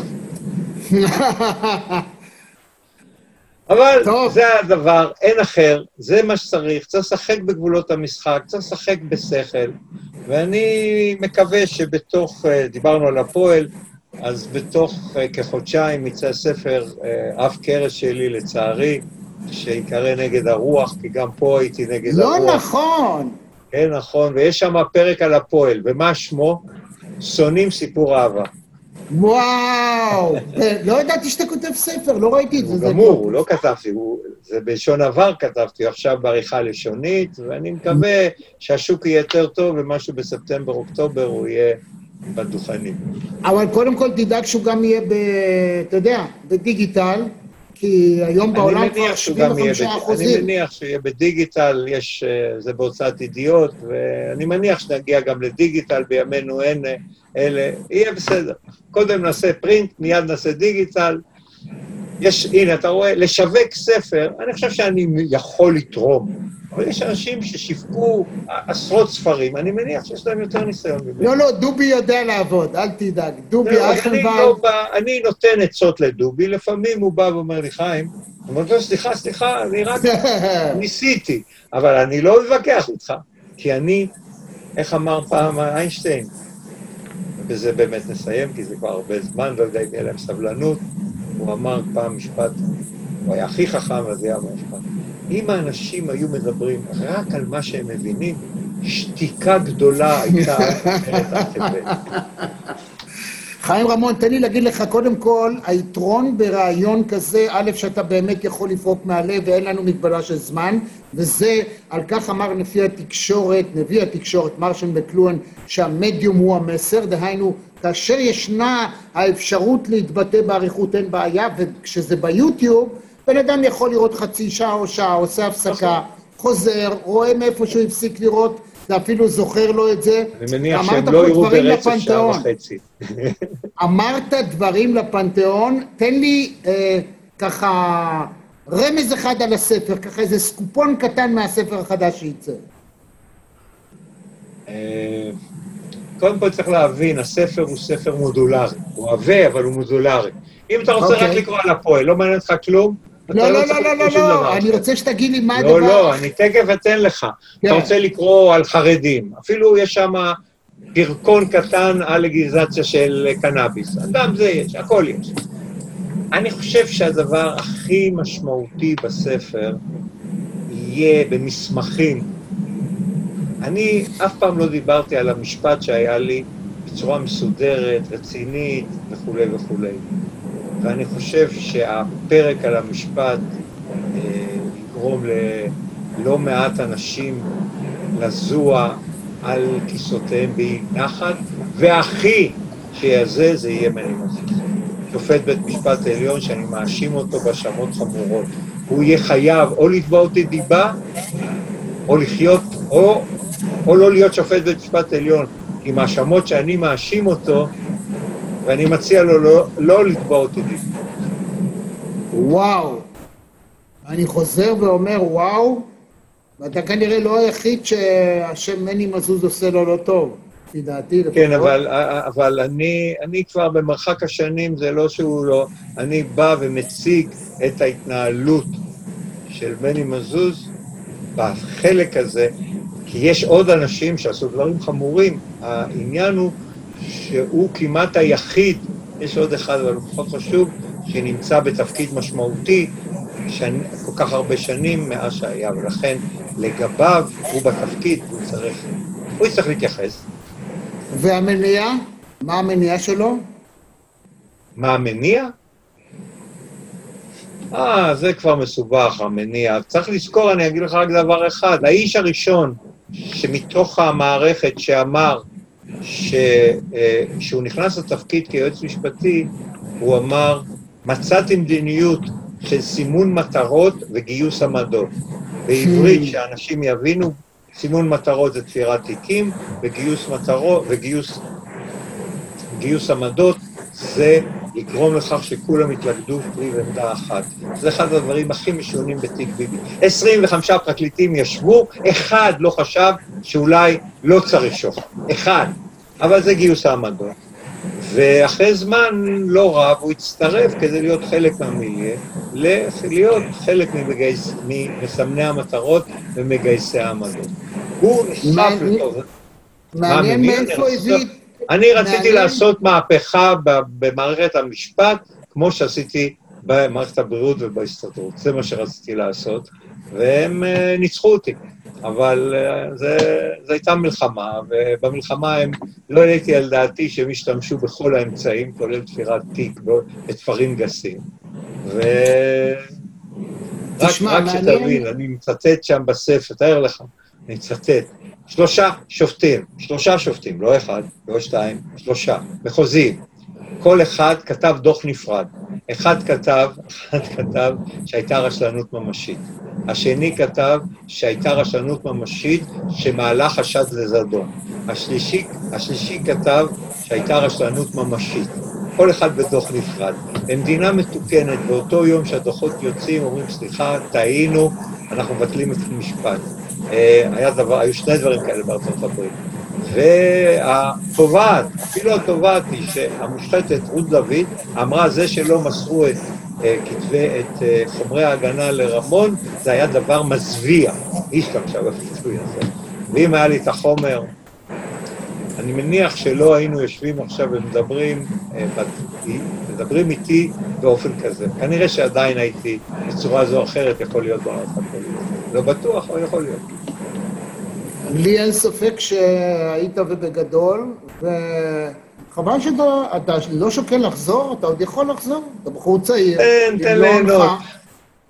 אבל טוב. זה הדבר, אין אחר, זה מה שצריך, צריך לשחק בגבולות המשחק, צריך לשחק בשכל, ואני מקווה שבתוך, דיברנו על הפועל, אז בתוך כחודשיים יצא ספר אף קרס שלי לצערי, שיקרא נגד הרוח, כי גם פה הייתי נגד לא הרוח. לא נכון. כן, נכון, ויש שם פרק על הפועל, ומה שמו? שונאים סיפור אהבה. וואו, לא ידעתי שאתה כותב ספר, לא ראיתי את זה. הוא גמור, לא כתבתי, זה בלשון עבר כתבתי, עכשיו בעריכה לשונית, ואני מקווה שהשוק יהיה יותר טוב, ומשהו בספטמבר-אוקטובר הוא יהיה בדוכנים. אבל קודם כל תדאג שהוא גם יהיה, אתה יודע, בדיגיטל, כי היום בעולם כבר שבעים וחמישה אחוזים. אני מניח שיהיה בדיגיטל, יש, זה בהוצאת ידיעות, ואני מניח שנגיע גם לדיגיטל בימינו אלה, אלה, יהיה בסדר. קודם נעשה פרינט, מיד נעשה דיגיטל. יש, הנה, אתה רואה, לשווק ספר, אני חושב שאני יכול לתרום, אבל יש אנשים ששיווקו עשרות ספרים, אני מניח שיש להם יותר ניסיון. לא, לא, דובי יודע לעבוד, אל תדאג. דובי, אני, לא בא, אני נותן עצות לדובי, לפעמים הוא בא ואומר לי, חיים, הוא אומר לו, סליחה, סליחה, אני רק ניסיתי, אבל אני לא מבקח איתך, כי אני, איך אמר פעם איינשטיין, ובזה באמת נסיים, כי זה כבר הרבה זמן, לא יודע אם יהיה להם סבלנות, הוא אמר פעם משפט, הוא היה הכי חכם, אז היה משפט, אם האנשים היו מדברים רק על מה שהם מבינים, שתיקה גדולה הייתה אחרת אחרת. חיים רמון, תן לי להגיד לך, קודם כל, היתרון ברעיון כזה, א', שאתה באמת יכול לפרוק מהלב, ואין לנו מגבלה של זמן, וזה, על כך אמר נביא התקשורת, נביא התקשורת, מרשל מקלוהן, שהמדיום הוא המסר, דהיינו, כאשר ישנה האפשרות להתבטא בעריכות אין בעיה, וכשזה ביוטיוב, בן אדם יכול לראות חצי שעה או שעה, עושה הפסקה, חוזר, רואה מאיפה שהוא הפסיק לראות, ואפילו זוכר לו את זה. אני מניח שהם לא יראו ברצף שעה וחצי. אמרת דברים לפנתיאון, תן לי אה, ככה רמז אחד על הספר, ככה איזה סקופון קטן מהספר החדש שייצא. קודם כל צריך להבין, הספר הוא ספר מודולרי, הוא עבה אבל הוא מודולרי. אם אתה רוצה רק לקרוא על הפועל, לא מעניין אותך כלום, לא, לא, לא, לא, לא, אני רוצה שתגיד לי מה הדבר. לא, לא, אני תכף אתן לך. אתה רוצה לקרוא על חרדים, אפילו יש שם פרקון קטן על לגיליזציה של קנאביס, גם זה יש, הכל יש. אני חושב שהדבר הכי משמעותי בספר יהיה במסמכים. אני אף פעם לא דיברתי על המשפט שהיה לי בצורה מסודרת, רצינית וכו' וכו'. ואני חושב שהפרק על המשפט יגרום ללא מעט אנשים לזוע על כיסותיהם באי נחת, והכי שיעזה זה יהיה מני מזוז. שופט בית משפט העליון שאני מאשים אותו בהאשמות חמורות. הוא יהיה חייב או לתבוע אותי דיבה, או לחיות, או, או לא להיות שופט בית משפט עליון, עם האשמות שאני מאשים אותו, ואני מציע לו לא, לא לתבוע אותי דיבה. וואו. אני חוזר ואומר וואו, ואתה כנראה לא היחיד שהשם מני מזוז עושה לו לא טוב. לדעתי, כן, אבל, אבל אני, אני כבר במרחק השנים, זה לא שהוא לא, אני בא ומציג את ההתנהלות של מני מזוז בחלק הזה, כי יש עוד אנשים שעשו דברים חמורים. העניין הוא שהוא כמעט היחיד, יש עוד אחד, אבל פחות חשוב, שנמצא בתפקיד משמעותי שאני, כל כך הרבה שנים מאז שהיה, ולכן לגביו הוא בתפקיד, הוא צריך, הוא צריך להתייחס. והמניע? מה המניע שלו? מה המניע? אה, זה כבר מסובך, המניע. צריך לזכור, אני אגיד לך רק דבר אחד. האיש הראשון שמתוך המערכת שאמר ש, שהוא נכנס לתפקיד כיועץ משפטי, הוא אמר, מצאתי מדיניות של סימון מטרות וגיוס עמדות. בעברית, שאנשים יבינו, סימון מטרות זה תפירת תיקים, וגיוס מטרות, וגיוס גיוס עמדות זה יגרום לכך שכולם יתלכדו פרי ועמדה אחת. זה אחד הדברים הכי משונים בתיק ביבי. עשרים וחמישה פרקליטים ישבו, אחד לא חשב שאולי לא צריך שוחד. אחד. אבל זה גיוס העמדות. ואחרי זמן לא רב הוא הצטרף כדי להיות חלק מהמיליה, להיות חלק ממגייס, ממסמני המטרות ומגייסי העמדות. הוא נחשף לטוב. מעניין מאיפה הביא... אני רציתי לעשות מהפכה במערכת המשפט, כמו שעשיתי במערכת הבריאות ובהסתדרות. זה מה שרציתי לעשות, והם ניצחו אותי. אבל זה, זה הייתה מלחמה, ובמלחמה הם לא העליתי על דעתי שהם השתמשו בכל האמצעים, כולל תפירת תיק ותפרים גסים. ו... רק, רק שתבין, אני מצטט שם בספר, תאר לך, אני מצטט. שלושה שופטים, שלושה שופטים, לא אחד, לא שתיים, שלושה, מחוזיים. כל אחד כתב דוח נפרד. אחד כתב, אחד כתב שהייתה רשלנות ממשית. השני כתב שהייתה רשלנות ממשית שמעלה חשד לזדון. השלישי, השלישי כתב שהייתה רשלנות ממשית. כל אחד בדוח נפרד. במדינה מתוקנת, באותו יום שהדוחות יוצאים, אומרים, סליחה, טעינו, אנחנו מבטלים את המשפט. היה דבר, היו שני דברים כאלה בארצות הברית. והתובעת, אפילו התובעת היא שהמושחתת רות דוד אמרה, זה שלא מסרו את כתבי, את חומרי ההגנה לרמון, זה היה דבר מזוויע. היא השתמשה בפיצוי הזה. ואם היה לי את החומר, אני מניח שלא היינו יושבים עכשיו ומדברים, מדברים איתי באופן כזה. כנראה שעדיין הייתי בצורה זו או אחרת, יכול להיות במערכת הפוליטית. לא בטוח, אבל יכול להיות. לי אין ספק שהיית ובגדול, וחבל שאתה לא שוקל לחזור, אתה עוד יכול לחזור, אתה בחור צעיר. תן, תן ליהנות.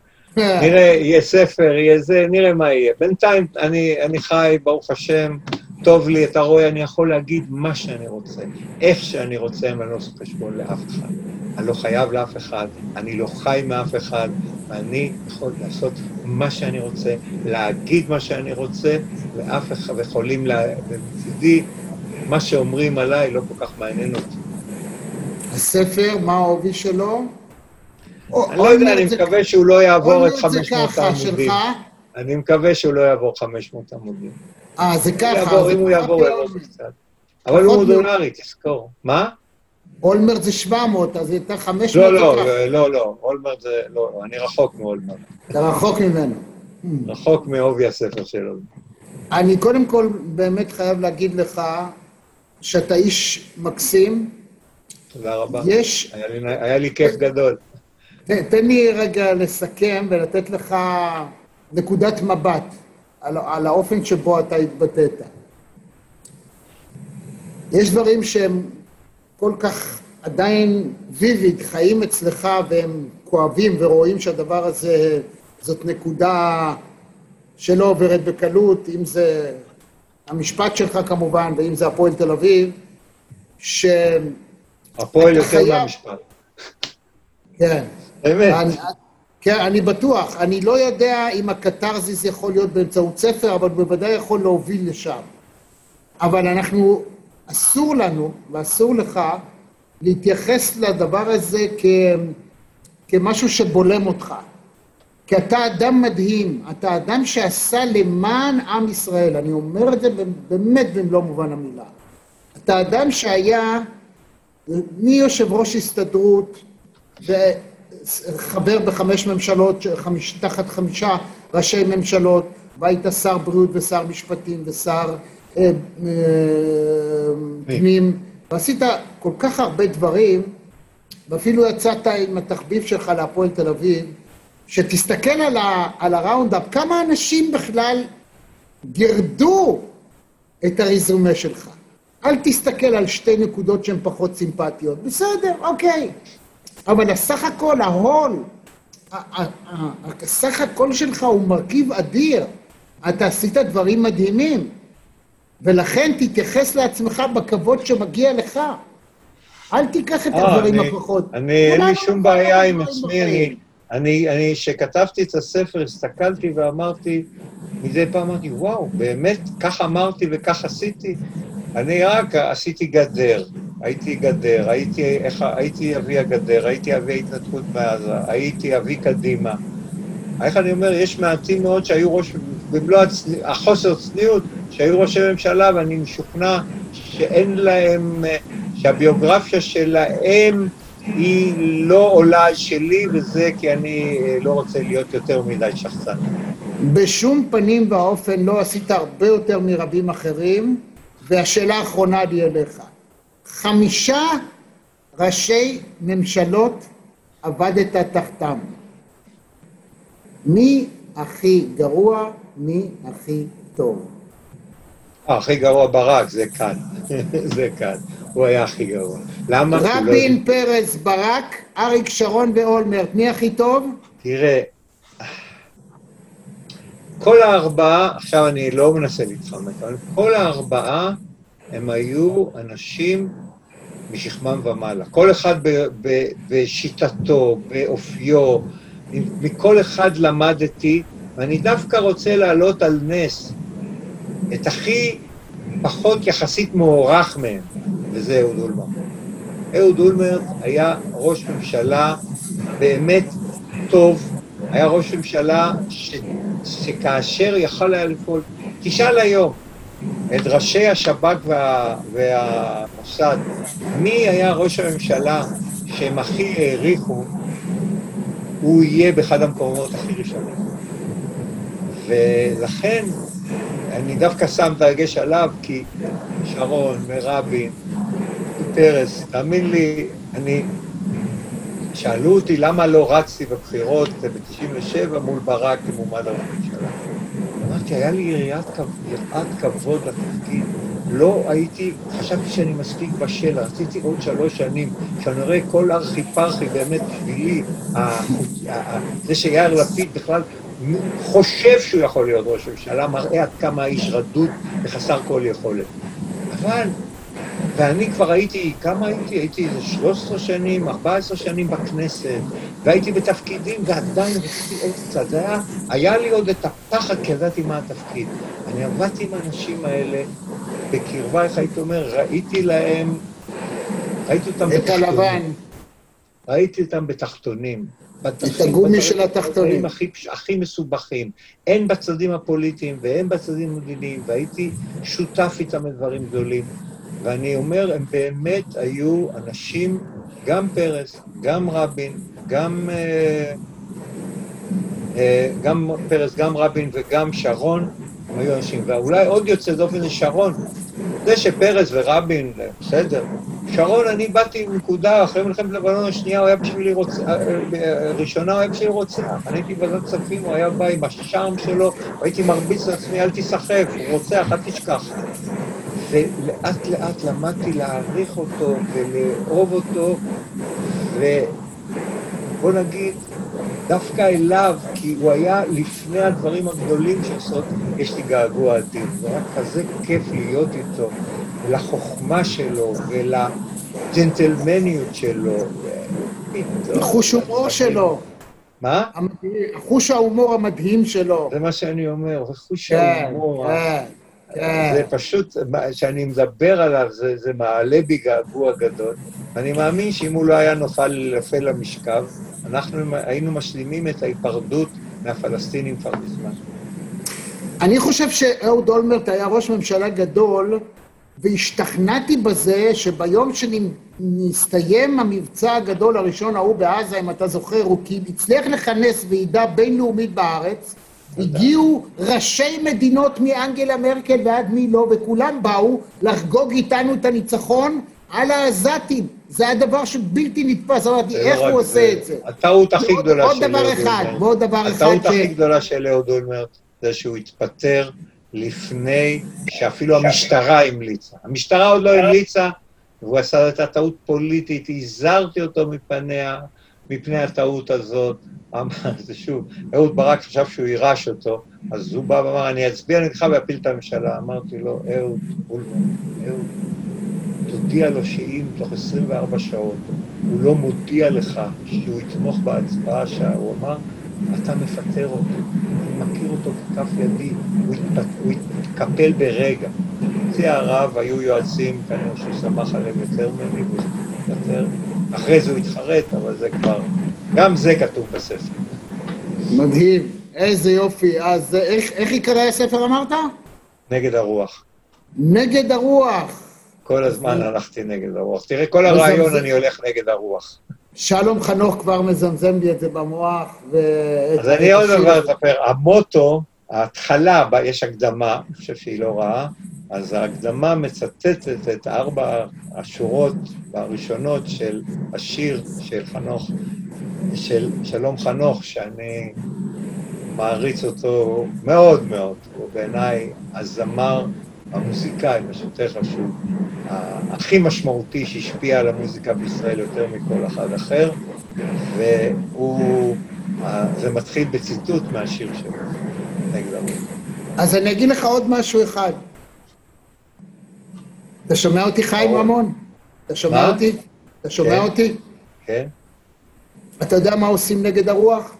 נראה, יהיה ספר, יהיה זה, נראה מה יהיה. בינתיים אני, אני חי, ברוך השם, טוב לי, אתה רואה, אני יכול להגיד מה שאני רוצה, איך שאני רוצה, אם אני לא עושה חשבון לאף אחד. אני לא חייב לאף אחד, אני לא חי מאף אחד, ואני יכול לעשות מה שאני רוצה, להגיד מה שאני רוצה, ואף אחד, ויכולים, ומצידי, מה שאומרים עליי לא כל כך מעניין אותי. הספר, מה העובי שלו? אני לא יודע, אני מקווה שהוא לא יעבור את חמש מאות עמודים. אני מקווה שהוא לא יעבור חמש מאות עמודים. אה, זה ככה. אם הוא יעבור, יעבור קצת. אבל הוא מודולרי, תזכור. מה? אולמרט זה שבע מאות, אז יותר חמש מאות לא, זה ככה. לא, לא, לא, אולמרט זה, לא, אני רחוק מאולמרט. אתה רחוק ממנו. רחוק מעובי הספר שלו. אני קודם כל באמת חייב להגיד לך שאתה איש מקסים. תודה רבה. יש... היה לי, היה לי כיף גדול. תן, תן לי רגע לסכם ולתת לך נקודת מבט על, על האופן שבו אתה התבטאת. יש דברים שהם כל כך עדיין ויביד, חיים אצלך והם כואבים ורואים שהדבר הזה, זאת נקודה שלא עוברת בקלות, אם זה המשפט שלך כמובן, ואם זה הפועל תל אביב, ש... הפועל יותר חייב... מהמשפט. כן. באמת. אני, כן, אני בטוח. אני לא יודע אם הקטרזיס יכול להיות באמצעות ספר, אבל בוודאי יכול להוביל לשם. אבל אנחנו, אסור לנו, ואסור לך, להתייחס לדבר הזה כ... כמשהו שבולם אותך. כי אתה אדם מדהים, אתה אדם שעשה למען עם ישראל, אני אומר את זה באמת במלוא מובן המילה. אתה אדם שהיה מיושב ראש הסתדרות וחבר בחמש ממשלות, חמיש, תחת חמישה ראשי ממשלות, והיית שר בריאות ושר משפטים ושר אה, אה, פנים, ועשית כל כך הרבה דברים, ואפילו יצאת עם התחביב שלך להפועל תל אביב, שתסתכל על, ה, על הראונדאפ, כמה אנשים בכלל גרדו את הרזומה שלך. אל תסתכל על שתי נקודות שהן פחות סימפטיות. בסדר, אוקיי. אבל הסך הכל, ההול, הסך הכל שלך הוא מרכיב אדיר. אתה עשית דברים מדהימים. ולכן תתייחס לעצמך בכבוד שמגיע לך. אל תיקח את הדברים הפחות. אני, אין לי שום בעיה עם עצמי, אני... אני, אני, שכתבתי את הספר, הסתכלתי ואמרתי, מדי פעם אמרתי, וואו, באמת, כך אמרתי וכך עשיתי? אני רק עשיתי גדר, הייתי גדר, הייתי, איך, הייתי אבי הגדר, הייתי אבי ההתנתקות מעזה, הייתי אבי קדימה. איך אני אומר, יש מעטים מאוד שהיו ראש, במלוא הצנ... החוסר צניעות, שהיו ראשי ממשלה, ואני משוכנע שאין להם, שהביוגרפיה שלהם, היא לא עולה על שלי, וזה כי אני לא רוצה להיות יותר מדי שחצן. בשום פנים ואופן לא עשית הרבה יותר מרבים אחרים, והשאלה האחרונה היא אליך. חמישה ראשי ממשלות עבדת תחתם. מי הכי גרוע, מי הכי טוב? הכי גרוע ברק, זה כאן. זה כאן. הוא היה הכי גרוע. למה? רבין, לא... פרס, ברק, אריק שרון ואולמרט, מי הכי טוב? תראה, כל הארבעה, עכשיו אני לא מנסה להתחמק, אבל כל הארבעה הם היו אנשים משכמם ומעלה. כל אחד ב, ב, בשיטתו, באופיו, מכל אחד למדתי, ואני דווקא רוצה להעלות על נס את הכי פחות יחסית מוערך מהם, וזה אהוד אולמרט. אהוד אולמרט היה ראש ממשלה באמת טוב, היה ראש ממשלה ש... שכאשר יכל היה לפעול, תשאל היום את ראשי השב"כ וה... והמוסד, מי היה ראש הממשלה שהם הכי העריכו, הוא יהיה באחד המקומות הכי ראשונים. ולכן אני דווקא שם דגש עליו, כי שרון ורבין, פרס, תאמין לי, אני... שאלו אותי למה לא רצתי בבחירות ב-תשעים ושבע מול ברק כמועמד ראש הממשלה. אמרתי, היה לי יראת כבוד לתפקיד. לא הייתי, חשבתי שאני מספיק בשל, רציתי עוד שלוש שנים, שאני רואה כל ארכי פרחי באמת בשבילי, זה שיאיר לפיד בכלל חושב שהוא יכול להיות ראש ממשלה, מראה עד כמה האיש רדוד וחסר כל יכולת. אבל, ואני כבר הייתי, כמה הייתי? הייתי איזה שלוש עשרה שנים, ארבע עשרה שנים בכנסת, והייתי בתפקידים, ועדיין רציתי עוד קצת. זה היה, היה לי עוד את הפחד, כי ידעתי מה התפקיד. אני עבדתי עם האנשים האלה, בקרבה, איך הייתי אומר, ראיתי להם, ראיתי אותם בתחתונים. ראיתי אותם בתחתונים. את הגומי של התחתונים. הכי, הכי מסובכים. הן בצדדים הפוליטיים והן בצדדים המדיניים, והייתי שותף איתם לדברים גדולים. ואני אומר, הם באמת היו אנשים, גם פרס, גם רבין, גם, אה, אה, גם פרס, גם רבין וגם שרון, הם היו אנשים. ואולי עוד יוצא דופן זה שרון. זה שפרס ורבין, בסדר. שרון, אני באתי עם נקודה, אחרי מלחמת לבנון השנייה, הוא היה בשבילי רוצח, ראשונה הוא היה בשבילי רוצח. אני הייתי בוועדת כספים, הוא היה בא עם השארם שלו, והייתי מרביץ לעצמי, אל תיסחף, הוא רוצח, אל תשכח. ולאט לאט למדתי להעריך אותו ולאהוב אותו, ובוא נגיד, דווקא אליו, כי הוא היה לפני הדברים הגדולים שעושות, יש לי געגוע עתיד. זה היה כזה כיף להיות איתו, לחוכמה שלו ולג'נטלמניות שלו. חוש הומור שלו. מה? חוש ההומור המדהים שלו. זה מה שאני אומר, חוש ההומור. זה פשוט, כשאני מדבר עליו, זה, זה מעלה בי געגוע גדול. אני מאמין שאם הוא לא היה נופל לפל למשכב, אנחנו היינו משלימים את ההיפרדות מהפלסטינים כבר בזמן. אני חושב שאהוד אולמרט היה ראש ממשלה גדול, והשתכנעתי בזה שביום שנסתיים המבצע הגדול הראשון ההוא בעזה, אם אתה זוכר, הוא כי הצליח לכנס ועידה בינלאומית בארץ, הגיעו ראשי מדינות מאנגלה מרקל ועד מי לא, וכולם באו לחגוג איתנו את הניצחון על העזתים. זה הדבר שבלתי נתפס, אמרתי, איך הוא עושה את זה? הטעות הכי גדולה של אהוד אולמרט. עוד דבר אחד, ועוד דבר אחד. הטעות הכי גדולה של אהוד אולמרט זה שהוא התפטר לפני שאפילו המשטרה המליצה. המשטרה עוד לא המליצה, והוא עשה את הטעות פוליטית, הזהרתי אותו מפניה, מפני הטעות הזאת. זה שוב, אהוד ברק חשב שהוא יירש אותו, אז הוא בא ואמר, אני אצביע נגדך ואפיל את הממשלה. אמרתי לו, אהוד, אהוד, תודיע לו שאם תוך עשרים וארבע שעות הוא לא מודיע לך שהוא יתמוך בהצבעה שהוא אמר, אתה מפטר אותו, אני מכיר אותו ככף ידי, הוא, התפת, הוא התקפל ברגע. זה הרב, היו יועצים, כנראה שהוא שמח עליהם יותר ממני, הוא התפטר. אחרי זה הוא התחרט, אבל זה כבר, גם זה כתוב בספר. מדהים, איזה יופי. אז איך, איך יקרא הספר אמרת? נגד הרוח. נגד הרוח. כל הזמן הלכתי נגד הרוח. תראה, כל הרעיון אני הולך נגד הרוח. שלום חנוך כבר מזמזם לי את זה במוח. אז אני עוד דבר לספר, המוטו, ההתחלה, יש הקדמה, אני חושב שהיא לא רעה, אז ההקדמה מצטטת את ארבע השורות הראשונות של השיר של חנוך, של שלום חנוך, שאני מעריץ אותו מאוד מאוד, הוא בעיניי הזמר המוזיקאי, משותף חשוב, הכי משמעותי שהשפיע על המוזיקה בישראל יותר מכל אחד אחר, והוא, זה מתחיל בציטוט מהשיר שלו, נגד הרוח. אז אני אגיד לך עוד משהו אחד. אתה שומע אותי חיים רמון? אתה שומע אותי? אתה שומע אותי? כן. אתה יודע מה עושים נגד הרוח?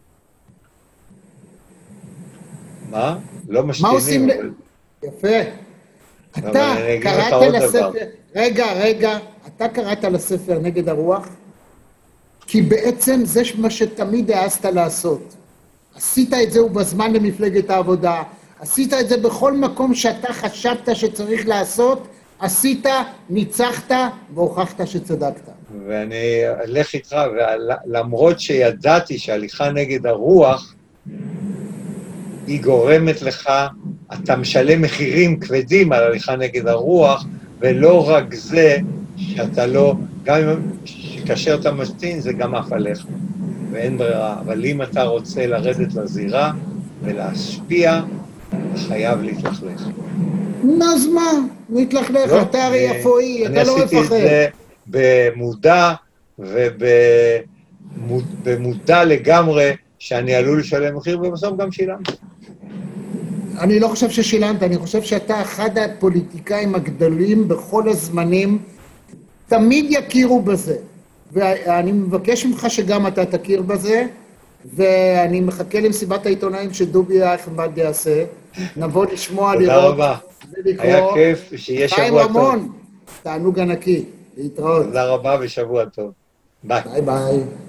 מה? לא משתינים. יפה. אתה קראת לספר, רגע, רגע, אתה קראת לספר נגד הרוח, כי בעצם זה מה שתמיד העזת לעשות. עשית את זה ובזמן למפלגת העבודה, עשית את זה בכל מקום שאתה חשבת שצריך לעשות, עשית, ניצחת והוכחת שצדקת. ואני אלך איתך, ולמרות שידעתי שהליכה נגד הרוח, היא גורמת לך, אתה משלם מחירים כבדים על הליכה נגד הרוח, ולא רק זה שאתה לא, גם כאשר אתה משתין זה גם אף עליך, ואין ברירה. אבל אם אתה רוצה לרדת לזירה ולהשפיע, אתה חייב להתלכלך. אז מה? להתלכלך, אתה הרי אפוי, אתה לא מפחד. אני עשיתי את זה במודע ובמודע לגמרי, שאני עלול לשלם מחיר, ובסוף גם שילמתי. אני לא חושב ששילמת, אני חושב שאתה אחד הפוליטיקאים הגדולים בכל הזמנים, תמיד יכירו בזה. ואני מבקש ממך שגם אתה תכיר בזה, ואני מחכה למסיבת העיתונאים שדובי אייכנבלד יעשה. נבוא לשמוע, תודה לראות רבה. ולקרוא. היה כיף, שיהיה שבוע טוב. חיים רמון, תענוג ענקי. להתראות. תודה רבה ושבוע טוב. ביי. ביי ביי.